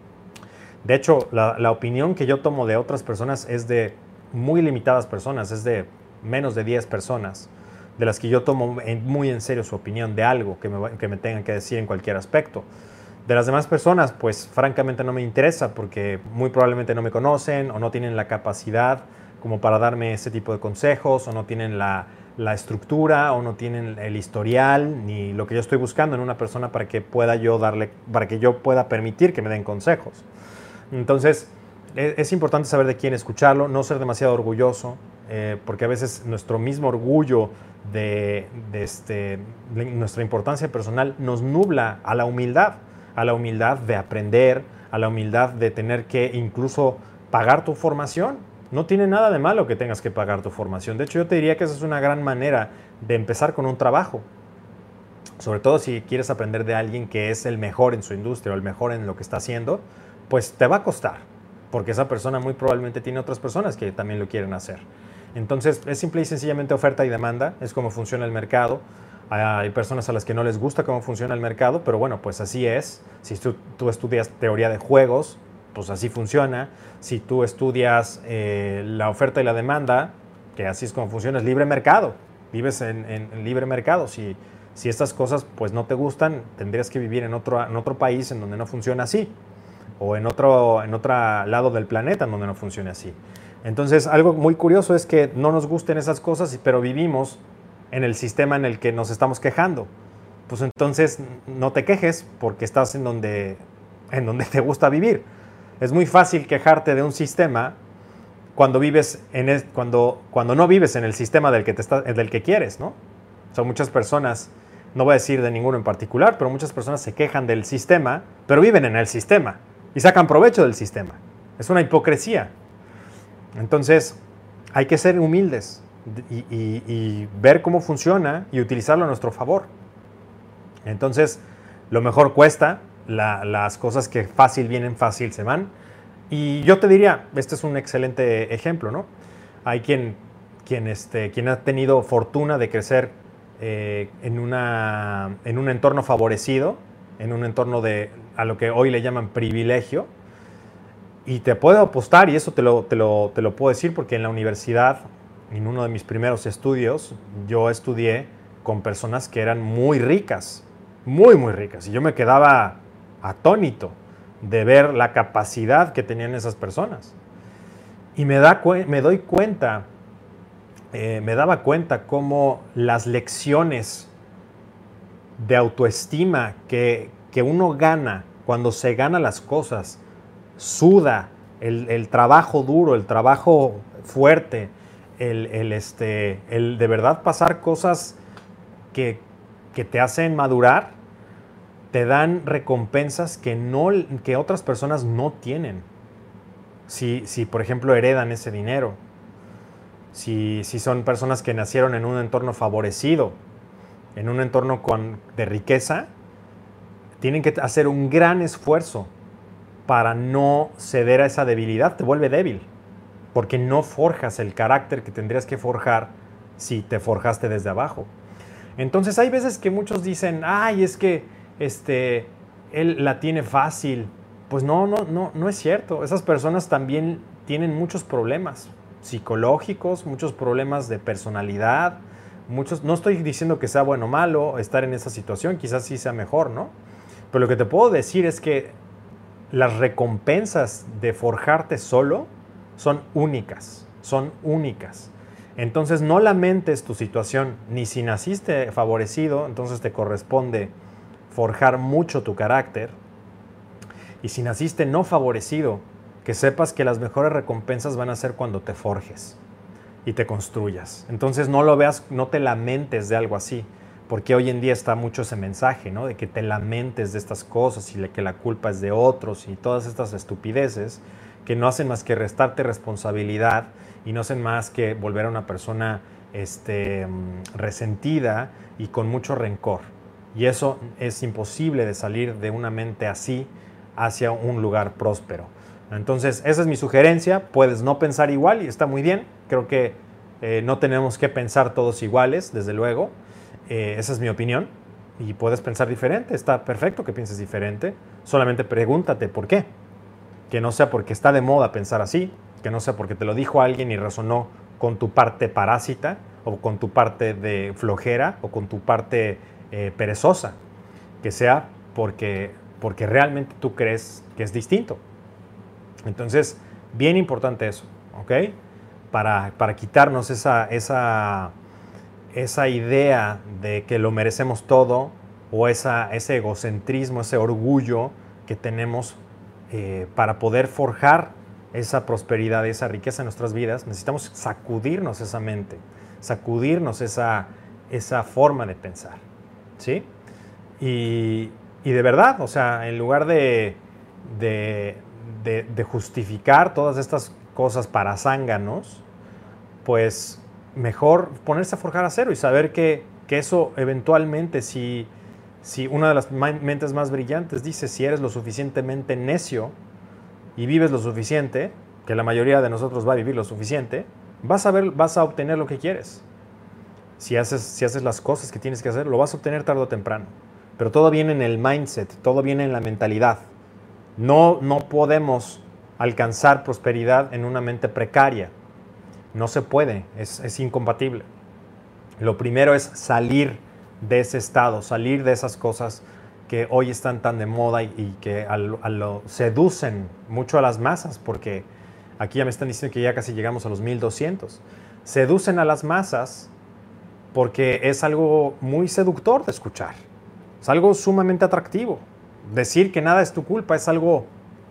Speaker 1: De hecho, la opinión que yo tomo de otras personas es de muy limitadas personas, es de menos de 10 personas, de las que yo tomo muy en serio su opinión de algo que me tengan que decir en cualquier aspecto. De las demás personas, pues francamente no me interesa porque muy probablemente no me conocen o no tienen la capacidad como para darme ese tipo de consejos o no tienen la estructura o no tienen el historial ni lo que yo estoy buscando en una persona para que yo pueda permitir que me den consejos. Entonces, es importante saber de quién escucharlo, no ser demasiado orgulloso, porque a veces nuestro mismo orgullo de nuestra importancia personal nos nubla a la humildad de aprender, a la humildad de tener que incluso pagar tu formación. No tiene nada de malo que tengas que pagar tu formación. De hecho, yo te diría que esa es una gran manera de empezar con un trabajo. Sobre todo si quieres aprender de alguien que es el mejor en su industria o el mejor en lo que está haciendo, pues te va a costar, porque esa persona muy probablemente tiene otras personas que también lo quieren hacer. Entonces, es simple y sencillamente oferta y demanda, es como funciona el mercado. Hay personas a las que no les gusta cómo funciona el mercado, pero bueno, pues así es. Si tú estudias teoría de juegos, pues así funciona. Si tú estudias la oferta y la demanda, que así es como funciona, es libre mercado. Vives en libre mercado. Si estas cosas pues no te gustan, tendrías que vivir en otro país en donde no funciona así, o en otro lado del planeta en donde no funcione así. Entonces, algo muy curioso es que no nos gusten esas cosas, pero vivimos en el sistema en el que nos estamos quejando. Pues entonces no te quejes porque estás en donde te gusta vivir. Es muy fácil quejarte de un sistema cuando cuando no vives en el sistema del que quieres, ¿no? O sea, muchas personas, no voy a decir de ninguno en particular, pero muchas personas se quejan del sistema, pero viven en el sistema y sacan provecho del sistema. Es una hipocresía. Entonces, hay que ser humildes y ver cómo funciona y utilizarlo a nuestro favor. Entonces, lo mejor cuesta, las cosas que fácil vienen, fácil se van. Y yo te diría, este es un excelente ejemplo, ¿no? Hay quien ha tenido fortuna de crecer en un entorno favorecido, en un entorno a lo que hoy le llaman privilegio. Y te puedo apostar, y eso te lo puedo decir, porque en la universidad, en uno de mis primeros estudios, yo estudié con personas que eran muy ricas, muy, muy ricas. Y yo me quedaba atónito de ver la capacidad que tenían esas personas. Y me daba cuenta cómo las lecciones de autoestima que uno gana cuando se gana las cosas, suda, el trabajo duro, el trabajo fuerte, el de verdad pasar cosas que te hacen madurar, te dan recompensas que otras personas no tienen. Si por ejemplo heredan ese dinero, si son personas que nacieron en un entorno favorecido, en un entorno de riqueza, tienen que hacer un gran esfuerzo para no ceder a esa debilidad. Te vuelve débil, porque no forjas el carácter que tendrías que forjar si te forjaste desde abajo. Entonces hay veces que muchos dicen, ay, es que él la tiene fácil. Pues no es cierto. Esas personas también tienen muchos problemas psicológicos, muchos problemas de personalidad, no estoy diciendo que sea bueno o malo estar en esa situación, quizás sí sea mejor, ¿no? Pero lo que te puedo decir es que las recompensas de forjarte solo son únicas, son únicas. Entonces no lamentes tu situación, ni si naciste favorecido, entonces te corresponde forjar mucho tu carácter. Y si naciste no favorecido, que sepas que las mejores recompensas van a ser cuando te forjes y te construyas. Entonces no lo veas, no te lamentes de algo así, porque hoy en día está mucho ese mensaje, ¿no? De que te lamentes de estas cosas y que la culpa es de otros y todas estas estupideces que no hacen más que restarte responsabilidad y no hacen más que volver a una persona resentida y con mucho rencor. Y eso es imposible de salir de una mente así hacia un lugar próspero. Entonces, esa es mi sugerencia. Puedes no pensar igual y está muy bien. Creo que no tenemos que pensar todos iguales, desde luego. Esa es mi opinión. Y puedes pensar diferente. Está perfecto que pienses diferente. Solamente pregúntate por qué. Que no sea porque está de moda pensar así. Que no sea porque te lo dijo alguien y resonó con tu parte parásita o con tu parte de flojera o con tu parte perezosa. Que sea porque realmente tú crees que es distinto. Entonces, bien importante eso, ¿ok? Para quitarnos esa idea de que lo merecemos todo o ese egocentrismo, ese orgullo que tenemos para poder forjar esa prosperidad, esa riqueza en nuestras vidas. Necesitamos sacudirnos esa mente, sacudirnos esa forma de pensar, ¿sí? Y de verdad, o sea, en lugar de justificar todas estas cosas para zánganos, pues mejor ponerse a forjar acero y saber que eso eventualmente, si una de las mentes más brillantes dice, si eres lo suficientemente necio y vives lo suficiente, que la mayoría de nosotros va a vivir lo suficiente, vas a obtener lo que quieres. Si haces las cosas que tienes que hacer, lo vas a obtener tarde o temprano. Pero todo viene en el mindset, todo viene en la mentalidad. No podemos alcanzar prosperidad en una mente precaria. No se puede, es incompatible. Lo primero es salir de ese estado, salir de esas cosas que hoy están tan de moda y que seducen mucho a las masas, porque aquí ya me están diciendo que ya casi llegamos a los 1200. Seducen a las masas porque es algo muy seductor de escuchar. Es algo sumamente atractivo. Decir que nada es tu culpa es algo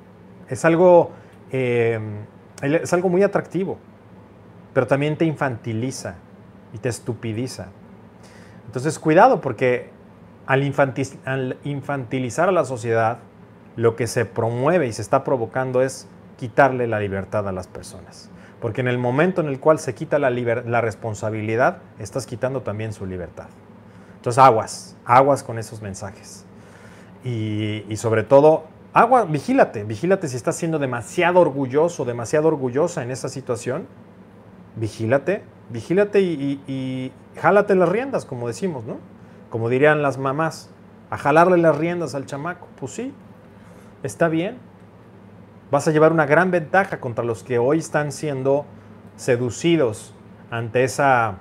Speaker 1: muy atractivo, pero también te infantiliza y te estupidiza. Entonces, cuidado, porque al infantilizar a la sociedad, lo que se promueve y se está provocando es quitarle la libertad a las personas. Porque en el momento en el cual se quita la responsabilidad, estás quitando también su libertad. Entonces, aguas con esos mensajes. Y sobre todo, vigílate si estás siendo demasiado orgulloso, demasiado orgullosa en esa situación. Vigílate y jálate las riendas, como decimos, ¿no? Como dirían las mamás, a jalarle las riendas al chamaco. Pues sí, está bien. Vas a llevar una gran ventaja contra los que hoy están siendo seducidos ante esa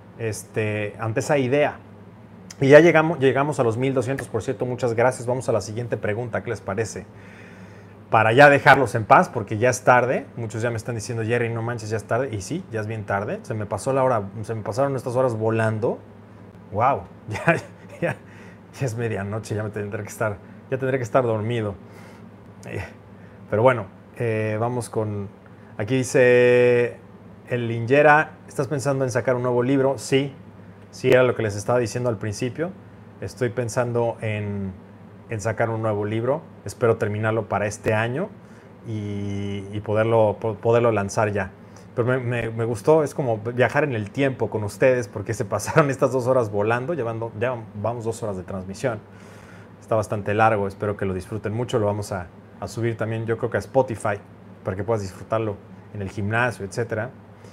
Speaker 1: idea. Y ya llegamos a los 1200, por cierto, muchas gracias. Vamos a la siguiente pregunta, ¿qué les parece? Para ya dejarlos en paz, porque ya es tarde. Muchos ya me están diciendo, Jerry, no manches, ya es tarde. Y sí, ya es bien tarde. Se me pasaron estas horas volando. ¡Wow! Ya es medianoche, ya tendré que estar dormido. Pero bueno, vamos con... Aquí dice el Lingera, ¿estás pensando en sacar un nuevo libro? Sí, era lo que les estaba diciendo al principio. Estoy pensando en sacar un nuevo libro. Espero terminarlo para este año y poderlo lanzar ya. Pero me gustó, es como viajar en el tiempo con ustedes, porque se pasaron estas 2 horas volando, ya vamos 2 horas de transmisión. Está bastante largo, espero que lo disfruten mucho. Lo vamos a subir también, yo creo que a Spotify, para que puedas disfrutarlo en el gimnasio, etc.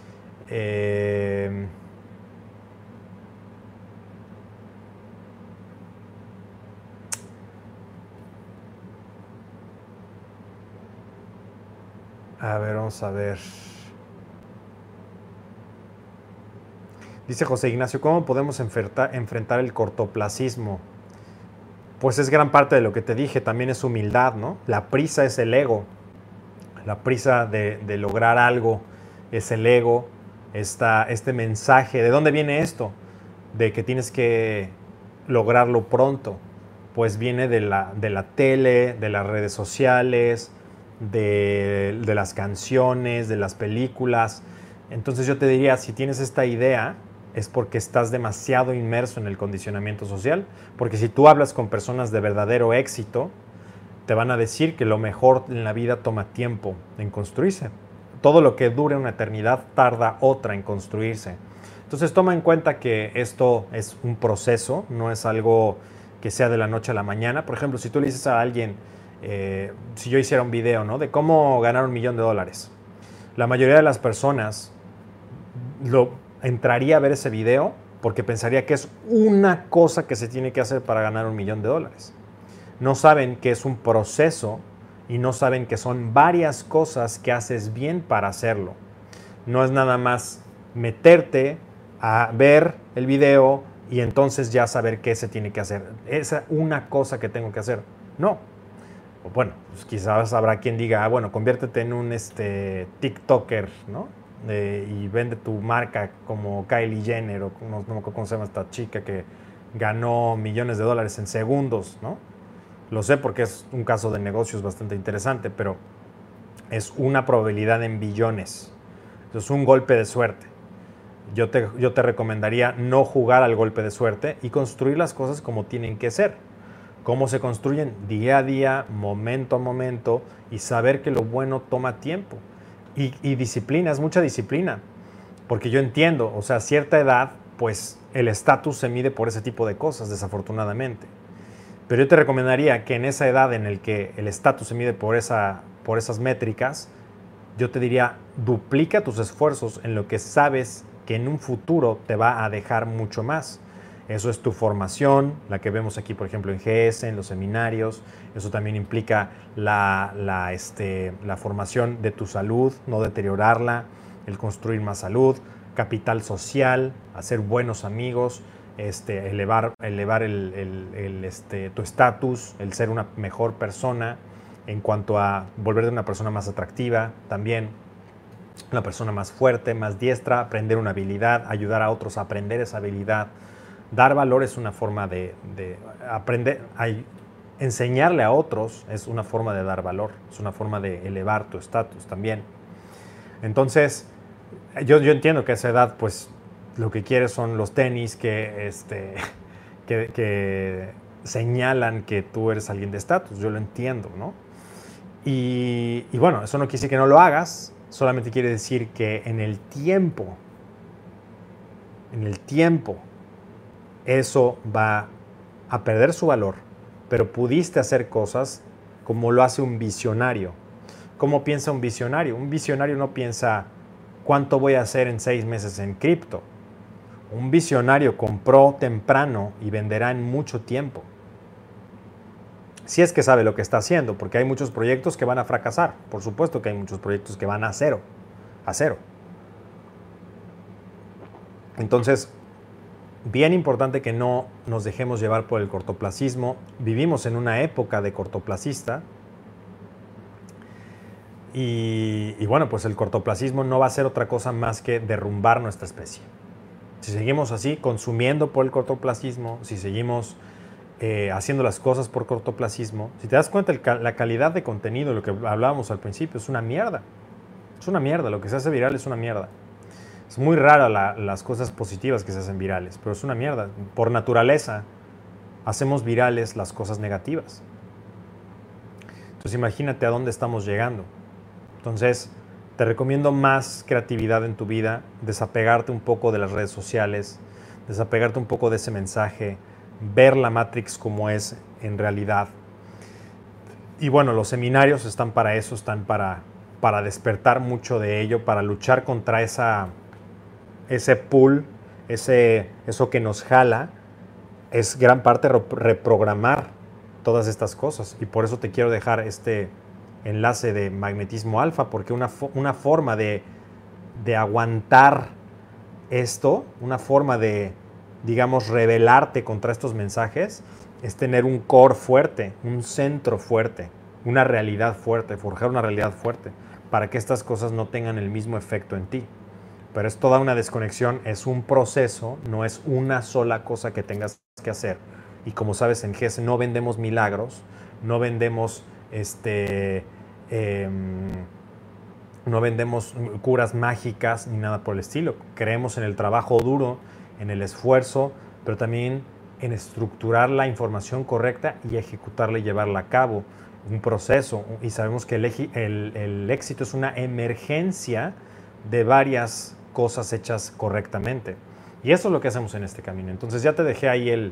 Speaker 1: A ver, vamos a ver. Dice José Ignacio, ¿cómo podemos enfrentar el cortoplacismo? Pues es gran parte de lo que te dije, también es humildad, ¿no? La prisa es el ego. La prisa de lograr algo es el ego. Este mensaje, ¿de dónde viene esto? De que tienes que lograrlo pronto. Pues viene de la tele, de las redes sociales, de las canciones, de las películas. Entonces yo te diría, si tienes esta idea, es porque estás demasiado inmerso en el condicionamiento social. Porque si tú hablas con personas de verdadero éxito, te van a decir que lo mejor en la vida toma tiempo en construirse. Todo lo que dure una eternidad tarda otra en construirse. Entonces toma en cuenta que esto es un proceso, no es algo que sea de la noche a la mañana. Por ejemplo, si tú le dices a alguien, si yo hiciera un video, ¿no?, de cómo ganar $1,000,000, la mayoría de las personas entraría a ver ese video porque pensaría que es una cosa que se tiene que hacer para ganar $1,000,000. No saben que es un proceso y no saben que son varias cosas que haces bien para hacerlo. No es nada más meterte a ver el video y entonces ya saber qué se tiene que hacer. Es una cosa que tengo que hacer. No. Bueno, pues quizás habrá quien diga, bueno, conviértete en un TikToker, ¿no? Y vende tu marca como Kylie Jenner o no me acuerdo cómo se llama esta chica que ganó millones de dólares en segundos, ¿no? Lo sé porque es un caso de negocios bastante interesante, pero es una probabilidad en billones. Es un golpe de suerte. Yo te recomendaría no jugar al golpe de suerte y construir las cosas como tienen que ser. Cómo se construyen día a día, momento a momento, y saber que lo bueno toma tiempo. Y disciplina, es mucha disciplina. Porque yo entiendo, o sea, a cierta edad, pues el estatus se mide por ese tipo de cosas, desafortunadamente. Pero yo te recomendaría que en esa edad en el que el estatus se mide por esas métricas, yo te diría, duplica tus esfuerzos en lo que sabes que en un futuro te va a dejar mucho más. Eso es tu formación, la que vemos aquí, por ejemplo, en GS, en los seminarios. Eso también implica la formación de tu salud, no deteriorarla, el construir más salud, capital social, hacer buenos amigos, elevar tu estatus, el ser una mejor persona en cuanto a volverte una persona más atractiva, también una persona más fuerte, más diestra, aprender una habilidad, ayudar a otros a aprender esa habilidad. Dar valor es una forma de aprender, enseñarle a otros es una forma de dar valor, es una forma de elevar tu estatus también. Entonces, yo entiendo que a esa edad, pues, lo que quieres son los tenis que señalan que tú eres alguien de estatus, yo lo entiendo, ¿no? Y bueno, eso no quiere decir que no lo hagas, solamente quiere decir que en el tiempo, eso va a perder su valor, pero pudiste hacer cosas como lo hace un visionario. ¿Cómo piensa un visionario? Un visionario no piensa cuánto voy a hacer en 6 meses en cripto. Un visionario compró temprano y venderá en mucho tiempo. Si es que sabe lo que está haciendo, porque hay muchos proyectos que van a fracasar. Por supuesto que hay muchos proyectos que van a cero. Entonces, bien importante que no nos dejemos llevar por el cortoplacismo. Vivimos en una época de cortoplacista. Y bueno, pues el cortoplacismo no va a ser otra cosa más que derrumbar nuestra especie. Si seguimos así, consumiendo por el cortoplacismo, si seguimos haciendo las cosas por cortoplacismo, si te das cuenta, la calidad de contenido, lo que hablábamos al principio, es una mierda. Es una mierda, lo que se hace viral es una mierda. Es muy rara las cosas positivas que se hacen virales, pero es una mierda. Por naturaleza, hacemos virales las cosas negativas. Entonces imagínate a dónde estamos llegando. Entonces, te recomiendo más creatividad en tu vida, desapegarte un poco de las redes sociales, desapegarte un poco de ese mensaje, ver la Matrix como es en realidad. Y bueno, los seminarios están para eso, están para despertar mucho de ello, para luchar contra ese pull, eso que nos jala. Es gran parte reprogramar todas estas cosas. Y por eso te quiero dejar este enlace de magnetismo alfa, porque una forma de aguantar esto, una forma de, digamos, rebelarte contra estos mensajes, es tener un core fuerte, un centro fuerte, una realidad fuerte, forjar una realidad fuerte, para que estas cosas no tengan el mismo efecto en ti. Pero es toda una desconexión, es un proceso, no es una sola cosa que tengas que hacer. Y como sabes, en GES no vendemos milagros, no vendemos no vendemos curas mágicas ni nada por el estilo. Creemos en el trabajo duro, en el esfuerzo, pero también en estructurar la información correcta y ejecutarla y llevarla a cabo. un proceso y sabemos que el éxito es una emergencia de varias cosas hechas correctamente. Y eso es lo que hacemos en este camino. Entonces ya te dejé ahí en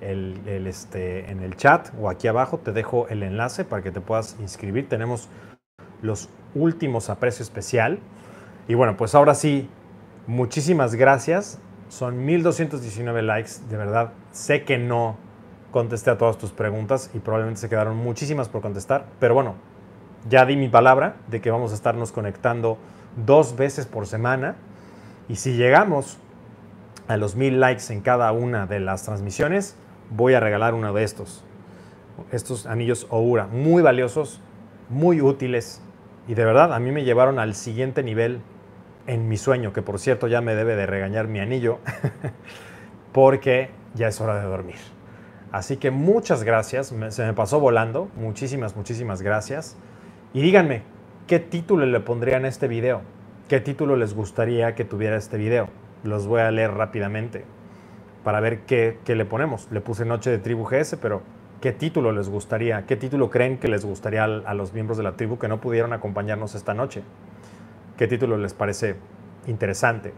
Speaker 1: el chat o aquí abajo, te dejo el enlace para que te puedas inscribir. Tenemos los últimos a precio especial. Y bueno, pues ahora sí, muchísimas gracias. Son 1219 likes. De verdad, sé que no contesté a todas tus preguntas y probablemente se quedaron muchísimas por contestar. Pero bueno, ya di mi palabra de que vamos a estarnos conectando 2 veces por semana. Y si llegamos a los 1000 likes en cada una de las transmisiones, voy a regalar uno de estos anillos Oura, muy valiosos, muy útiles y de verdad a mí me llevaron al siguiente nivel en mi sueño, que por cierto ya me debe de regañar mi anillo porque ya es hora de dormir. Así que muchas gracias, se me pasó volando, muchísimas gracias. Y díganme, ¿qué título le pondrían a este video? ¿Qué título les gustaría que tuviera este video? Los voy a leer rápidamente para ver qué le ponemos. Le puse Noche de Tribu GS, pero ¿qué título les gustaría? ¿Qué título creen que les gustaría a los miembros de la tribu que no pudieron acompañarnos esta noche? ¿Qué título les parece interesante?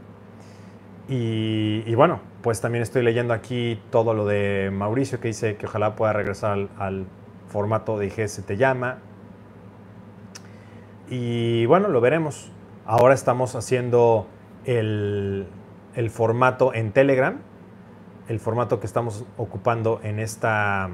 Speaker 1: Y bueno, pues también estoy leyendo aquí todo lo de Mauricio, que dice que ojalá pueda regresar al formato de GS Te Llama. Y bueno, lo veremos. Ahora estamos haciendo el formato en Telegram, el formato que estamos ocupando en esta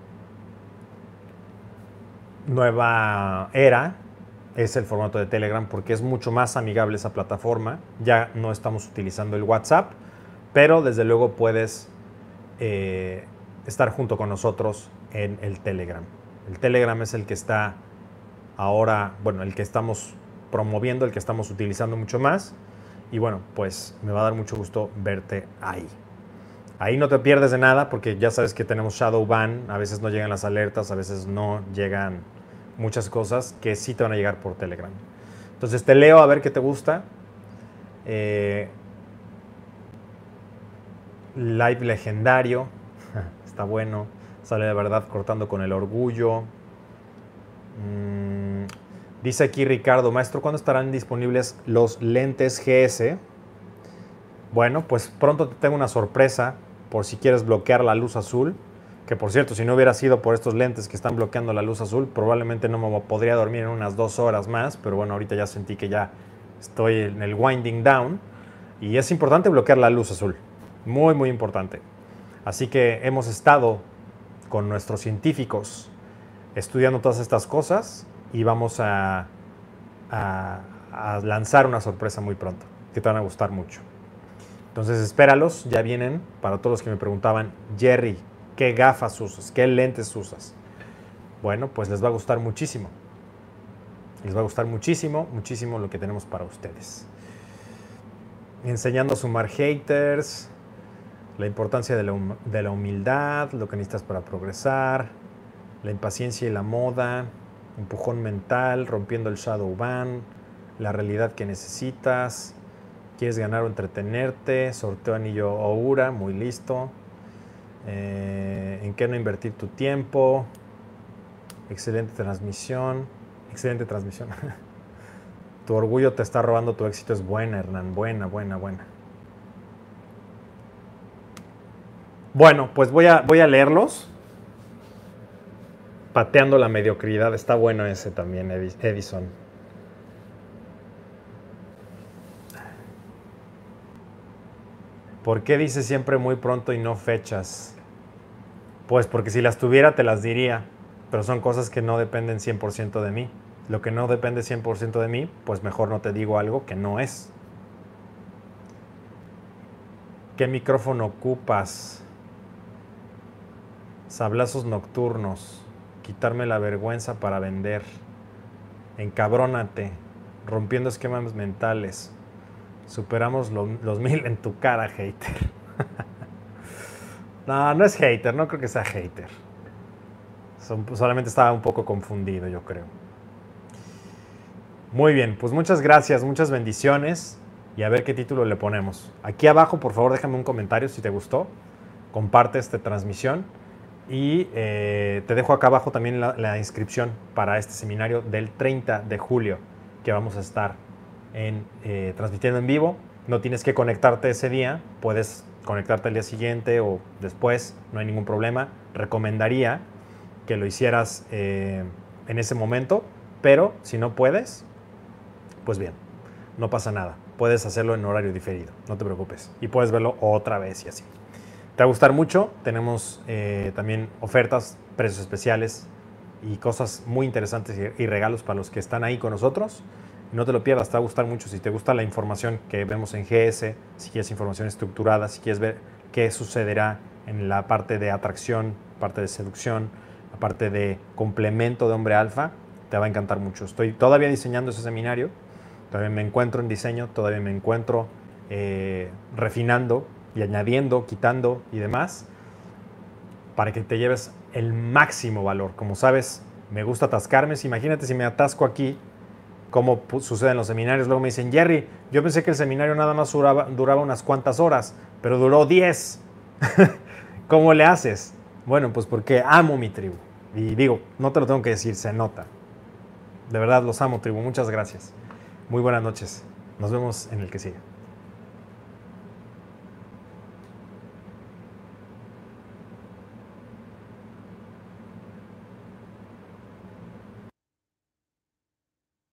Speaker 1: nueva era es el formato de Telegram porque es mucho más amigable esa plataforma. Ya no estamos utilizando el WhatsApp, pero desde luego puedes estar junto con nosotros en el Telegram. El Telegram es el que está ahora, bueno, el que estamos promoviendo, el que estamos utilizando mucho más. Y bueno, pues me va a dar mucho gusto verte ahí. Ahí no te pierdes de nada porque ya sabes que tenemos Shadow Ban. A veces no llegan las alertas, a veces no llegan muchas cosas que sí te van a llegar por Telegram. Entonces te leo a ver qué te gusta. Live legendario. Está bueno. Sale de verdad cortando con el orgullo. Dice aquí Ricardo, maestro, ¿cuándo estarán disponibles los lentes GS? Bueno, pues pronto te tengo una sorpresa por si quieres bloquear la luz azul. Que por cierto, si no hubiera sido por estos lentes que están bloqueando la luz azul, probablemente no me podría dormir en unas 2 horas más. Pero bueno, ahorita ya sentí que ya estoy en el winding down. Y es importante bloquear la luz azul. Muy importante. Así que hemos estado con nuestros científicos estudiando todas estas cosas y vamos a lanzar una sorpresa muy pronto que te van a gustar mucho. Entonces espéralos, ya vienen. Para todos los que me preguntaban, Jerry, ¿qué gafas usas? ¿Qué lentes usas? Bueno, pues les va a gustar muchísimo. Les va a gustar muchísimo lo que tenemos para ustedes. Enseñando a sumar haters, la importancia de la humildad, lo que necesitas para progresar, la impaciencia y la moda, empujón mental, rompiendo el shadow ban, la realidad que necesitas, quieres ganar o entretenerte, sorteo anillo Oura, muy listo, en qué no invertir tu tiempo, excelente transmisión, tu orgullo te está robando tu éxito, es buena, Hernán, buena. Bueno, pues voy a leerlos. Pateando la mediocridad, está bueno ese también, Edison. ¿Por qué dice siempre muy pronto y no fechas? Pues porque si las tuviera te las diría, pero son cosas que no dependen 100% de mí. Lo que no depende 100% de mí, pues mejor no te digo algo que no es. ¿Qué micrófono ocupas? Sablazos nocturnos. Quitarme la vergüenza para vender. Encabrónate. Rompiendo esquemas mentales. Superamos los 1000 en tu cara, hater. No es hater, no creo que sea hater. Solamente estaba un poco confundido, yo creo. Muy bien, pues muchas gracias, muchas bendiciones. Y a ver qué título le ponemos. Aquí abajo, por favor, déjame un comentario si te gustó. Comparte esta transmisión. Y te dejo acá abajo también la inscripción para este seminario del 30 de julio que vamos a estar transmitiendo en vivo. No tienes que conectarte ese día, puedes conectarte el día siguiente o después, no hay ningún problema. Recomendaría que lo hicieras en ese momento, pero si no puedes, pues bien, no pasa nada. Puedes hacerlo en horario diferido, no te preocupes. Y puedes verlo otra vez y así. Te va a gustar mucho. Tenemos también ofertas, precios especiales y cosas muy interesantes y regalos para los que están ahí con nosotros. No te lo pierdas, te va a gustar mucho. Si te gusta la información que vemos en GS, si quieres información estructurada, si quieres ver qué sucederá en la parte de atracción, parte de seducción, la parte de complemento de hombre alfa, te va a encantar mucho. Estoy todavía diseñando ese seminario, todavía me encuentro en diseño, todavía me encuentro refinando y añadiendo, quitando y demás, para que te lleves el máximo valor. Como sabes, me gusta atascarme. Imagínate si me atasco aquí, como sucede en los seminarios. Luego me dicen, Jerry, yo pensé que el seminario nada más duraba unas cuantas horas, pero duró 10. ¿Cómo le haces? Bueno, pues porque amo mi tribu. Y digo, no te lo tengo que decir, se nota. De verdad los amo, tribu. Muchas gracias. Muy buenas noches. Nos vemos en el que sigue.